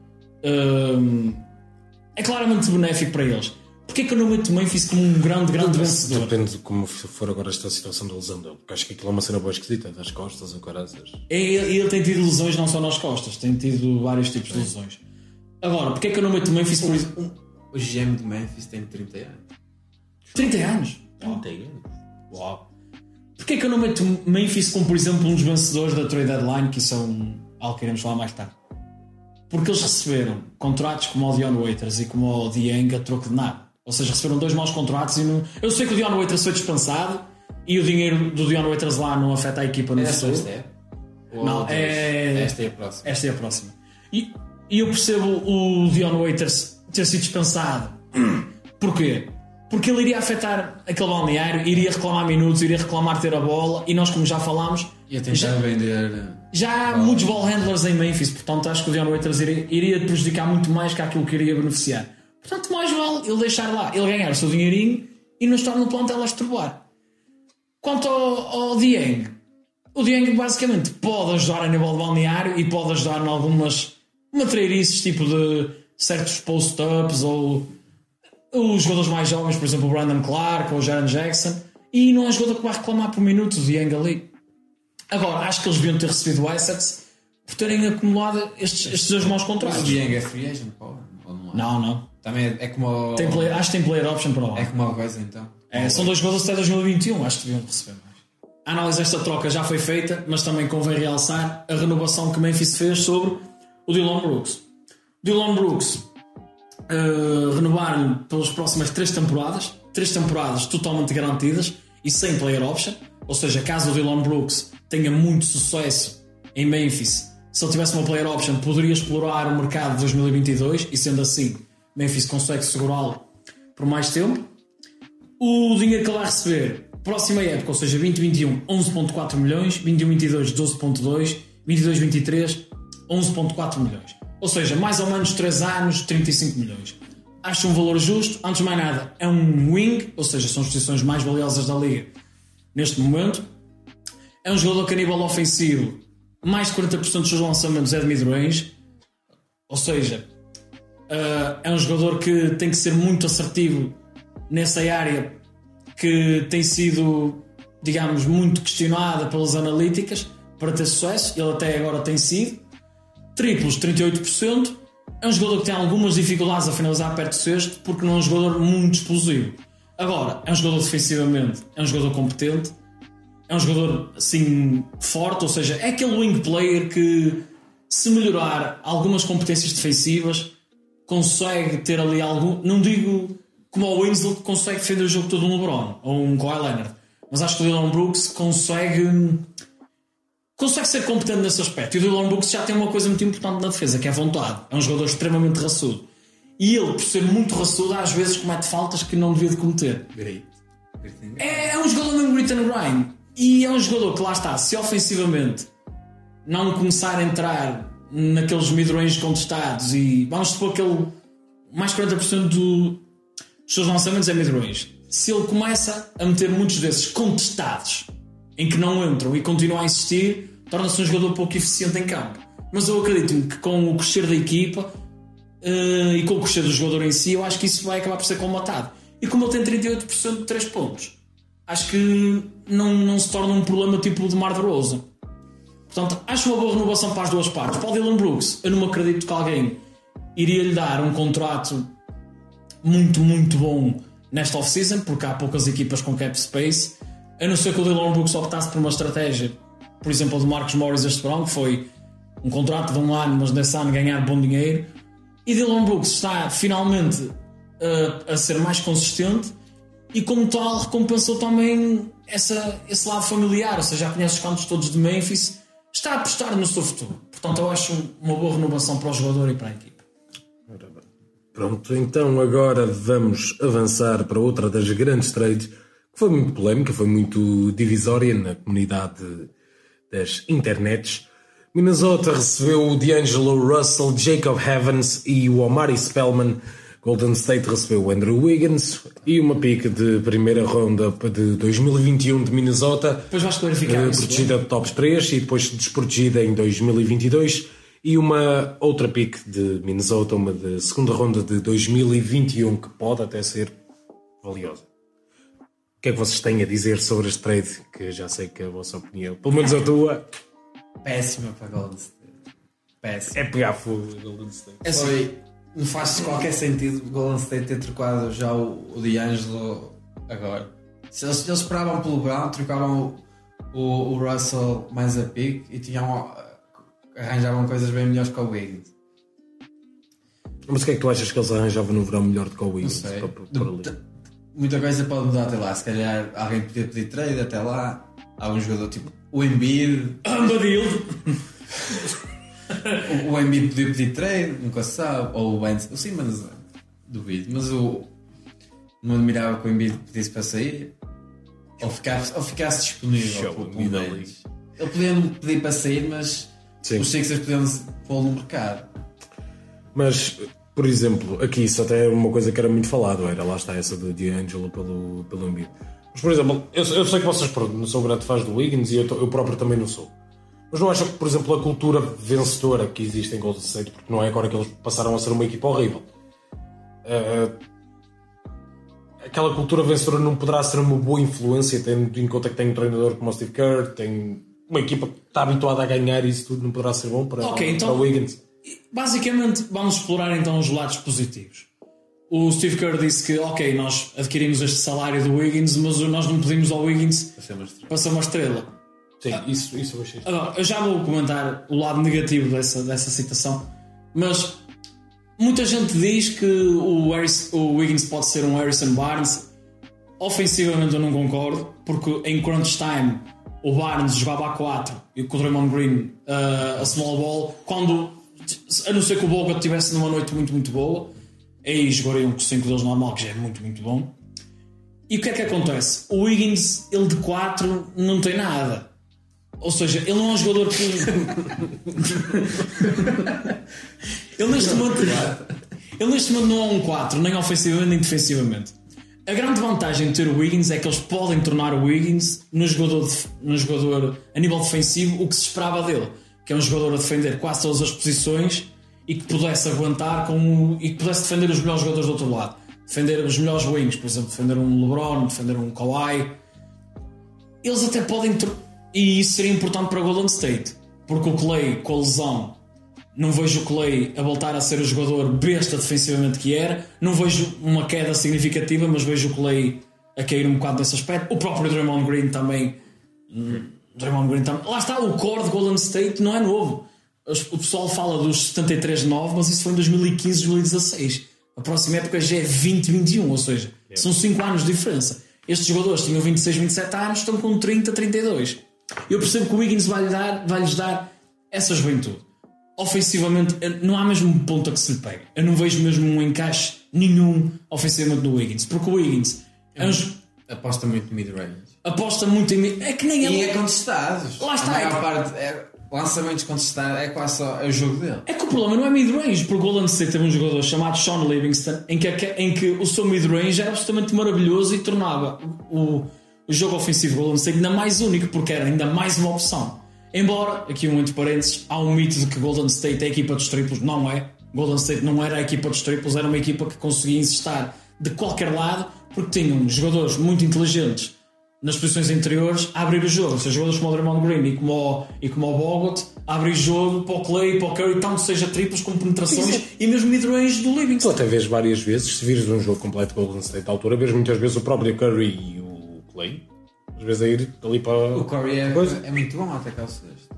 É claramente benéfico para eles. Porquê é que eu não meto Memphis como um grande vencedor? Depende de como for agora esta situação da lesão dele. Porque acho que aquilo é uma cena boa esquisita, das costas ou caraças. Ele tem tido lesões não só nas costas, tem tido vários tipos de lesões. Agora, porquê é que eu não meto Memphis por exemplo? O GM de Memphis tem 30 anos. 30 anos? 30 anos. Uau. Porquê é que eu não meto Memphis como, por exemplo, um dos vencedores da trade deadline, que isso é algo que iremos falar mais tarde? Porque eles receberam contratos como o Dion Waiters e como o Dieng a troco de nada. Ou seja, receberam 2 maus contratos e não... Eu sei que o Dion Waiters foi dispensado e o dinheiro do Dion Waiters lá não afeta a equipa no futuro. Não, esta é a próxima. Esta é a próxima. E eu percebo o Dion Waiters ter sido dispensado. Porquê? Porque ele iria afetar aquele balneário, iria reclamar minutos, iria reclamar ter a bola, e nós, como já falámos... Ia tentar vender Já há muitos ball handlers em Memphis, portanto acho que o Dion Waiters iria prejudicar muito mais que aquilo que iria beneficiar. Portanto, mais vale ele deixar lá, ele ganhar o seu dinheirinho e não estar no plantel a estrobar. Quanto ao Dieng, o Dieng basicamente pode ajudar a nível de balneário e pode ajudar em algumas matreirices, tipo de certos post-ups ou os jogadores mais jovens, por exemplo o Brandon Clark ou o Jaren Jackson, e não é um jogador que vai reclamar por minutos o Dieng ali. Agora, acho que eles deviam ter recebido assets por terem acumulado estes dois maus contratos. O Dieng é free agent, pô? Ou não é? Não. Também é como... Acho que tem player option para lá. É como a coisa, então. São dois jogadores até 2021, acho que deviam receber mais. A análise desta troca já foi feita, mas também convém realçar a renovação que Memphis fez sobre o Dillon Brooks. Dillon Brooks renovaram pelas próximas 3 temporadas totalmente garantidas e sem player option, ou seja, caso o Dillon Brooks tenha muito sucesso em Memphis, se ele tivesse uma player option poderia explorar o mercado de 2022 e sendo assim Memphis consegue segurá-lo por mais tempo. O dinheiro que ele vai receber próxima época, ou seja 2021 11.4 milhões, 21-22 12.2, 22-23 11.4 milhões, ou seja, mais ou menos 3 anos 35 milhões. Acho um valor justo. Antes de mais nada é um wing, ou seja, são as posições mais valiosas da liga neste momento. É um jogador que a nível ofensivo mais de 40% dos seus lançamentos é de mid-range, ou seja, é um jogador que tem que ser muito assertivo nessa área que tem sido, digamos, muito questionada pelas analíticas para ter sucesso. Ele até agora tem sido. Triplos 38%. É um jogador que tem algumas dificuldades a finalizar perto do cesto porque não é um jogador muito explosivo. Agora, é um jogador defensivamente, é um jogador competente, é um jogador assim forte, ou seja, é aquele wing player que, se melhorar algumas competências defensivas, consegue ter ali algum, não digo como o Winslow que consegue defender o jogo todo um LeBron ou um Kawhi Leonard, mas acho que o Dillon Brooks consegue ser competente nesse aspecto. E o Dillon Brooks já tem uma coisa muito importante na defesa, que é a vontade. É um jogador extremamente raçudo. E ele, por ser muito raçudo, às vezes comete faltas que não devia de cometer. É um jogador mesmo grit and grind. E é um jogador que, lá está, se ofensivamente não começar a entrar naqueles mid-range contestados e vamos supor que ele mais 40% dos seus lançamentos é mid-range. Se ele começa a meter muitos desses contestados em que não entram e continua a insistir, torna-se um jogador pouco eficiente em campo. Mas eu acredito que com o crescer da equipa e com o crescer do jogador em si, eu acho que isso vai acabar por ser combatado. E como ele tem 38% de 3 pontos, acho que não se torna um problema tipo de Mar de Rosa. Portanto, acho uma boa renovação para as duas partes. Para o Dillon Brooks, eu não acredito que alguém iria lhe dar um contrato muito, muito bom nesta off-season, porque há poucas equipas com cap space. A não ser que o Dillon Brooks optasse por uma estratégia, por exemplo, de Marcus Morris este verão, que foi um contrato de 1 ano, mas nesse ano ganhar bom dinheiro. E Dillon Brooks está finalmente a ser mais consistente e, como tal, recompensou também esse lado familiar, ou seja, já conhece os cantos todos de Memphis, está a apostar no seu futuro. Portanto, eu acho uma boa renovação para o jogador e para a equipa. Pronto, então agora vamos avançar para outra das grandes trades que foi muito polémica, foi muito divisória na comunidade das internets. Minnesota recebeu o D'Angelo Russell, Jacob Evans e o Omari Spellman. Golden State recebeu o Andrew Wiggins e uma pick de primeira ronda de 2021 de Minnesota. Depois vais clarificar isso, protegida de top 3 e depois desprotegida em 2022. E uma outra pick de Minnesota, uma de segunda ronda de 2021, que pode até ser valiosa. O que é que vocês têm a dizer sobre este trade? Que já sei que é a vossa opinião, pelo menos a tua. Péssima para Golden State. Péssima. É pegar fogo a Golden State. Não faz qualquer sentido o Golden State ter trocado já o D'Angelo agora. Se eles esperavam pelo Brown, trocavam o Russell mais a pick e arranjavam coisas bem melhores que o Wiggins. Mas o que é que tu achas que eles arranjavam no verão melhor do que o Wiggins? Não sei. Muita coisa pode mudar até lá. Se calhar alguém podia pedir trade até lá. Algum jogador tipo o Embiid. O Embiid podia pedir trade, nunca se sabe. Ou o Ben. Sim, mas duvido. Mas não admirava que o Embiid pedisse para sair. Ou ficasse disponível pelo menos. Ele podia não pedir para sair, mas Sim. os Sixers podiam pô-lo no mercado. Mas, por exemplo, aqui isso até é uma coisa que era muito falado, era lá está essa do D'Angelo pelo Embiid. Mas, por exemplo, eu sei que vocês não são grandes fãs do Wiggins e eu próprio também não sou. Mas não acham que, por exemplo, a cultura vencedora que existe em Golden State, porque não é agora que eles passaram a ser uma equipa horrível, aquela cultura vencedora não poderá ser uma boa influência, tendo em conta que tem um treinador como o Steve Kerr, tem uma equipa que está habituada a ganhar e isso tudo não poderá ser bom para o Wiggins? Basicamente, vamos explorar então os lados positivos. O Steve Kerr disse que, ok, nós adquirimos este salário do Wiggins, mas nós não pedimos ao Wiggins para ser uma estrela. Sim, isso eu achei. Agora, eu já vou comentar o lado negativo dessa citação, mas muita gente diz que o Wiggins pode ser um Harrison Barnes. Ofensivamente eu não concordo, porque em crunch time o Barnes jogava a 4 e com o Draymond Green a small ball, a não ser que o Bogut estivesse numa noite muito, muito boa, aí jogariam com 5 deles normal, que já é muito, muito bom. E o que é que acontece? O Wiggins, ele de 4 não tem nada. Ou seja, ele não é um jogador que... ele neste momento não é um 4, nem ofensivamente nem defensivamente. A grande vantagem de ter o Wiggins é que eles podem tornar o Wiggins no jogador a nível defensivo o que se esperava dele, que é um jogador a defender quase todas as posições e que pudesse aguentar e que pudesse defender os melhores jogadores do outro lado, defender os melhores wings, por exemplo, defender um LeBron, defender um Kawhi. Eles até podem e isso seria importante para Golden State, porque o Clay, com a lesão, não vejo o Clay a voltar a ser o jogador besta defensivamente que era. Não vejo uma queda significativa, mas vejo o Clay a cair um bocado nesse aspecto. O próprio Draymond Green também. Lá está, o core de Golden State não é novo. O pessoal fala dos 73-9, mas isso foi em 2015-2016. A próxima época já é 20-21, ou seja, são 5 anos de diferença. Estes jogadores tinham 26-27 anos, estão com 30-32. Eu percebo que o Wiggins vai-lhes dar essa juventude. Ofensivamente, não há mesmo ponta que se lhe pegue. Eu não vejo mesmo um encaixe nenhum ofensivamente no Wiggins, porque o Wiggins aposta muito mid-range. Aposta muito em é que nem ele. E é contestado. Lá está. A maior parte lançamentos contestados, é quase só o jogo dele. É que o problema não é mid-range, porque o Golden State teve um jogador chamado Sean Livingston em que o seu mid-range era absolutamente maravilhoso e tornava o jogo ofensivo do Golden State ainda mais único, porque era ainda mais uma opção. Embora, aqui entre parênteses, há um mito de que Golden State é a equipa dos triplos. Não é. Golden State não era a equipa dos triplos, era uma equipa que conseguia insistir de qualquer lado, porque tinham jogadores muito inteligentes nas posições interiores a abrir o jogo. Ou seja, jogadores como o Draymond Green e como o Bogut a abrir jogo para o Clay, para o Curry, tanto seja triplos como penetrações e mesmo mid-range do Livingston. Tu até vês várias vezes, se vires um jogo completo de Golden State à altura, vês muitas vezes o próprio Curry e o Clay, às vezes a ir ali para... O Curry é muito bom a atacar o sexto.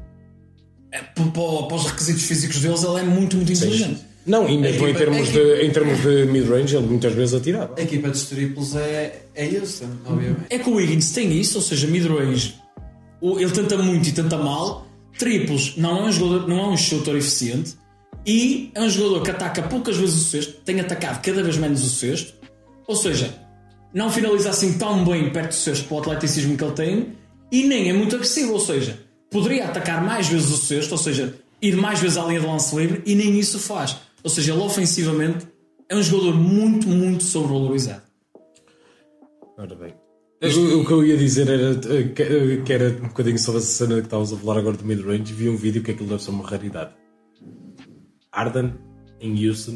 Para os requisitos físicos deles, ele é muito, muito inteligente. Sim. Não, e mesmo em termos de mid-range, ele muitas vezes atirava. A equipa dos triplos é Houston, obviamente. É que o Wiggins tem isso, ou seja, mid-range ele tenta muito e tenta mal. Triplos não é um shooter eficiente e é um jogador que ataca poucas vezes o cesto, tem atacado cada vez menos o cesto, ou seja, não finaliza assim tão bem perto do cesto para o atleticismo que ele tem e nem é muito agressivo, ou seja, poderia atacar mais vezes o cesto, ou seja, ir mais vezes à linha de lance livre e nem isso faz. Ou seja, ele ofensivamente é um jogador muito, muito sobrevalorizado. Ora bem. O que eu ia dizer era que era um bocadinho sobre a cena que estávamos a falar agora do mid-range. Vi um vídeo que aquilo deve ser uma raridade. Harden em Houston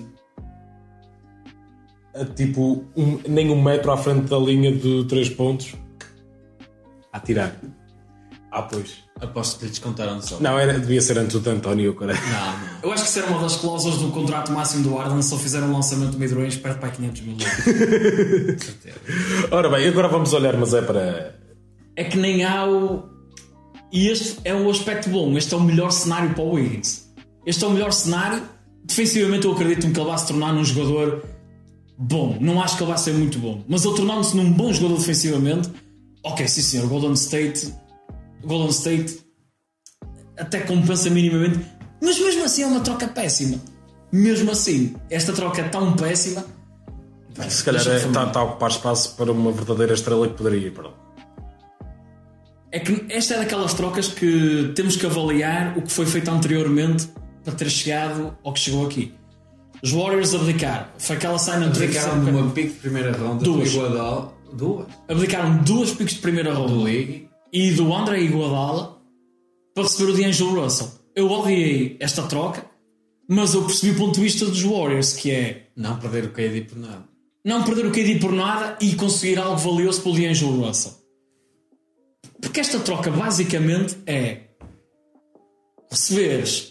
a tipo nem um metro à frente da linha de 3 pontos a tirar. Pois. Aposto que lhe descontaram só. Não, devia ser antes do António, cara. Não. Eu acho que isso era uma das cláusulas do contrato máximo do Harden. Se ele fizer um lançamento de mid-range, perde para 500 mil euros. Ora bem, agora vamos olhar, mas é para... É que nem há o... E este é o aspecto bom. Este é o melhor cenário para o Wiggins. Este é o melhor cenário. Defensivamente eu acredito que ele vai se tornar num jogador bom. Não acho que ele vai ser muito bom. Mas ele tornando-se num bom jogador defensivamente, ok, sim senhor, Golden State até compensa minimamente, mas mesmo assim é uma troca péssima. Mesmo assim, esta troca é tão péssima. Se calhar está a ocupar espaço para uma verdadeira estrela que poderia ir para lá. é que esta é daquelas trocas que temos que avaliar o que foi feito anteriormente para ter chegado ao que chegou aqui. Os Warriors abdicaram. Foi aquela sign-on trade. Abdicaram de uma pick de primeira ronda. Duas. Duas? Abdicaram 2 picks de primeira ronda. Do League. E do André Iguodala para receber o D'Angelo Russell. Eu odiei esta troca, mas eu percebi o ponto de vista dos Warriors, que é não perder o KD por nada. Não perder o KD por nada e conseguir algo valioso pelo D'Angelo Russell. Porque esta troca basicamente é receberes...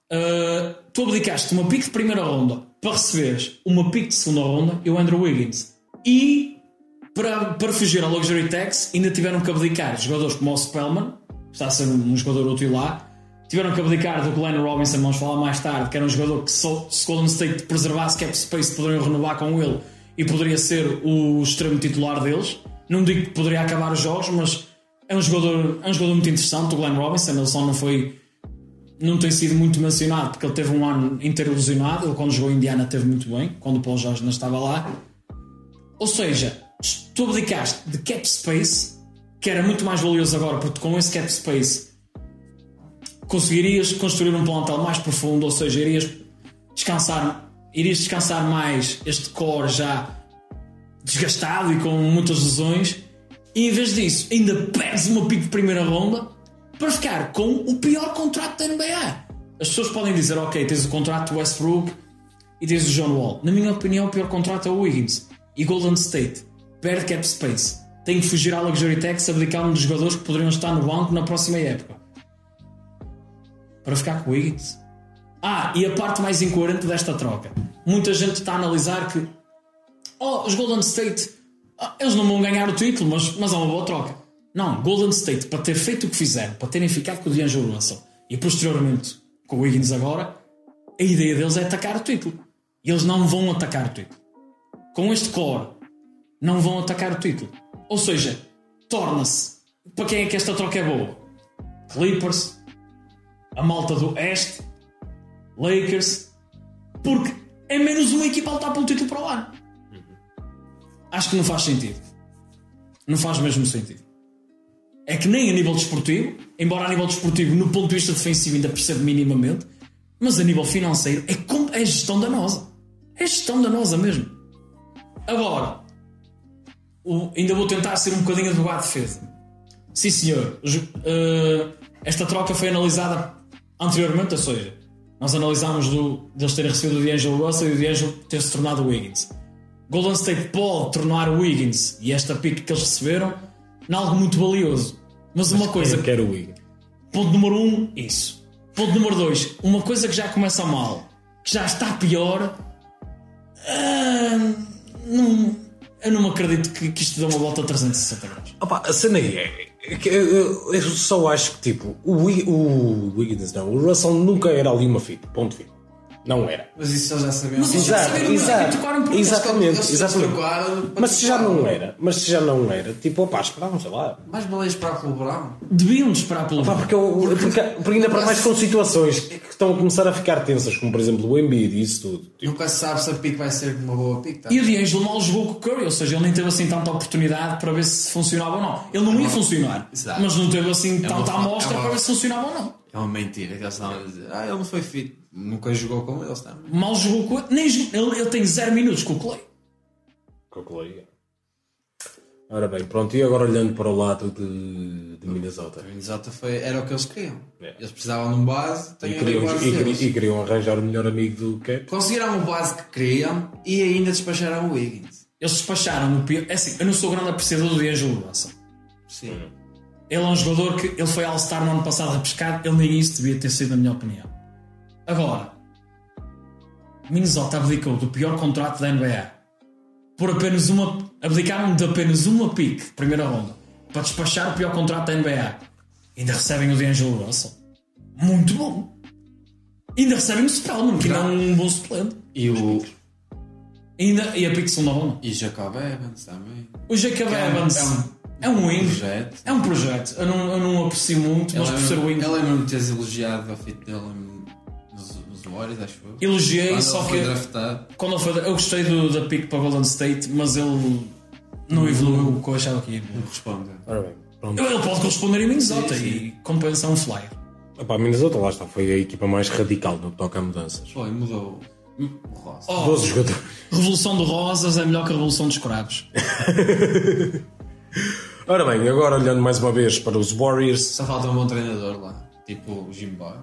tu abdicaste uma pick de primeira ronda para receberes uma pick de segunda ronda e o Andrew Wiggins. E para fugir à Luxury Tax ainda tiveram que abdicar jogadores como o Spellman, que está a ser um jogador útil lá. Tiveram que abdicar do Glenn Robinson, vamos falar mais tarde, que era um jogador que se Golden State preservasse cap space poderiam renovar com ele e poderia ser o extremo titular deles. Não digo que poderia acabar os jogos, mas é um jogador muito interessante, o Glenn Robinson. Ele só não tem sido muito mencionado porque ele teve um ano inteiro ilusionado. Ele quando jogou em Indiana teve muito bem, quando o Paul George não estava lá. Ou seja, tu abdicaste de cap space, que era muito mais valioso agora, porque com esse cap space conseguirias construir um plantel mais profundo, ou seja, irias descansar mais este core já desgastado e com muitas lesões, e em vez disso ainda perdes uma pick de primeira ronda para ficar com o pior contrato da NBA. As pessoas podem dizer, ok, tens o contrato do Westbrook e tens o John Wall. Na minha opinião, o pior contrato é o Wiggins. E Golden State perde cap space, tem que fugir à Luxury Tax, abdicar um dos jogadores que poderiam estar no banco na próxima época para ficar com o Wiggins. E a parte mais incoerente desta troca, muita gente está a analisar que os Golden State eles não vão ganhar o título, mas é uma boa troca. Não, Golden State, para ter feito o que fizeram, para terem ficado com o D'Angelo Russell e posteriormente com o Wiggins agora, a ideia deles é atacar o título. E eles não vão atacar o título. Com este core, não vão atacar o título. Ou seja, torna-se... Para quem é que esta troca é boa? Clippers, a malta do Oeste, Lakers, porque é menos uma equipa a lutar pelo título para o ano. Acho que não faz sentido. Não faz mesmo sentido. É que nem a nível desportivo, embora a nível desportivo, no ponto de vista defensivo, ainda percebo minimamente, mas a nível financeiro é gestão danosa. É gestão danosa mesmo. Agora, ainda vou tentar ser um bocadinho advogado de defesa. Sim, senhor. Esta troca foi analisada anteriormente, ou seja, nós analisámos deles terem recebido o D'Angelo Russell e o D'Angelo ter se tornado o Wiggins. Golden State pode tornar o Wiggins e esta pick que eles receberam em algo muito valioso. Mas uma coisa... quero o Wiggins. Ponto número 1, isso. Ponto número 2, uma coisa que já começa mal, que já está pior... eu não me acredito que isto dê uma volta a 360 graus. A cena é que eu só acho que tipo o Wiggins não, o Russell nunca era ali uma fit, ponto final. Não era. Mas isso eles já sabemos. Exatamente. Mas se já não era, tipo, esperavam, sei lá. Mais baleias para o Brown. Deviam esperar pelo Brown. Porque ainda para mais com situações que estão a começar a ficar tensas, como por exemplo o Embiid e isso tudo. Nunca se sabe se a pick vai ser uma boa pick. Tá? E o D'Angelo mal jogou com o Curry, ou seja, ele nem teve assim tanta oportunidade para ver se funcionava ou não. Ele não ia funcionar, mas não teve assim tanta amostra para ver se funcionava ou não. É uma mentira que eles estavam a dizer. Ele não foi fit. Nunca jogou com eles também. Mal jogou com ele. Ele tem 0 minutos com o Clay. Com o Clay. Ora bem, pronto. E agora olhando para o lado de Minnesota. Minnesota era o que eles queriam. Eles precisavam de um base. E queriam arranjar o melhor amigo do Cap. Conseguiram o base que queriam e ainda despacharam o Wiggins. Eles despacharam o pior. É assim, eu não sou grande apreciador do D'Angelo Russell. Sim. Ele é um jogador que ele foi All-Star no ano passado a pescar. Ele nem isso devia ter sido, na minha opinião. Agora, Minnesota abdicou do pior contrato da NBA por abdicaram de apenas uma pick, primeira ronda, para despachar o pior contrato da NBA. Ainda recebem o D'Angelo Russell. Muito bom. Ainda recebem o Spellman, que não é um bom suplente. E a pick segunda ronda. E Jacob Evans também. O Jacob Evans é um wing. Projeto. É um projeto. Eu não aprecio muito, mas por ser wing. Ele não teres elogiado a fit dele nos Warriors, acho eu. Elogiei, quando só ele que foi draftado. Quando ele foi, eu gostei da pick para Golden State, mas ele não evoluiu o que eu achava que ia. Não responde. Ora bem, Pronto. Ele pode corresponder em Minnesota e compensa um flyer. Epá, Minnesota, lá está, foi a equipa mais radical no que toca a mudanças. Foi, mudou o roster. 12 jogadores. Revolução de rosas é melhor que a revolução dos escravos. Ora bem, agora olhando mais uma vez para os Warriors. Só falta um bom treinador lá, tipo o Jim Boy.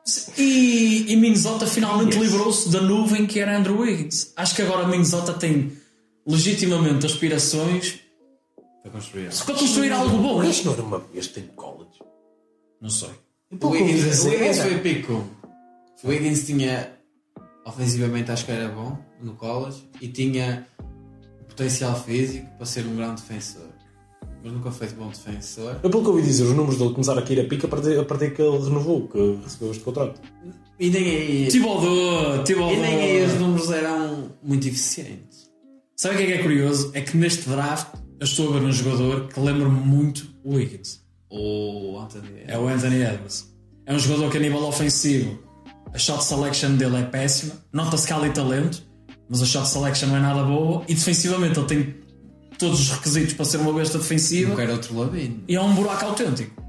E Minnesota finalmente livrou-se da nuvem que era Andrew Wiggins. Acho que agora Minnesota tem legitimamente aspirações Para construir algo bom. Isto não era uma vez que tem college? Não sei. O Wiggins foi pico. O Wiggins tinha, ofensivamente, acho que era bom no college e tinha potencial físico para ser um grande defensor. Mas nunca foi bom defensor. Eu, pelo que eu ouvi dizer, os números dele começaram a cair a pica a partir que ele renovou, que recebeu este contrato. E nem aí. Thibodeau. E nem aí os números eram muito eficientes. Sabe o que é curioso? É que neste draft eu estou a ver um jogador que lembra-me muito o Wiggins. O Anthony. É o Anthony Edwards. É um jogador que a nível ofensivo a shot selection dele é péssima. Nota-se que há ali talento, mas a shot selection não é nada boa. E defensivamente ele tem todos os requisitos para ser uma besta defensiva. Não quero outro Lavine. E é um buraco autêntico.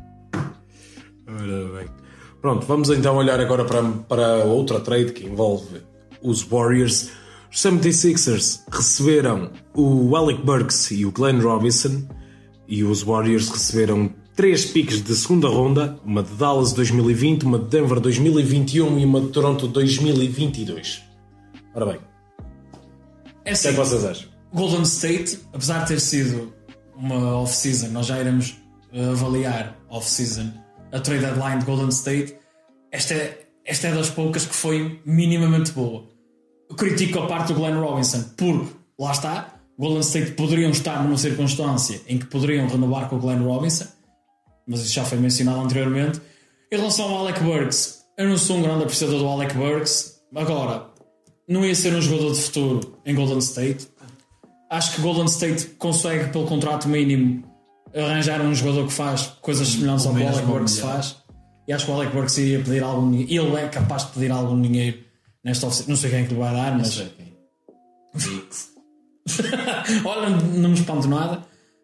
Ora bem. Pronto, vamos então olhar agora para outra trade que envolve os Warriors. Os 76ers receberam o Alec Burks e o Glenn Robinson, e os Warriors receberam 3 picks de segunda ronda, uma de Dallas 2020, uma de Denver 2021 e uma de Toronto 2022. Ora bem, É o assim, que é que vocês acham? Golden State, apesar de ter sido uma off-season, nós já iremos avaliar off-season a trade deadline de Golden State. Esta é das poucas que foi minimamente boa. Eu critico a parte do Glenn Robinson porque, lá está, Golden State poderiam estar numa circunstância em que poderiam renovar com o Glenn Robinson, mas isso já foi mencionado anteriormente. Em relação ao Alec Burks, eu não sou um grande apreciador do Alec Burks. Agora, não ia ser um jogador de futuro em Golden State. Acho que Golden State consegue, pelo contrato mínimo, arranjar um jogador que faz coisas semelhantes ao que o Alec Burks faz. E acho que o Alec Burks iria pedir algum dinheiro. Ele é capaz de pedir algum dinheiro nesta oficina. Não sei quem é que lhe vai dar, mas... Não sei quem. Olha, não me espanto nada.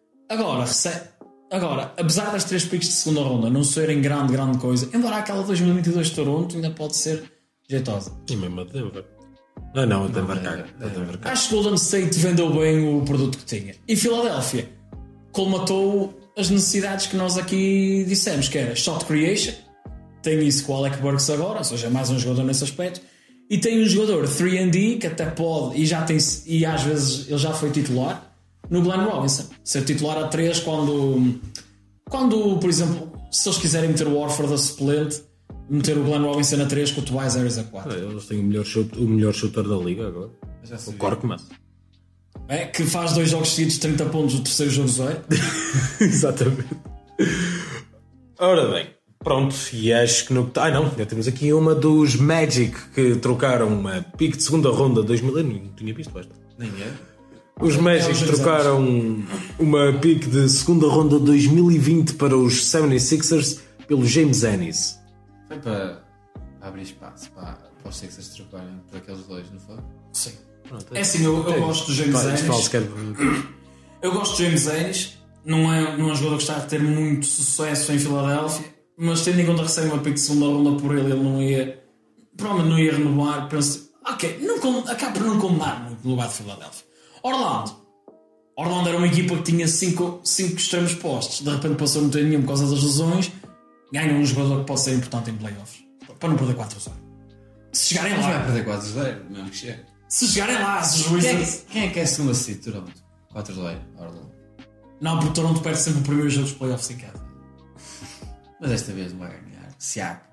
Agora, apesar das 3 picks de segunda ronda não serem grande coisa, embora aquela 2022 de Toronto ainda pode ser jeitosa. E mesmo a Denver. Não, a Denver caga. Acho que Golden State vendeu bem o produto que tinha. E Filadélfia colmatou as necessidades que nós aqui dissemos, que era shot creation. Tem isso com o Alec Burks agora, ou seja, mais um jogador nesse aspecto. E tem um jogador 3&D que até pode, e às vezes ele já foi titular, no Glenn Robinson. Ser titular a 3 quando, por exemplo, se eles quiserem meter o Horford a suplente, meter o Glenn Robinson a 3 com o Tobias Harris a 4. Eles têm o melhor shooter da liga agora. O Korkmaz. É, que faz 2 jogos seguidos 30 pontos, o terceiro jogo zero. Exatamente. Ora bem, pronto, e acho que no... não, já temos aqui uma dos Magic que trocaram uma pick de segunda ronda 2000. Eu não tinha visto esta. Nem é. Os Magic trocaram uma pick de segunda ronda 2020 para os 76ers pelo James Ennis. Foi para abrir espaço para os Sixers trocarem por aqueles dois, não foi? Sim. Pronto, é assim, eu gosto do James Ennis. Eu gosto do James Ennis. Não é um jogador que está a ter muito sucesso em Filadélfia, mas tendo em conta que recebe uma pick de segunda ronda por ele provavelmente não ia renovar. Penso, ok, acaba por não condenar muito no lugar de Filadélfia. Orlando era uma equipa que tinha 5 extremos postos, de repente passou a não ter nenhum por causa das lesões, ganha um jogador que pode ser importante em playoffs para não perder 4-0. Se chegarem lá, vai perder 4-0, mesmo que chegue. Se chegarem lá, se os Wizards... Quem é que é a segunda seed, Toronto? 4-0, Orlando. Não, porque Toronto perde sempre o primeiro jogo dos playoffs em casa. Mas esta vez não vai ganhar. Siakam.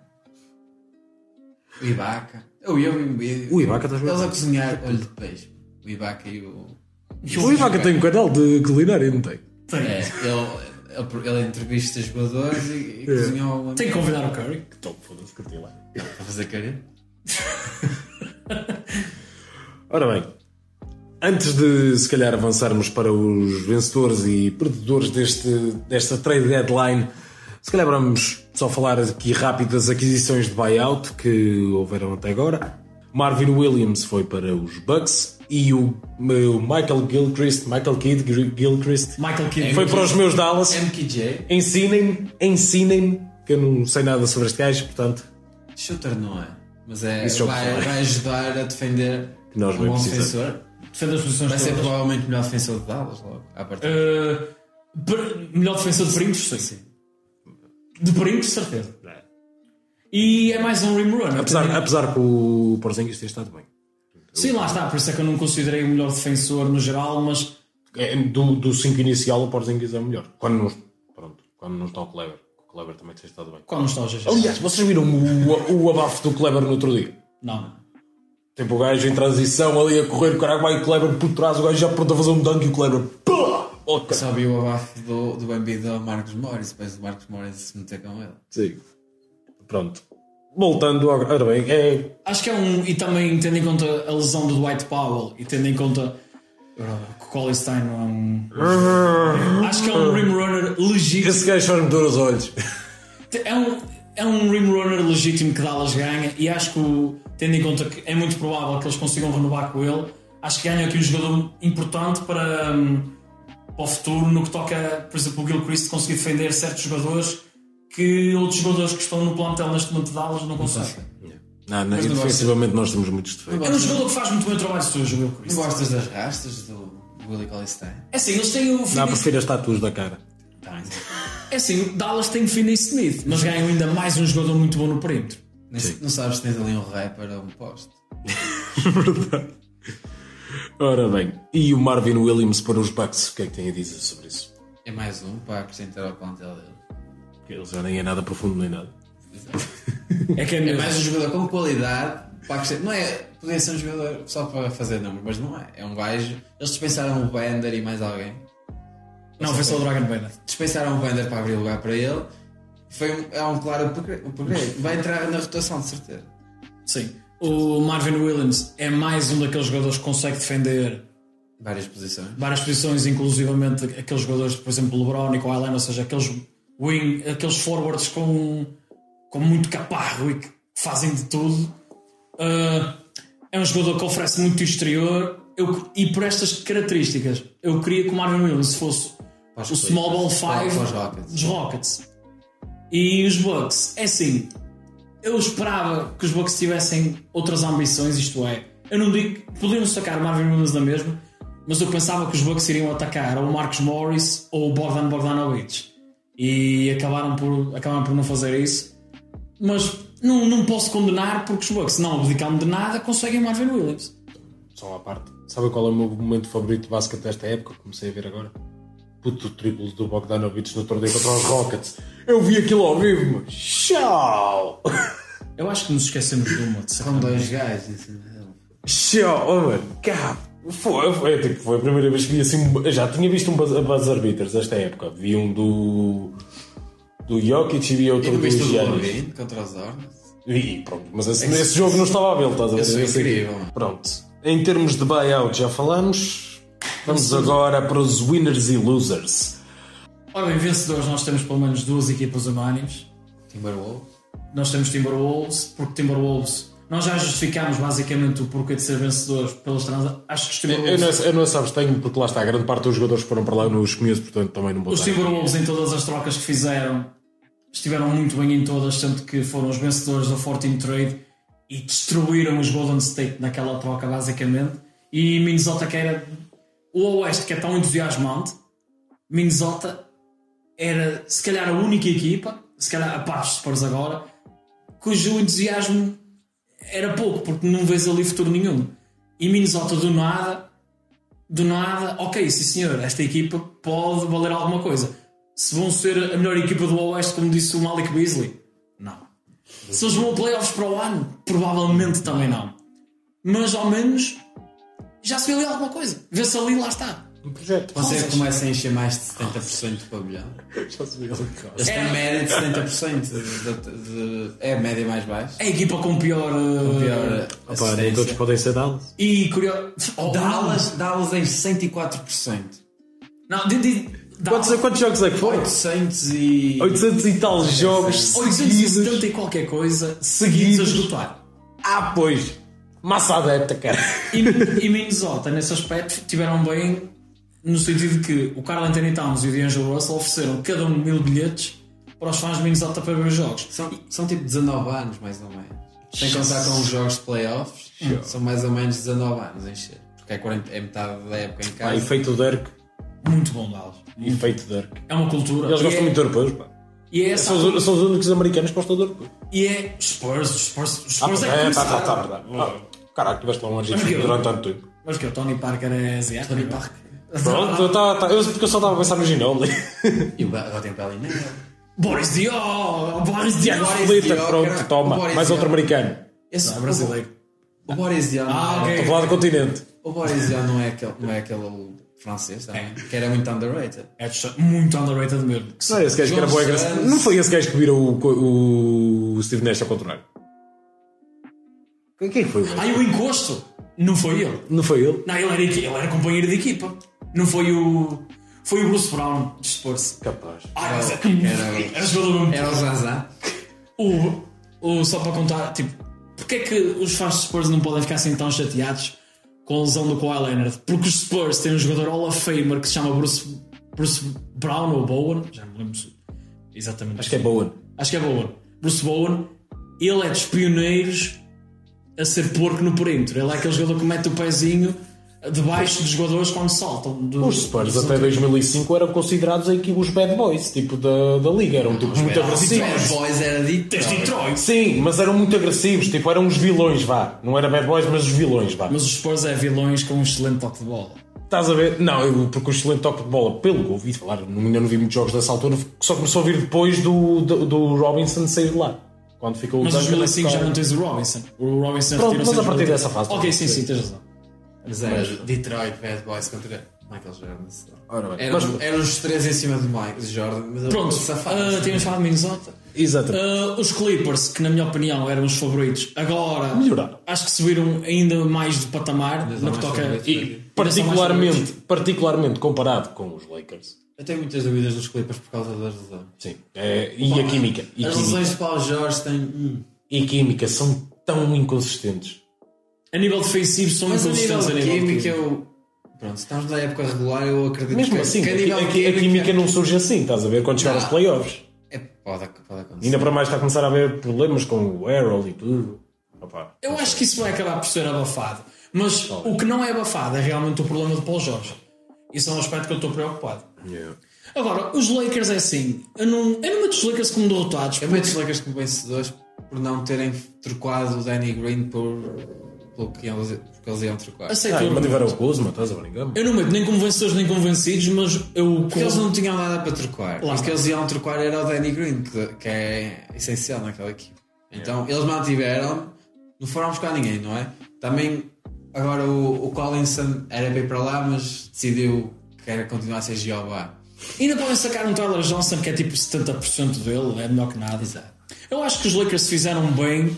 O Ibaka. O Ibaka está a jogar. Eles a cozinhar olho de peixe. O Ibaka e o... O Ibaka tem um canal de culinária, não tem? Tem. Ele entrevista jogadores e cozinhou... Tem que convidar o Curry. Que top, foda-se, curti lá. Para fazer carinho. Ora bem, antes de se calhar avançarmos para os vencedores e perdedores desta trade deadline, se calhar vamos só falar aqui rápido das aquisições de buyout que houveram até agora. Marvin Williams foi para os Bucks e o Michael Kidd Gilchrist foi para os meus Dallas. MKJ. Ensinem, que eu não sei nada sobre este gajo, portanto. Shooter não é, mas vai ajudar a defender que nós um bom defensor. Defende as posições vai ser todas. provavelmente o melhor defensor de Dallas logo, à partida. Melhor defensor de perímetros, sim. De perímetros, certeza. E é mais um rim runner. Apesar que o Porzingis tem estado bem. Sim, lá está, por isso é que eu não considerei o melhor defensor no geral, mas do 5 inicial o Porzingis é o melhor. Quando não está o Kleber. O Kleber também tem estado bem. Quando não está o GG. Aliás, vocês viram o abafo do Kleber no outro dia? Não. Tipo, o gajo em transição ali a correr, o caralho vai o Kleber por trás, o gajo já pronto a fazer um dunk e o Kleber só viu o abafo do Embiid ao Marcos Morris, depois do Marcos Morris se meter com ele. Sim. Pronto. Voltando, ora bem, acho que é e também tendo em conta a lesão do Dwight Powell e tendo em conta que o Colin Stein não é acho que é um rim runner legítimo. Esse gajo faz-me dor os olhos. É um rim runner legítimo que Dallas ganha e acho que tendo em conta que é muito provável que eles consigam renovar com ele, acho que ganha aqui um jogador importante para o futuro no que toca, por exemplo, o Gilchrist conseguir defender certos jogadores que outros jogadores que estão no plantel neste momento de Dallas não conseguem. Não, defensivamente nós temos muitos defeitos. É um jogador que faz muito bem o trabalho sujo, o Gilchrist. Não gostas das rastas do Willie Cauley-Stein? É assim, eles têm o não, prefiro as tatuas da cara. É assim, o Dallas tem o Finney Smith, mas ganham ainda mais um jogador muito bom no perímetro. Não sabes se tens ali um rapper ou um poste. Verdade. Ora bem, e o Marvin Williams para os Bucks, o que é que tem a dizer sobre isso? É mais um para acrescentar ao plantel dele. Porque ele já nem é nada profundo nem nada. É mais um jogador com qualidade para acrescentar. Não é, podia ser um jogador só para fazer números, mas não é. É um gajo. Eles dispensaram o Bender e mais alguém. Não, foi só o Dragon Bender. Dispensaram o Bender para abrir lugar para ele. É um claro upgrade. Vai entrar na rotação, de certeza. Sim. O Marvin Williams é mais um daqueles jogadores que consegue defender várias posições, inclusivamente aqueles jogadores, por exemplo, LeBron e Kawhi Leonard, ou seja, aqueles forwards com muito caparro e que fazem de tudo. É um jogador que oferece muito exterior e por estas características eu queria que o Marvin Williams fosse o small ball 5 dos Rockets. E os Bucks, é assim, eu esperava que os Bucks tivessem outras ambições, isto é, eu não digo que podiam sacar o Marvin Williams da mesma, mas eu pensava que os Bucks iriam atacar ou o Marcus Morris ou o Bogdan Bogdanovic e acabaram por não fazer isso, mas não posso condenar porque os Bucks, não abdicando de nada, conseguem o Marvin Williams. Só à parte, sabe qual é o meu momento favorito de basquete desta época? Comecei a ver agora. Puto triplo do Bogdanovic no torneio contra os Rockets. Eu vi aquilo ao vivo, mas tchau! Eu acho que nos esquecemos de uma. São dois gajos em cima dele. Tchau, oh, mano, cá. Foi a primeira vez que vi assim. Eu já tinha visto um buzzer beaters desta época. Vi um do Jokic e vi outro do Giannis contra os Hornets. E pronto, mas esse jogo não estava a ver, estás a ver? Isso é incrível. Pronto. Em termos de buyout já falamos. Vamos agora para os winners e losers. Ora bem, vencedores, nós temos pelo menos duas equipas unânimes. Timberwolves. Nós temos Timberwolves, porque Timberwolves... Nós já justificámos basicamente o porquê de ser vencedores pelas transações. Acho que os Timberwolves... Eu não sabes, tenho, porque lá está, a grande parte dos jogadores que foram para lá não os conheço, portanto também não vou Os Timberwolves em todas as trocas que fizeram estiveram muito bem em todas, sendo que foram os vencedores da 14 Trade e destruíram os Golden State naquela troca basicamente. E Minnesota, que era o Oeste, que é tão entusiasmante, Minnesota era se calhar a única equipa, se calhar a parte dos Spurs agora, cujo entusiasmo era pouco, porque não vês ali futuro nenhum. E Minnesota do nada, ok, sim senhor, esta equipa pode valer alguma coisa. Se vão ser a melhor equipa do Oeste, como disse o Malik Beasley, não. Se eles vão a playoffs para o ano, provavelmente também não. Mas ao menos já se vê ali alguma coisa. Vê-se ali, lá está. Um projeto. Você começa a encher mais de 70% do pavilhão. Já se vê ali. Eles têm média de 70%. É a média mais baixa. É a equipa com pior Nem todos podem ser Dallas. E curioso. Dallas em 104%. Não, Quantos jogos é que foi? 800 e tal jogos 870 e qualquer coisa seguidos a esgotar. Pois. Massa adepta, cara. E Minnesota, nesse aspecto, tiveram bem no sentido de que o Karl Anthony Towns e o D'Angelo Russell ofereceram cada um 1000 bilhetes para os fãs de Minnesota para ver os jogos. São tipo 19 anos, mais ou menos. Sem contar com os jogos de playoffs, são mais ou menos 19 anos a encher. Porque é metade da época em casa. Efeito Dirk. Muito bom, Dallas. Efeito Dirk. É uma cultura. Eles gostam muito de europeus, pá. E é essa São os únicos americanos que gostam de europeus. E é Spurs Tá, começaram. verdade. Caraca, tiveste lá um argentino durante tanto tempo. Mas que o Tony Parker é asiático. Tony Parker. Pronto, porque eu só estava a pensar no Ginobili. E agora tem pele nele. Boris Diaw! Boris Diaw! Pronto, toma. Mais outro americano. Esse brasileiro. O Boris Diaw. ok. Estou a falar do continente. O Boris Diaw não é aquele francês também, que era muito underrated. É muito underrated mesmo. Não é esse gajo que era boa engraçado. Não foi esse gajo que vira o Steve Nash ao contrário? Quem foi o gajo? O encosto! Não foi ele. Não foi ele? Não, ele era companheiro de equipa. Não foi o. Foi o Bruce Brown dos Spurs. Capaz. Mas era jogador mesmo. Era o Zaza. Só para contar, tipo, porque é que os fãs de Spurs não podem ficar assim tão chateados com a lesão do Kawhi Leonard? Porque os Spurs têm um jogador Hall of Famer que se chama Bruce Brown ou Bowen, já me lembro exatamente. Acho que é Bowen. Bruce Bowen, ele é dos pioneiros a ser porco no perímetro. Ele é aquele jogador que mete o pezinho debaixo dos jogadores quando saltam. Os Spurs até 2005 eram considerados aqui os bad boys, tipo da liga, eram tipo muito agressivos. Bad Boys era Detroit. Sim, mas eram muito agressivos, tipo eram os vilões, vá. Não era bad boys, mas os vilões, vá. Mas os Spurs é vilões com um excelente toque de bola. Estás a ver? Não, porque o excelente toque de bola, pelo que ouvi falar, ainda não vi muitos jogos dessa altura, só começou a vir depois do Robinson sair de lá. Quando ficou mas em 2005 já não tens o Robinson. O Robinson pronto, mas a partir dessa fase. Ok, sim, tens razão. Mas era Detroit Bad Boys contra Michael Jordan. Ora, eram os três em cima de Michael Jordan. Mas pronto, tínhamos falado de Minnesota. Exatamente. Os Clippers, que na minha opinião eram os favoritos, agora melhoraram. Acho que subiram ainda mais de patamar no que toca. E particularmente comparado com os Lakers. Eu tenho muitas dúvidas dos Clippers por causa das lesões. Sim. E a química. As lesões de Paul George têm. E a química são tão inconsistentes. A nível defensivo são inconsistentes. A nível de química, pronto, estamos na época regular, eu acredito mesmo assim, que a química não surge assim, estás a ver? Quando chegar aos playoffs. Pode acontecer. Ainda para mais está a começar a haver problemas com o Errol e tudo. Opa, eu acho que isso vai acabar por ser abafado. Mas o que não é abafado é realmente o problema de Paul George. Isso é um aspecto que eu estou preocupado. Yeah. Agora, os Lakers é assim. Eu não meto os Lakers como derrotados. Eu meto os Lakers como vencedores por não terem trocado o Danny Green porque eles iam trocar. Mas tiveram o Kuzma, estás a brincar? Eu não meto nem como vencedores nem como vencidos, mas porque eles não tinham nada para trocar. O que eles iam trocar era o Danny Green, que é essencial naquela equipe. Então eles mantiveram, não foram buscar ninguém, não é? Também agora o Collinson era bem para lá, mas decidiu que era continuar a ser Jeová. Ainda podem sacar um Tyler Johnson que é tipo 70% dele, é melhor que nada. Exato. Eu acho que os Lakers fizeram bem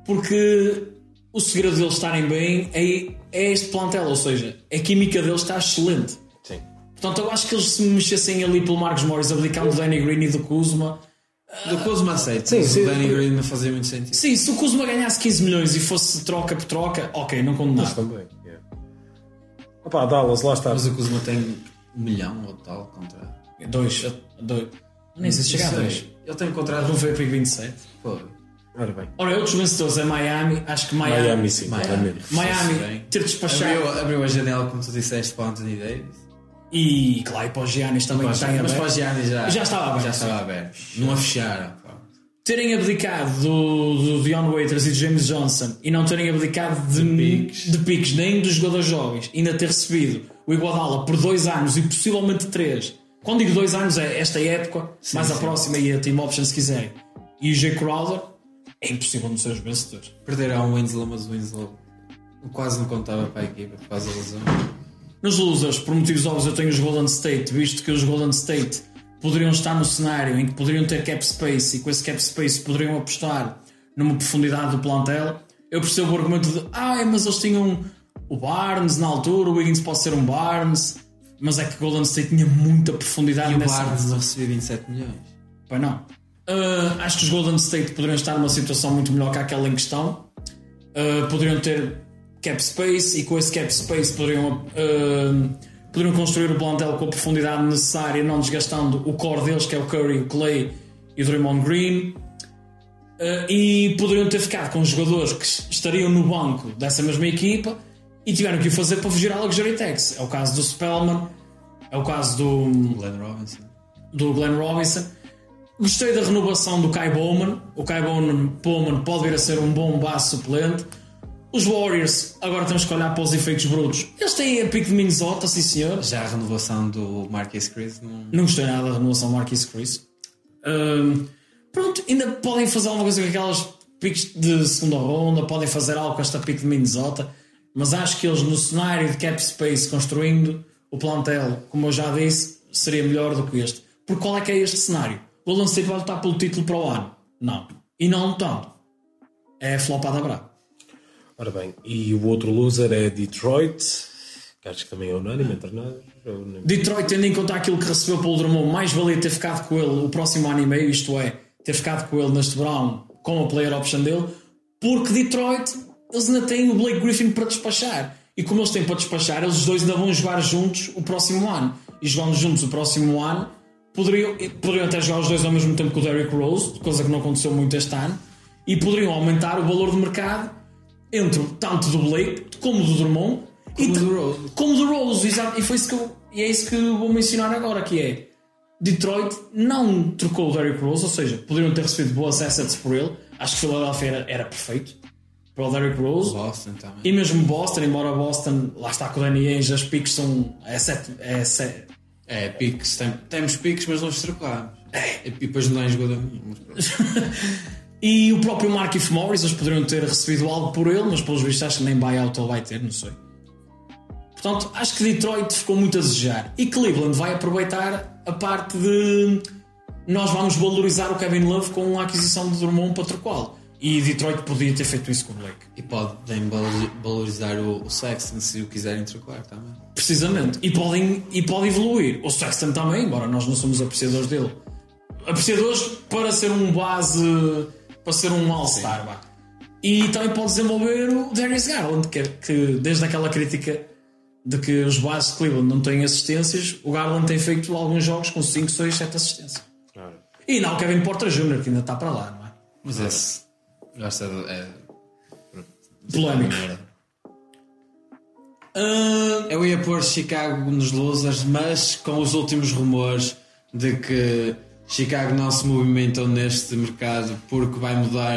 porque o segredo deles estarem bem é este plantel, ou seja, a química deles está excelente. Sim. Portanto, eu acho que eles se mexessem ali pelo Marcos Morris, abdicando do Danny Green e do Kuzma. Do Kuzma aceito, sim, o Danny Green não fazia muito sentido. Sim, se o Kuzma ganhasse 15 milhões e fosse troca por troca, ok, não condenava. Mas também, Opa, Dallas, lá está. Mas o Kuzma tem 1 milhão ou tal contra. 2. Nem sei se chega a 2. Ele tem contrato. Não foi a pick 27. Foi. Ora bem. Ora, outros vencedores é Miami. Acho que Miami sim, Miami ter despachado. Abriu a janela, como tu disseste, para Anthony Davis. E claro, para os Giannis também está em aberto. Mas para os Giannis já estava aberto. Não a fecharam. Terem abdicado do Dion Waiters e de James Johnson e não terem abdicado de piques nem dos jogadores jovens, ainda ter recebido o Iguodala por 2 anos e possivelmente 3. Quando digo 2 anos é esta época, mais a próxima e a team option se quiserem. E o Jay Crowder, é impossível não ser os vencedores. Perderam o Winslow, mas o Winslow quase não contava para a equipa por causa da lesão. Nos losers, por motivos óbvios, eu tenho os Golden State, visto que os Golden State poderiam estar no cenário em que poderiam ter cap space e com esse cap space poderiam apostar numa profundidade do plantel. Eu percebo o argumento de mas eles tinham o Barnes na altura, o Wiggins pode ser um Barnes, mas é que Golden State tinha muita profundidade e nessa. E o Barnes não recebia 27 milhões. Pois não. Acho que os Golden State poderiam estar numa situação muito melhor que aquela em questão. Poderiam ter cap space, e com esse cap space poderiam construir o plantel com a profundidade necessária, não desgastando o core deles, que é o Curry, o Clay e o Draymond Green. E poderiam ter ficado com jogadores que estariam no banco dessa mesma equipa e tiveram que o fazer para fugir à Luxury Tax. É o caso do Spellman, é o caso do Glenn Robinson. Gostei da renovação do Kai Bowman. O Kai Bowman pode vir a ser um bom base suplente. Os Warriors, agora temos que olhar para os efeitos brutos. Eles têm a pick de Minnesota, sim senhor. Já a renovação do Marquise Chris não gostei nada da renovação do Marquise Chris. Pronto, ainda podem fazer alguma coisa com aquelas picks de segunda ronda, podem fazer algo com esta pick de Minnesota, mas acho que eles, no cenário de cap space, construindo o plantel, como eu já disse, seria melhor do que este. Porque qual é que é este cenário? O Golden State vai lutar pelo título para o ano? Não. E não tanto. É flopada brava. Ora bem, e o outro loser é Detroit, que acho que também é unânime entre nós. Detroit, tendo em conta aquilo que recebeu pelo Drummond, mais valia ter ficado com ele o próximo ano e meio, isto é, ter ficado com ele neste verão com a player option dele, porque Detroit, eles ainda têm o Blake Griffin para despachar, e como eles têm para despachar, eles os dois ainda vão jogar juntos o próximo ano, e jogando juntos o próximo ano poderiam até jogar os dois ao mesmo tempo que o Derrick Rose, coisa que não aconteceu muito este ano, e poderiam aumentar o valor de mercado entre tanto do Blake como do Drummond como do Rose, exato. E é isso que eu vou mencionar agora, que é Detroit não trocou o Derrick Rose, ou seja, poderiam ter recebido boas assets por ele. Acho que Philadelphia era perfeito para o Derrick Rose. Boston também. E mesmo Boston, embora Boston, lá está com o Danny Ainge, as picks são picks, temos picks, mas não os trocamos. E depois não é jogador nenhum. E o próprio Markieff Morris, eles poderiam ter recebido algo por ele, mas pelos vistos acho que nem buyout ele vai ter, não sei. Portanto, acho que Detroit ficou muito a desejar. E Cleveland vai aproveitar a parte de nós vamos valorizar o Kevin Love com a aquisição de Drummond para trocá-lo. E Detroit podia ter feito isso com o Blake. E podem valorizar o Sexton se o quiserem trocar também. Precisamente. E pode evoluir. O Sexton também, embora nós não somos apreciadores dele. Apreciadores para ser um base, para ser um all-star. Bah. E também pode desenvolver o Darius Garland, que desde aquela crítica de que os bases de Cleveland não têm assistências, o Garland tem feito alguns jogos com 5, 6, 7 assistências. Claro. E não o Kevin Porter Jr., que ainda está para lá, não é? Mas esse já está polémico. Eu ia pôr Chicago nos losers, mas com os últimos rumores de que Chicago não se movimentam neste mercado porque vai mudar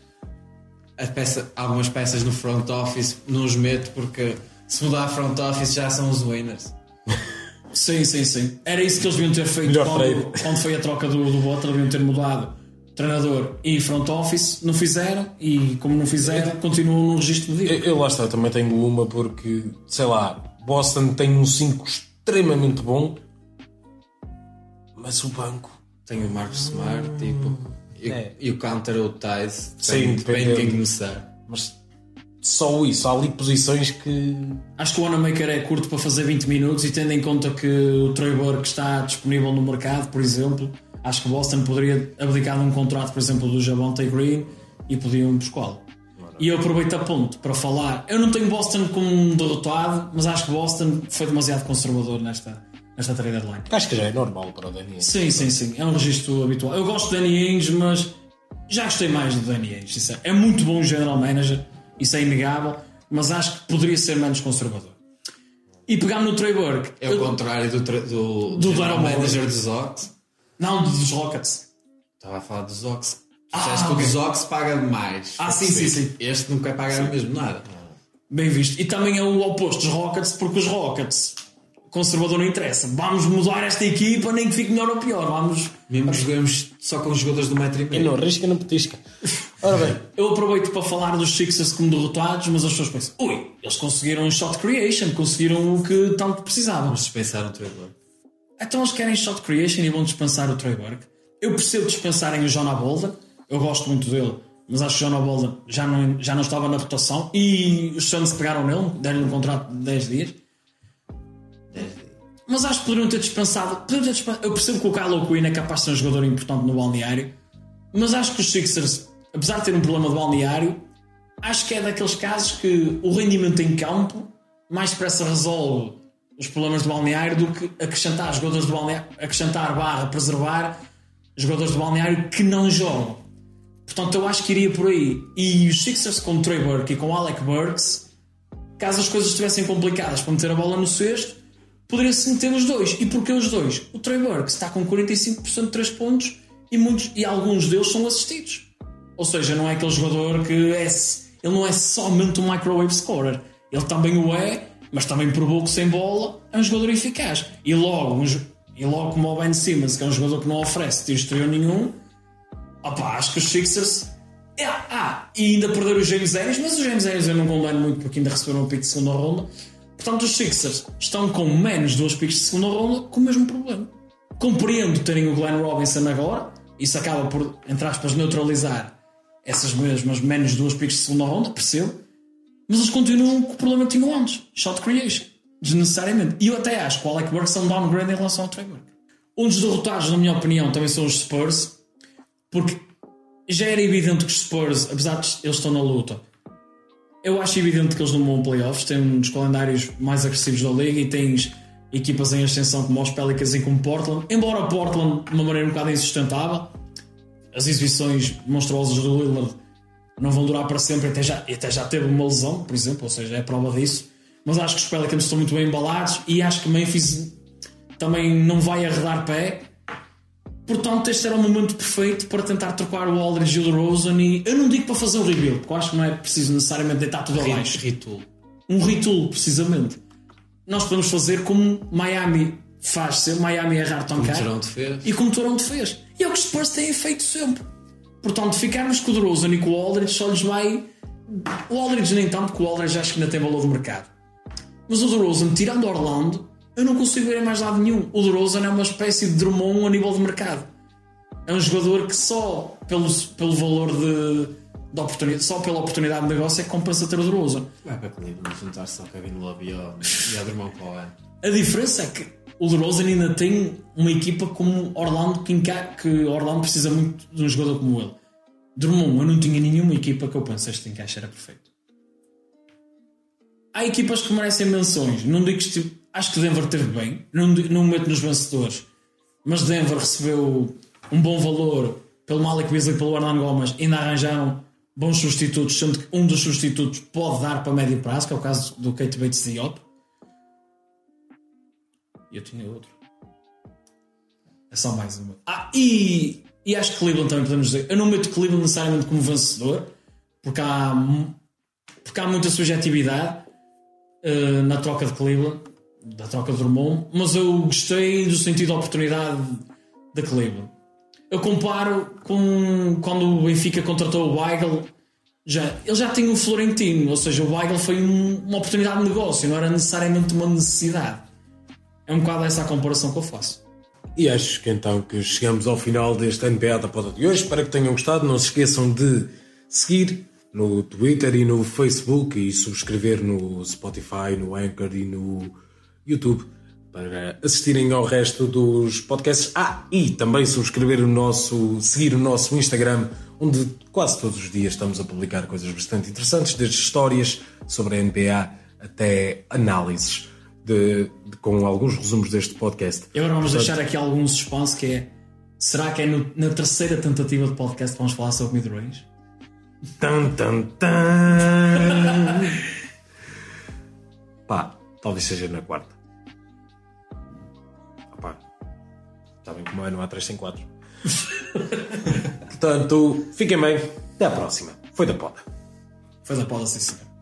algumas peças no front office, não os meto porque se mudar a front office já são os winners. Sim. Era isso que eles deviam ter feito quando foi a troca do Butler, deviam ter mudado treinador e front office, não fizeram, e como não fizeram, continuam no registro de dia. Eu lá está, também tenho uma porque, sei lá, Boston tem um 5 extremamente bom, mas o banco tem o Marcus Smart e o counter o Tice. Sim, depende de quem começar. Mas só isso, há ali posições que... Acho que o Wanamaker é curto para fazer 20 minutos, e tendo em conta que o Trey Burke está disponível no mercado, por exemplo, acho que Boston poderia abdicar de um contrato, por exemplo, do Javonte Green, e podiam buscá-lo. E eu aproveito a ponto para falar, eu não tenho Boston como um derrotado, mas acho que Boston foi demasiado conservador nesta trade deadline. Acho que já é normal para o Danny Ainge. Sim, é um registro habitual. Eu gosto de Danny Ainge, mas já gostei mais do Danny Ainge. É muito bom general manager, isso é inegável, mas acho que poderia ser menos conservador. E pegar no Trey Burke... É o contrário do general manager dos Ox. Não, dos Rockets. Estava a falar dos Ox. Disseste que o dos Ox paga demais. Sim. Este nunca quer pagar mesmo nada. Bem visto. E também é o oposto dos Rockets, porque os Rockets, conservador não interessa. Vamos mudar esta equipa, nem que fique melhor ou pior. Mesmo jogamos só com os jogadores do 1,5 m. E não arrisca, não petisca. Ora bem, eu aproveito para falar dos Sixers como derrotados, mas as pessoas pensam, eles conseguiram shot creation, conseguiram o que tanto precisavam. Mas dispensaram o Trey Burke. Então eles querem shot creation e vão dispensar o Trey Burke. Eu percebo dispensarem o Jonah Bolden, eu gosto muito dele, mas acho que o Jonah Bolden já não estava na rotação, e os Suns pegaram nele, deram-lhe um contrato de 10 dias. Mas acho que poderiam ter dispensado. Eu percebo que o Kyle Quinn é capaz de ser um jogador importante no balneário, mas acho que os Sixers, apesar de ter um problema de balneário, acho que é daqueles casos que o rendimento em campo mais depressa resolve os problemas do balneário do que acrescentar jogadores de balneário, preservar jogadores de balneário que não jogam. Portanto, eu acho que iria por aí. E os Sixers com o Trey Burke e com o Alec Burks, caso as coisas estivessem complicadas para meter a bola no cesto, poderia-se meter os dois. E porquê os dois? O Trey Burke está com 45% de 3 pontos e alguns deles são assistidos. Ou seja, não é aquele jogador que ele não é somente um microwave scorer. Ele também o é, mas também provou que sem bola é um jogador eficaz. E logo como o Ben Simmons, que é um jogador que não oferece tiro exterior nenhum, acho que os Sixers... e ainda perder o James Harris, mas o James Harris eu não condeno muito porque ainda receberam um pick de segunda ronda. Portanto, os Sixers estão com menos 2 picks de segunda ronda com o mesmo problema. Compreendo terem o Glenn Robinson agora, isso acaba por, entre aspas, neutralizar essas mesmas menos 2 picks de segunda ronda, percebo, mas eles continuam com o problema que tinham antes, shot creation, desnecessariamente. E eu até acho que o Alec Burks é um downgrade em relação ao Trey Burke. Um dos derrotados, na minha opinião, também são os Spurs, porque já era evidente que os Spurs, apesar de eles estão na luta, eu acho evidente que eles não vão playoffs, têm um dos calendários mais agressivos da liga e tens equipas em ascensão como os Pelicans e como Portland, embora o Portland de uma maneira um bocado insustentável, as exibições monstruosas do Lillard não vão durar para sempre, até já teve uma lesão, por exemplo, ou seja, é prova disso, mas acho que os Pelicans estão muito bem embalados e acho que Memphis também não vai arredar pé. Portanto, este era o momento perfeito para tentar trocar o Aldridge e o DeRozan, e eu não digo para fazer um rebuild, porque eu acho que não é preciso necessariamente deitar tudo abaixo. Um retool, precisamente. Nós podemos fazer como Miami faz sempre, Miami errar tão caro e como Toronto fez. E é o que os Spurs têm feito sempre. Portanto, ficarmos com o DeRozan e com o Aldridge só lhes vai... O Aldridge nem tanto, porque o Aldridge acho que ainda tem valor de mercado. Mas o DeRozan, tirando Orlando, eu não consigo ver em mais lado nenhum. O DeRozan é uma espécie de Drummond a nível de mercado. É um jogador que só pelo valor de oportunidade, só pela oportunidade de negócio é que compensa ter o DeRozan. Vai para Cleveland juntar-se ao Kevin Love e ao Drummond Cohen. A diferença é que o DeRozan ainda tem uma equipa como Orlando que Orlando precisa muito de um jogador como ele. Drummond, eu não tinha nenhuma equipa que eu penso este encaixe era perfeito. Há equipas que merecem menções. Não digo que acho que Denver teve bem, não me meto nos vencedores, mas Denver recebeu um bom valor pelo Malik Beasley e pelo Hernan Gomes, ainda arranjaram bons substitutos, sendo que um dos substitutos pode dar para médio prazo, que é o caso do Kate Bates Diop. E eu tinha outro. É só mais uma. E acho que Cleveland também podemos dizer. Eu não meto Cleveland necessariamente como vencedor, porque há muita subjetividade na troca de Cleveland, da troca de Drummond, mas eu gostei do sentido de oportunidade da Cleveland. Eu comparo com quando o Benfica contratou o Weigl, ele já tinha o Florentino, ou seja, o Weigl foi uma oportunidade de negócio, não era necessariamente uma necessidade. É um bocado essa a comparação que eu faço. E acho que então que chegamos ao final deste NBA da Pod de hoje. Espero que tenham gostado. Não se esqueçam de seguir no Twitter e no Facebook e subscrever no Spotify, no Anchor e no YouTube para assistirem ao resto dos podcasts. E também seguir o nosso Instagram, onde quase todos os dias estamos a publicar coisas bastante interessantes, desde histórias sobre a NBA até análises com alguns resumos deste podcast. E agora vamos deixar aqui algum suspense, que é: será que é na terceira tentativa de podcast que vamos falar sobre mid-range? Talvez seja na quarta. Sabem como é, não há 3 sem 4. Portanto, fiquem bem. Até à próxima. Foi da Poda, sim senhor.